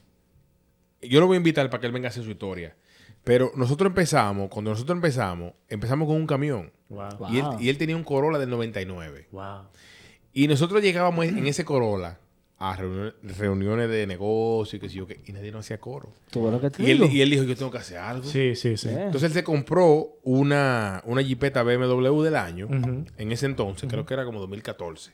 yo lo voy a invitar para que él venga a hacer su historia. Pero cuando nosotros empezamos con un camión. Wow. Y él tenía un Corolla del 99. Wow. Y nosotros llegábamos en ese Corolla a reuniones de negocio y qué sé yo qué, y nadie nos hacía coro. ¿Tú ves lo que te Y digo? él dijo, yo tengo que hacer algo. Sí. Entonces él se compró una Jeepeta BMW del año, Ujú. en ese entonces, creo que era como 2014.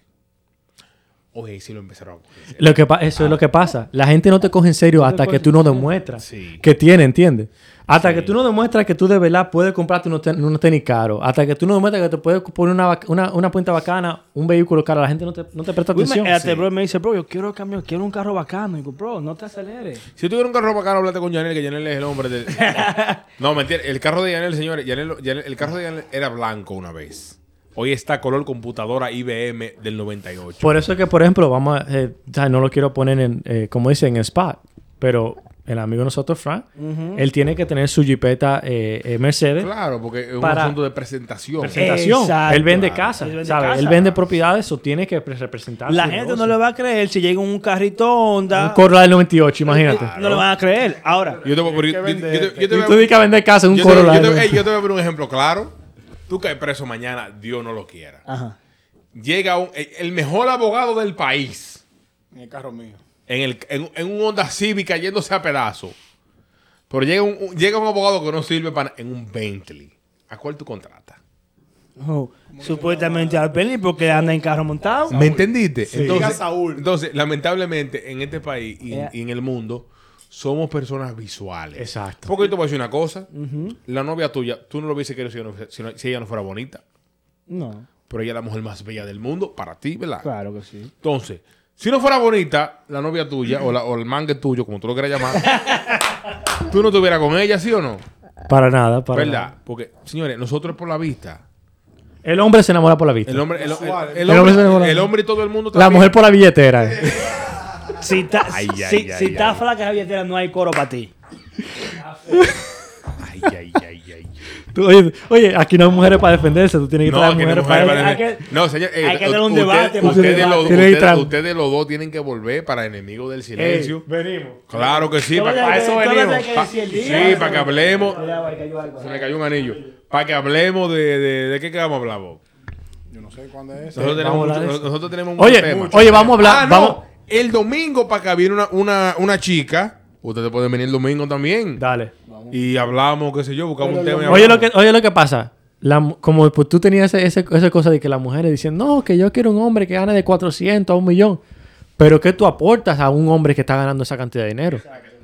Oye, y sí lo empezaron a coger. Eso es lo que pasa. La gente no te coge en serio hasta que tú no demuestras Sí. que tiene, ¿entiendes? Hasta que tú no demuestras que tú de verdad puedes comprarte unos tenis caros. Hasta que tú no demuestras que te puedes poner una puerta bacana, un vehículo caro. La gente no te presta atención. Bro, me dice, bro, yo quiero camión, quiero un carro bacano. Y digo, bro, no te aceleres. Si tú quieres un carro bacano, háblate con Yanel, que Yanel es el hombre del... No, mentira. El carro de Yanel, señores, el carro de Yanel era blanco una vez. Hoy está color computadora IBM del 98. Por eso es que, por ejemplo, vamos a... o sea, no lo quiero poner en, como dicen, en spot. Pero el amigo de nosotros, Frank, él tiene que tener su Jeepeta Mercedes. Claro, porque es un Para- asunto de presentación. Presentación. Exacto. Él vende casa, Él vende ¿sabes? casa. Él vende propiedades o tiene que representar La su gente negocio. no le va a creer si llega un carrito Honda. Un Corolla del 98, imagínate. No le van a creer. Ahora, Yo te voy a Y tú tienes que vender casa en un Corolla. yo te voy a poner un ejemplo claro. Tú caes preso mañana, Dios no lo quiera. ajá. Llega el mejor abogado del país En el carro mío. en un Honda Civic cayéndose a pedazos. Pero llega un abogado que no sirve en un Bentley. ¿A cuál tú contratas? Oh, supuestamente al Bentley porque anda en carro montado. ¿Me entendiste? Diga Saúl. Entonces, lamentablemente, en este país y Yeah. en el mundo, somos personas visuales. Exacto. Porque yo te voy a decir una cosa. La novia tuya, tú no lo hubiese querido si ella no fuera bonita. No, Pero ella es la mujer más bella del mundo para ti, ¿verdad? claro que sí. Entonces, si no fuera bonita, la novia tuya o el mangue tuyo, como tú lo quieras llamar, tú no estuvieras con ella, ¿sí o no? Para nada, para ¿Verdad? nada. Porque, señores, nosotros es por la vista. El hombre se enamora por la vista. El hombre, el El hombre se enamora. hombre y todo el mundo La también. mujer por la billetera. Si está Ay, ay, si ay, está ay. flaca esa billetera, no hay coro para ti. Ay, ay, ay, ay. Oye, aquí no hay mujeres para defenderse. Tú tienes que traer que no, mujeres mujer, para... hay que- no, señor. hay que tener un debate, más Ustedes, un debate. ustedes los dos tienen que volver para enemigos del silencio. venimos. Claro que sí. Todo Para eso venimos. hay que decir el día. Sí, para que hablemos. Cuidado, ahí cayó algo. Se me cayó un anillo. Para que hablemos de qué vamos a hablar, vos. Yo no sé cuándo es eso. Nosotros tenemos vamos a hablar de mucho- eso. nosotros tenemos muchos Oye, temas. oye, vamos a hablar... Ah, no. vamos... El domingo, para que viene una chica, ustedes pueden venir el domingo también. Dale. Y hablamos, qué sé yo, buscamos un tema. y Oye hablamos. lo que pasa. Como pues, tú tenías esa cosa de que las mujeres dicen, no, que yo quiero un hombre que gane de 400 a 1 millón. Pero ¿qué tú aportas a un hombre que está ganando esa cantidad de dinero?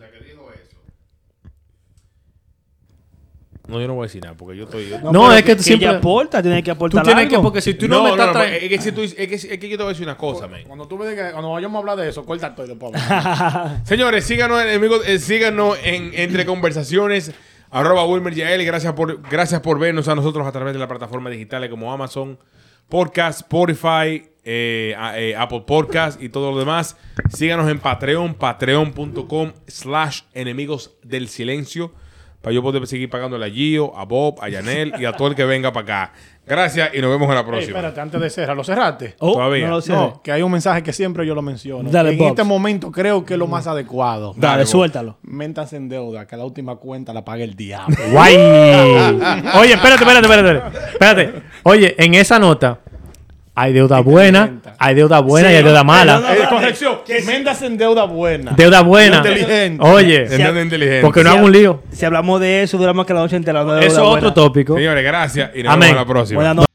No, yo no voy a decir nada, porque yo estoy... No, pero es que tú siempre- ella aporta, tiene que Tú aportar tienes que, algo. porque si tú no, me estás trayendo... es que si tú, es que yo te voy a decir una cosa, man. Cuando vayamos a hablar de eso, corta todo y después hablamos. Señores, síganos, amigos, síganos en Entre Conversaciones, @WilmerYael. Gracias por vernos a nosotros a través de las plataformas digitales como Amazon Podcast, Spotify, Apple Podcast y todo lo demás. Síganos en Patreon, patreon.com/enemigos del silencio, para yo poder seguir pagándole a Gio, a Bob, a Yanel y a todo el que venga para acá. Gracias y nos vemos en la Ey, próxima. espérate, antes de cerrar, ¿lo cerraste? Oh, Todavía. no lo sé. No, que hay un mensaje que siempre yo lo menciono. Dale, en Bobs. este momento creo que es lo más adecuado. Dale, Bob. suéltalo. Métanse en deuda, que la última cuenta la pague el diablo. ¡Guay! Oye, espérate. Oye, en esa nota, Hay deuda buena, hay deuda buena y hay deuda mala. Corrección. Mendas en deuda buena. Deuda buena. Inteligente. Oye, En deuda inteligente. porque no hagan un lío. Si hablamos de eso, duramos que la noche entera. Eso es otro tópico. Señores, gracias y nos Amén. vemos a la próxima. Buenas noches.